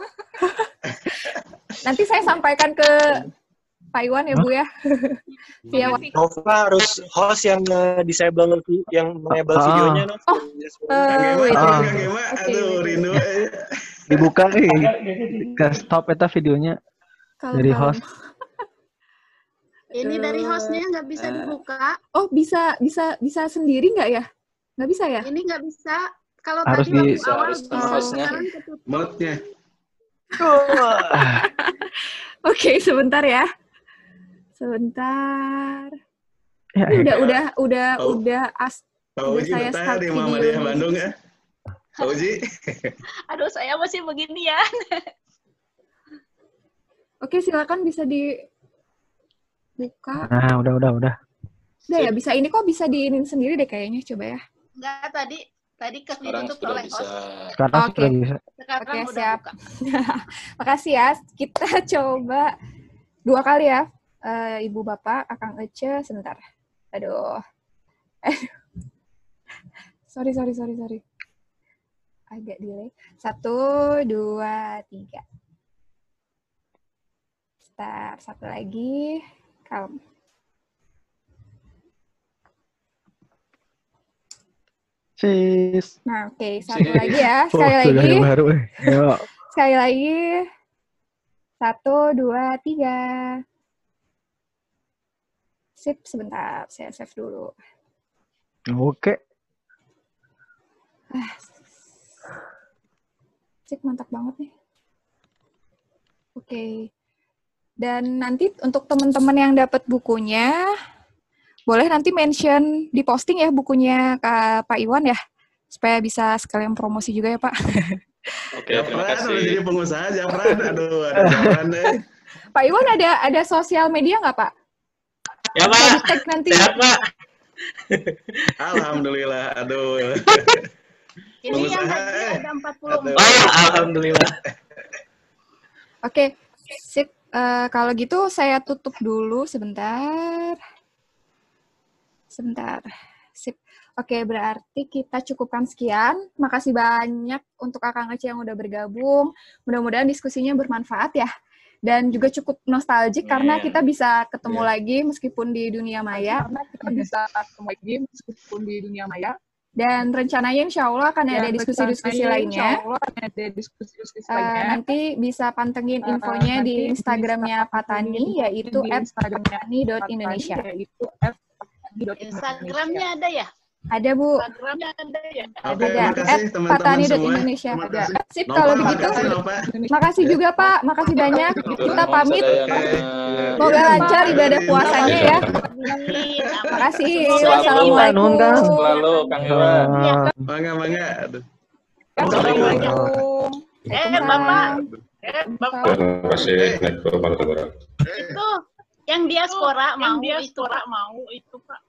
Nanti saya sampaikan ke Pak Iwan ya, Bu ya. Via Nova harus host yang uh, disable yang enable Ah. videonya, Nova. Oh, eh, wait, Ah. wait. Gema, Oke, aduh, wait, wait. rindu. Dibuka nih. Ke stop eta videonya Kalem, dari kalem. host. Ini dari hostnya nggak bisa dibuka. Oh, bisa bisa bisa sendiri nggak ya? Nggak bisa ya? Ini nggak bisa. Kalau Harus tadi di- waktu awal harus sama bisa, hostnya. sekarang ketutup. Mode-nya. Oke, sebentar ya. Sebentar. Ya, Ini udah udah udah Oh. udah as Pak udah Uji saya betah start di videonya. Muhammadiyah Bandung ya. Pak Uji. Aduh, saya masih begini ya. Oke, silakan bisa dibuka. Nah, udah udah udah. Udah ya, bisa ini kok bisa diinin sendiri deh kayaknya, coba ya. Enggak, tadi tadi ke Sekarang ditutup sudah oleh bisa. host. Sekarang Oke. sudah bisa. Sekarang Oke, udah siap. buka. Makasih ya. Kita coba dua kali ya. Eh, Ibu Bapak, Akang Ece, sebentar. Aduh. Eh. Sorry, sorry, sorry, sorry. Agak delay. Satu, dua, tiga. Bentar, satu lagi. Kalem. Sis. Nah, oke. Satu lagi ya. Oh, Sekali sudah lagi. yang baru. eh. Ayo. Sekali lagi. Satu, dua, tiga. Sip, sebentar. Saya save dulu. Oke. Sip, mantap banget nih. Oke. Dan nanti untuk teman-teman yang dapat bukunya, boleh nanti mention di posting ya bukunya Kak Pak Iwan ya, supaya bisa sekalian promosi juga ya Pak. Oke, terima Japran udah jadi kasih. pengusaha Japran. Aduh, ada Japran deh. Pak Iwan ada ada sosial media nggak Pak? Ya, Bisa Pak. di-tag nanti. Sehat, Pak. Alhamdulillah. Aduh. Ini yang haji Pengusaha, eh. ada empat puluh Aduh. empat. Oh, alhamdulillah. Oke, sip. Eh, kalau gitu saya tutup dulu sebentar. Sebentar. Sip. Oke, berarti kita cukupkan sekian. Makasih banyak untuk Akang Ece yang udah bergabung. Mudah-mudahan diskusinya bermanfaat ya. Dan juga cukup nostalgia karena Amin. kita bisa ketemu Iya. lagi meskipun di dunia maya. Karena kita bisa ketemu lagi meskipun di dunia maya. Dan rencananya insya Allah akan ada Dan diskusi-diskusi rencananya lainnya. insya Allah akan ada diskusi-diskusi Eh, lainnya. nanti bisa pantengin Eh, infonya nanti di Instagramnya bisa Patani, pantengin yaitu di at Instagramnya patani dot indonesia. Yaitu at patani dot indonesia. Instagramnya ada ya? Ada Bu, Instagramnya ada ya? Oke, ada makasih at teman-teman patani dot semua. indonesia. Terima Ada. kasih. Sip, Nova, kalau begitu, makasih, Nova. makasih juga Pak, makasih banyak. Kita pamit. Semoga Iya, lancar ibadah iya, puasanya iya. ya. Amin. Makasih. Semoga Wassalamualaikum. Nuhun, Kang. Selalu, Kang Iwan. Ah, Mangga, mangga. Aduh. Assalamualaikum. Eh, Bapak. Eh, Bapak. Terima kasih. Assalamualaikum warahmatullahi wabarakatuh. Itu yang diaspora mau Yang itu diaspora mau itu Pak.